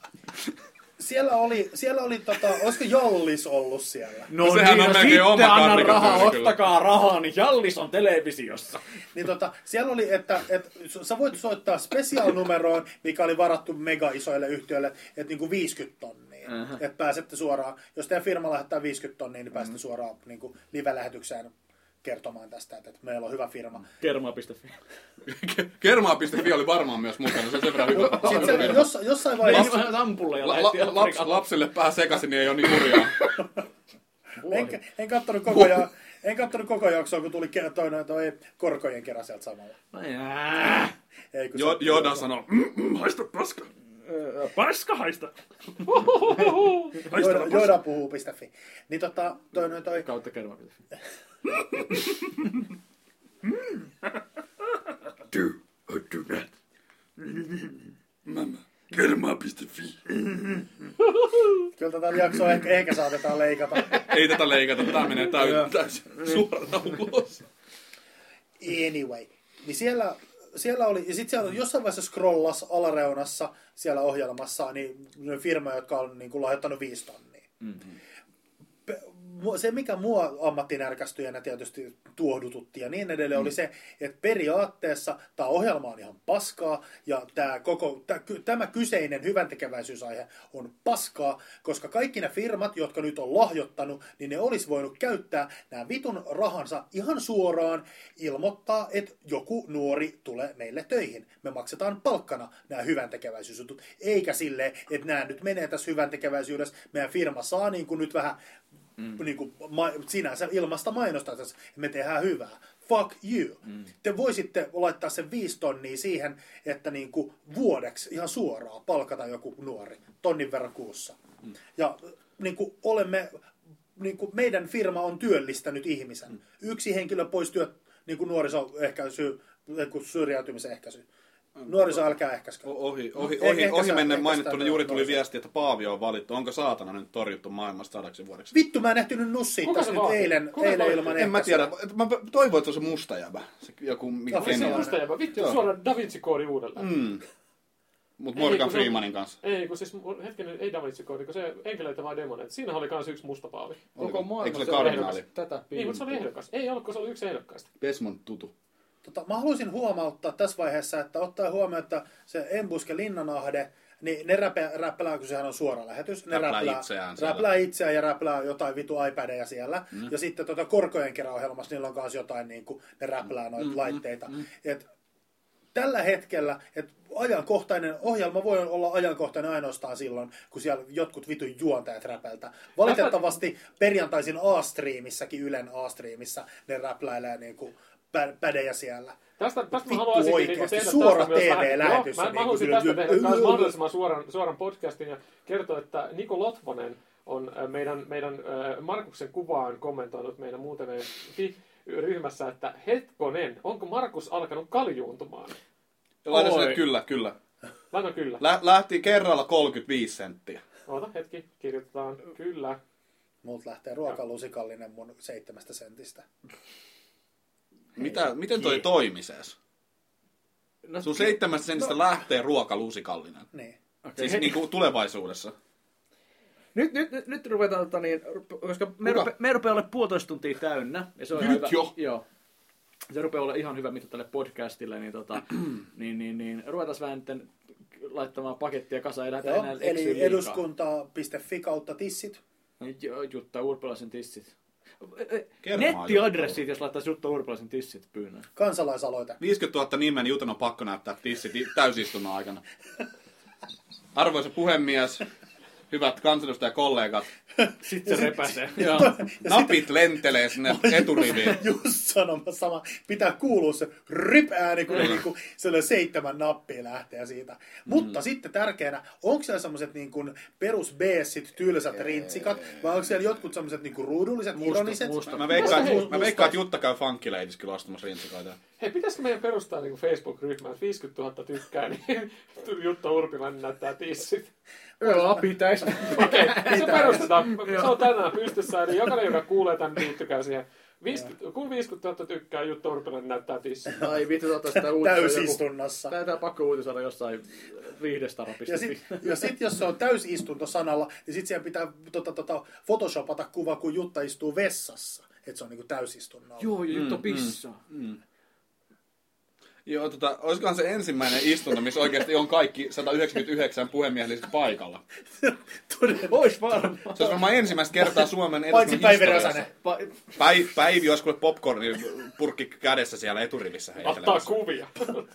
siellä oli, siellä oli tota, olisiko Jallis ollut siellä? No, No sehän niin, on no melkein sitten oma anna karrikatyöri rahaa, kyllä. ottakaa rahaa, niin Jallis on televisiossa. Niin tota, siellä oli, että, että sä voit soittaa special-numeroon, mikä oli varattu mega isoille yhtiöille, että niinku viisikymmentä tonnia. Aha. Että pääsette suoraan, jos teidän firma lähettää viisikymmentä tonnia, niin pääsette suoraan niinku live-lähetykseen kertomaan tästä, että meillä on hyvä firma. Kermaa piste fi. Kermaa piste fi oli varmaan myös mukana, se on sen verran hyvä. Sitten se, jos, jossain Meni vaiheessa, vähän sampulle ja La, lähetti la, laps, Afrikan. lapsille pää sekaisin, niin ei ole niin hurjaa. en, en kattonut koko, ja, en kattonut koko jaksoa, kun tuli ke- toinen toi korkojen kerran sieltä samalla. Äh, Ei, kun Jo, se- Joda sanoo, mm, mm, haista paska. äh, Paska haista. Joida, joida puhuu piste fi. Niin tota, toi, toi, toi, Kautta kermaa piste fi. Do or do not. Mamma, kermaa piste fi. kyllä tätä jaksoa ehkä, ehkä saatetaan leikata. Ei tätä leikata, tää menee täysin täys, suoraan ulos. Anyway, niin siellä, siellä oli, ja sitten siellä oli jossain vaiheessa scrollas alareunassa siellä ohjelmassa, niin ne firmoja, jotka on niin kuin lahjoittanut viisi tonnia. Mm-hmm. Pe- se, mikä mua ammattinärkästyjänä tietysti tuohdututti ja niin edelleen, mm. oli se, että periaatteessa tämä ohjelma on ihan paskaa ja tämä, koko, tämä kyseinen hyväntekeväisyysaihe on paskaa, koska kaikki ne firmat, jotka nyt on lahjoittanut, niin ne olisi voinut käyttää nämä vitun rahansa ihan suoraan, ilmoittaa, että joku nuori tulee meille töihin. Me maksetaan palkkana nämä hyväntekeväisyysjutut, eikä silleen, että nämä nyt menee tässä hyväntekeväisyydessä. Meidän firma saa niin kuin nyt vähän mm. niin kuin, ma- sinänsä ilmasta mainostaa, että me tehdään hyvää. Fuck you. Mm. Te voisitte laittaa sen viisi tonnia siihen, että niin kuin vuodeksi ihan suoraan palkata joku nuori tonnin verran kuussa. Mm. Ja niin kuin olemme, niin kuin meidän firma on työllistänyt ihmisen. Mm. Yksi henkilö pois työ, niin kuin nuorisoehkäisy, syrjäytymisen ehkäisy. Nuoriso, älkää ehkäiskö. Ohi, ohi, ohi, ohi menneen mainittuna juuri tuli viesti, että Paavi on valittu. Onko saatana nyt torjuttu maailmasta sadaksi vuodeksi? Vittu, mä en ehtinyt nussia tässä nyt eilen, eilen ilman En mä tiedä. Mä toivon, että se on musta jäbä. Se joku, mikä no, se on musta jäbä. Vittu, suoraan Da Vinci-koodi uudelleen. Mm. Mutta Morgan Freemanin kanssa. Ei, kun siis hetkinen, ei Da Vinci-koodi, kun se enkeleitä vai demoneet. Siinä oli kans yksi musta Paavi. Koko maailmassa kardinaali? Tätä niin, mutta se oli ehdokas. Ei ollut, kun se oli yksi ehdokkaista. Desmond Tutu. Tota, mä haluaisin huomauttaa tässä vaiheessa, että ottaa huomioon, että se Embuske Linnanahde, niin ne räpä, räppälää, kun sehän on suora lähetys. Ne räplää, räplää itseään, räplää itseään ja räplää jotain vitu iPadeja siellä. Mm. Ja sitten tota korkojen keräohjelmassa niillä on myös jotain, niin kuin, ne räplää noita mm, laitteita. Mm, mm. Et, tällä hetkellä, että ajankohtainen ohjelma voi olla ajankohtainen ainoastaan silloin, kun siellä jotkut vitun juontajat räpältä. Valitettavasti perjantaisin A-streamissäkin, Ylen A-streamissa, ne räpläilee niin kuin pädejä siellä. Tästä, tästä mä haluaisin niin tehdä suora tästä T V-lähetys. Mä, mä haluaisin tästä tehdä myös mahdollisimman suoran, suoran podcastin ja kertoa, että Niko Lotvonen on meidän, meidän Markuksen kuvaan kommentoinut meidän muuten ryhmässä, että hetkonen, onko Markus alkanut kaljuuntumaan? Laita sinne kyllä, kyllä. Laita kyllä. Lä- lähti kerralla kolmekymmentäviisi senttiä. Oota hetki, kirjoitetaan kyllä. Multa lähtee ruokalusikallinen mun seitsemästä sentistä. Mitä, miten toi toimises? No, sun seitsemästä sentistä no. lähtee ruokalusikallinen. Niin. Okay. Siis niin kuin tulevaisuudessa. Nyt, nyt, nyt, nyt ruvetaan, tota, niin, koska me, rupe, me rupeaa olemaan puolitoista tuntia täynnä. Ja se on nyt hyvä, jo? Joo. Se rupeaa olemaan ihan hyvä mitto tälle podcastille, niin, tota, niin, niin, niin ruvetaan vähän nyt laittamaan pakettia kasaan. Ei lähdetä enää eksyä eli eduskunta piste fi kautta tissit. Jutta Urpilaisen tissit. Nettiadressit, jos laittaisi Jutta Urpilaisen tissit pyynnön. Kansalaisaloite. viisikymmentätuhatta nimen, Jutan on pakko näyttää tissit täysistunnon aikana. Arvoisa puhemies, hyvät kansanedustajakollegat. Sitten se repäsee. Napit lentelee sinne eturiviin. Just sanomassa sama. Pitää kuulua se rip-ääni, kun niinku, se seitsemän nappia lähtee siitä. Mm. Mutta sitten tärkeänä, onko siellä semmoiset niinku perus beessit, tylsät rintsikat, vai onko siellä jotkut semmoiset niinku ruudulliset, musta, ironiset? Musta. Mä veikkaan, hei, mä veikkaan että Jutta käy Funky Ladies kyllä ostamassa rintsikaita. Hei, pitäisikö meidän perustaa niinku Facebook-ryhmä, että viisikymmentätuhatta tykkää, niin Jutta Urpilainen näyttää tissit. Joo, pitäisi. Okei, okay, se perustetaan. Se on tänään pystyssä, eli jokainen, joka kuulee tämän, liittykää siihen. viisikymmentä, kun viisikymmentätuhatta tykkää, Jutta Urpilainen näyttää tissit. Ai vittu, tota sitä uutista. Täysistunnossa. Tää pakko uutisoida jossain viihdestarapista. Ja sitten ja sit, jos se on täysistuntosanalla, niin sitten siellä pitää tota, tota, photoshopata kuva, kun Jutta istuu vessassa. Että se on niinku täysistunnolla. Joo, Jutta mm, pissaa. Mm, mm. Joo, tota, olisikohan se ensimmäinen istunto, missä oikeasti on kaikki sata yhdeksänkymmentäyhdeksän puhemiehelliset paikalla. Ois varmaan. Se olisi varmaan ensimmäistä kertaa Suomen eduskunnan historiassa. Päivi, Päivi olisi kuule popcornin purkki kädessä siellä eturivissä heitelemässä. Ottaa kuvia.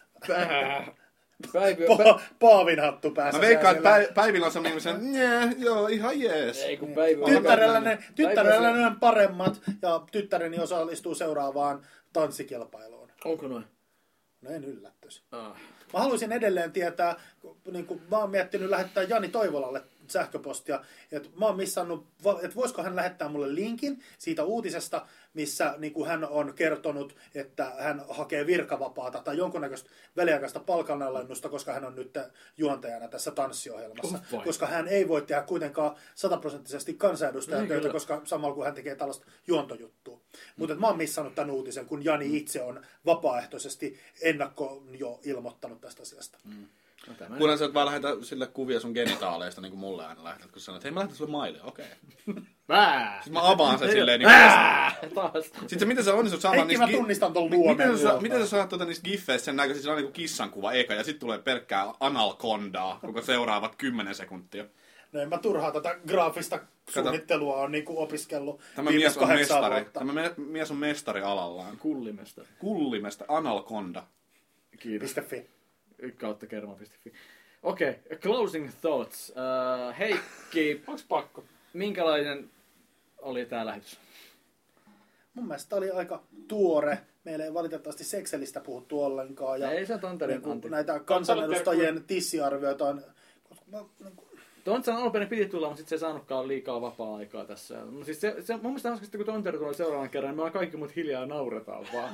Päivi, pa- Paavin hattu päässä. Mä veikkaan, että Päiv- Päivillä on semmoinen, että joo, ihan jees. Ei, kun Päivi on tyttärellä ne, tyttärellä ne on paremmat ja tyttäreni osallistuu seuraavaan tanssikilpailuun. Onko noin? No en yllättyisi. Ah. Mä haluaisin edelleen tietää, niin kuin mä oon miettinyt lähettää Jani Toivolalle sähköpostia, että mä oon missannut, että voisiko hän lähettää mulle linkin siitä uutisesta, missä niin kuin hän on kertonut, että hän hakee virkavapaata tai jonkunnäköistä väliaikaista palkanalennusta, koska hän on nyt juontajana tässä tanssiohjelmassa. Oh, koska hän ei voi tehdä kuitenkaan sataprosenttisesti kansanedustajan töitä, koska samalla kun hän tekee tällaista juontojuttua. Mm. Mutta mä oon missannut tämän uutisen, kun Jani itse on vapaaehtoisesti ennakko jo ilmoittanut tästä asiasta. Mm. No, kunhan sä et vaan lähetä sille kuvia sun genitaaleista, niin kuin mulle aina lähetät, kun sanot, hei mä lähetän sulle maille, okei. Okay. Vää! Sitten mä avaan sen silleen niin Taas. Sitten se, miten sä onnistut saamaan Heikki, mä tunnistan ton luomen. Miten sä, miten sä saat tuota niistä giffeistä sen näköisesti, se on niin kissan kuva eka, ja sitten tulee pelkkää analkondaa koko seuraavat kymmenen sekuntia. No en mä turhaa tätä graafista suunnittelua on niinku opiskellut Tämä mies on mestari. Tämä me, mies on mestari alallaan. Kullimestari. Kullimestari. Analkonda. Kiitos. .fi. Kautta kerma piste fi. Okei, okay, closing thoughts. Uh, Heikki, Onks pakko? minkälainen oli tää lähetys? Mun mielestä oli aika tuore. Meillä ei valitettavasti sekselistä puhuttu ollenkaan. Ja ei se Tontarin niin Antti. näitä kansanedustajien tissiarvioita on... Tontsan alun perin piti tulla, mutta sitten se ei saanutkaan liikaa vapaa-aikaa tässä. No, siis se, se, mun mielestä hauska, kun Tontari tulee seuraavan kerran, niin me ollaan kaikki mut hiljaa ja nauretaan vaan.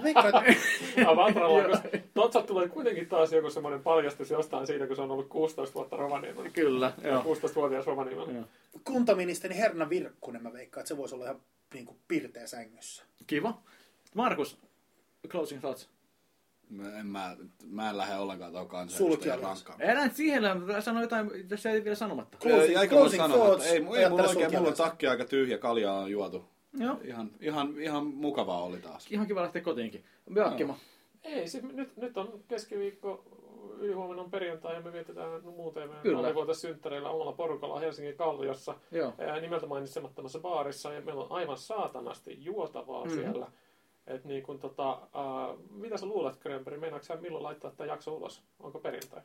Tontsa tulee kuitenkin taas joku semmoinen paljastus jostain siitä, kun se on ollut kuusitoista vuotta Rovaniemellä. Kyllä, joo. kuusitoistavuotias Rovaniemellä. Kuntaministeri Herna Virkkunen, mä veikkaan, että se voisi olla ihan niin kuin pirteä sängyssä. Kiva. Markus, closing thoughts. En mä, mä en lähde ollenkaan tuohon kansanedustajan rankkaan. Enää siihen, sano jotain, jos ei vielä sanomatta. Closing, ei, closing thoughts. Ei, ei mulla oikein, mulla on takki aika tyhjä, kaljaa on juotu. Joo. Ihan, ihan, ihan mukavaa oli taas. Ihan kiva lähteä kotiinkin. Jakkimo. Ei, siis nyt, nyt on keskiviikko, ylihuomenna on perjantai ja me vietetään muuten alivuotissynttäreillä omalla porukalla Helsingin Kalliossa. Ää, nimeltä mainitsemattomassa baarissa ja meillä on aivan saatanasti juotavaa mm-hmm. siellä. Et niin kun tota, äh, mitä sä luulet, Grönberg, meinaatko sä milloin laittaa tämä jakso ulos? Onko perjantai?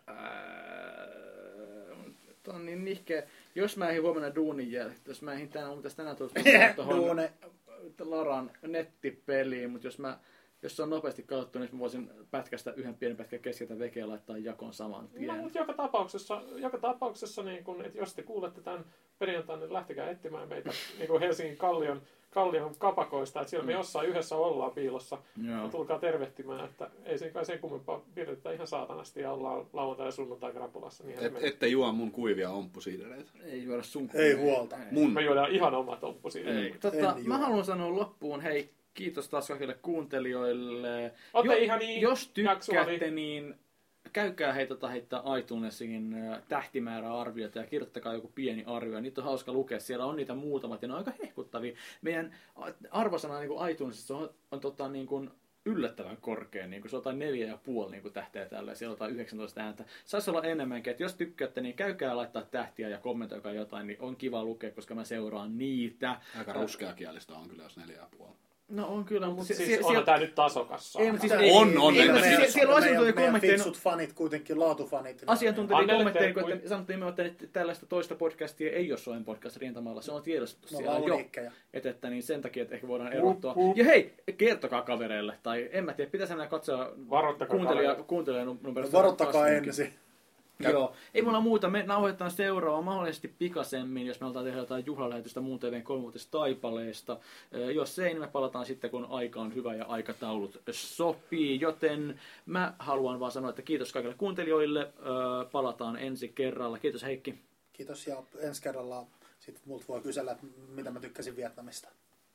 Tämä on niin nihkeä. Jos mä ehdin huomenna duunin jälkeen, jos mä ehdin tänään, mutta tänään tuossa tuohon Laran nettipeliin, mutta jos mä Jos se on nopeasti katsottu, niin mä voisin pätkästä yhden pienen pätkän keskeltä vekeä ja laittaa jakon saman tien. No, mutta joka tapauksessa, joka tapauksessa niin kun, että jos te kuulette tämän perjantaina, niin lähtekää etsimään meitä niin kuin Helsingin Kallion, Kallion kapakoista. Että siellä me jossain yhdessä ollaan piilossa. Ja tulkaa tervehtimään, että ei sen kai sen kummempaa pidetä ihan saatanasti ja ollaan lauantai- ja sunnuntai Krapulassa. Niin Et, ette juo mun kuivia omppusiideleitä. Ei juoda sun Ei huolta. Mun. Me juodaan ihan omat omppusiideleitä. Tota, mä haluan sanoa loppuun, hei, kiitos taas kaikille kuuntelijoille. Jo, ihan niin, jos tykkäätte, niin käykää heitä heittää iTunesin tähtimäärä-arviota ja kirjoittakaa joku pieni arvio. Niitä on hauska lukea. Siellä on niitä muutamat ja ne on aika hehkuttavia. Meidän arvosana niin kuin iTunesissa on, on tota, niin kuin yllättävän korkea. Niin kuin se on jotain neljä ja puoli niin kuin tähteä tällä ja siellä on jotain yhdeksäntoista ääntä. Saisi olla enemmänkin. Että jos tykkäätte, niin käykää laittaa tähtiä ja kommentoikaa jotain, niin on kiva lukea, koska mä seuraan niitä. Aika ruskeakielistä on kyllä, jos neljä ja puoli. No on kyllä, mutta siis sie- onhan tää nyt tasokassa. Ei, siis ei, on, on. Ei, ei, siellä on asiantuntija kommentteja. Fiksut fanit kuitenkin, laatufanit. Asiantuntija kommentteja, kun sanottiin nimenomaan, että tällaista toista podcastia ei ole Suomen podcast rintamalla. Se on tiedostettu no, siellä jo. Että, että niin sen takia, että ehkä voidaan erottua. Uh, uh. Ja hei, kertokaa kavereille. Tai en mä tiedä, pitäisi enää katsoa kuuntelijanumerosta. Varoittakaa ensin. Joo, ei mulla muuta. Me nauhoitetaan seuraavaa mahdollisesti pikaisemmin, jos me aletaan tehdä jotain juhlalähetystä muun T V:n kolmevuotisesta taipaleesta. Jos ei, niin me palataan sitten, kun aika on hyvä ja aikataulut sopii. Joten mä haluan vaan sanoa, että kiitos kaikille kuuntelijoille. Palataan ensi kerralla. Kiitos Heikki. Kiitos ja ensi kerralla sitten multa voi kysellä, että mitä mä tykkäsin Vietnamista.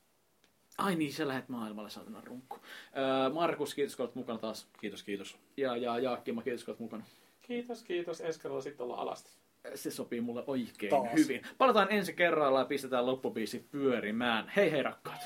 Ai niin, sä lähdet maailmalle, saatana runkku. Markus, kiitos kun olet mukana taas. Kiitos, kiitos. Ja, ja Jaakkima, kiitos kun olet mukana. Kiitos, kiitos. Ensi kerralla sitten ollaan alasti. Se sopii mulle oikein Taas. hyvin. Palataan ensi kerralla ja pistetään loppubiisi pyörimään. Hei hei rakkaat!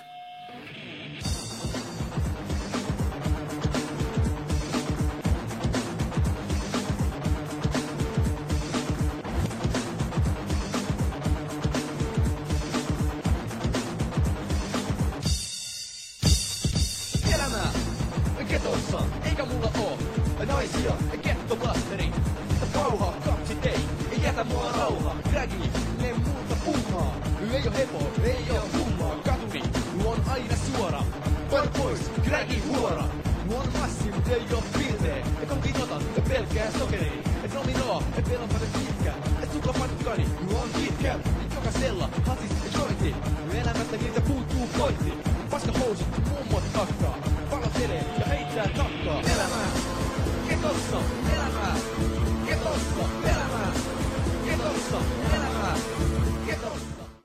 Elämää ketossa, eikä mulla oo naisia, kettoblasteri. Pauha, kaksi tei, ei jätä mua rauhaa. Dragi, ne multa puhaa. Ei oo hepo, ei oo kummaa. Katuni, nuo on aina suora. Pari pois, Dragi huora. Nuo on massi, mut ei oo piltee. Et onkin otan, ja pelkää sokeri. Et nominoo, et pelon paljon pitkä. Et suklapatkani, nuo on pitkä. Jokasella, hasis ja jointi. Elämästä niitä puuttuu pointti. Paska housut, mummot kakkaa. Palotelee ja heittää takkaa. Elämää, ketossa, elämää. Ketossa, elämää. Ketossa, elämää.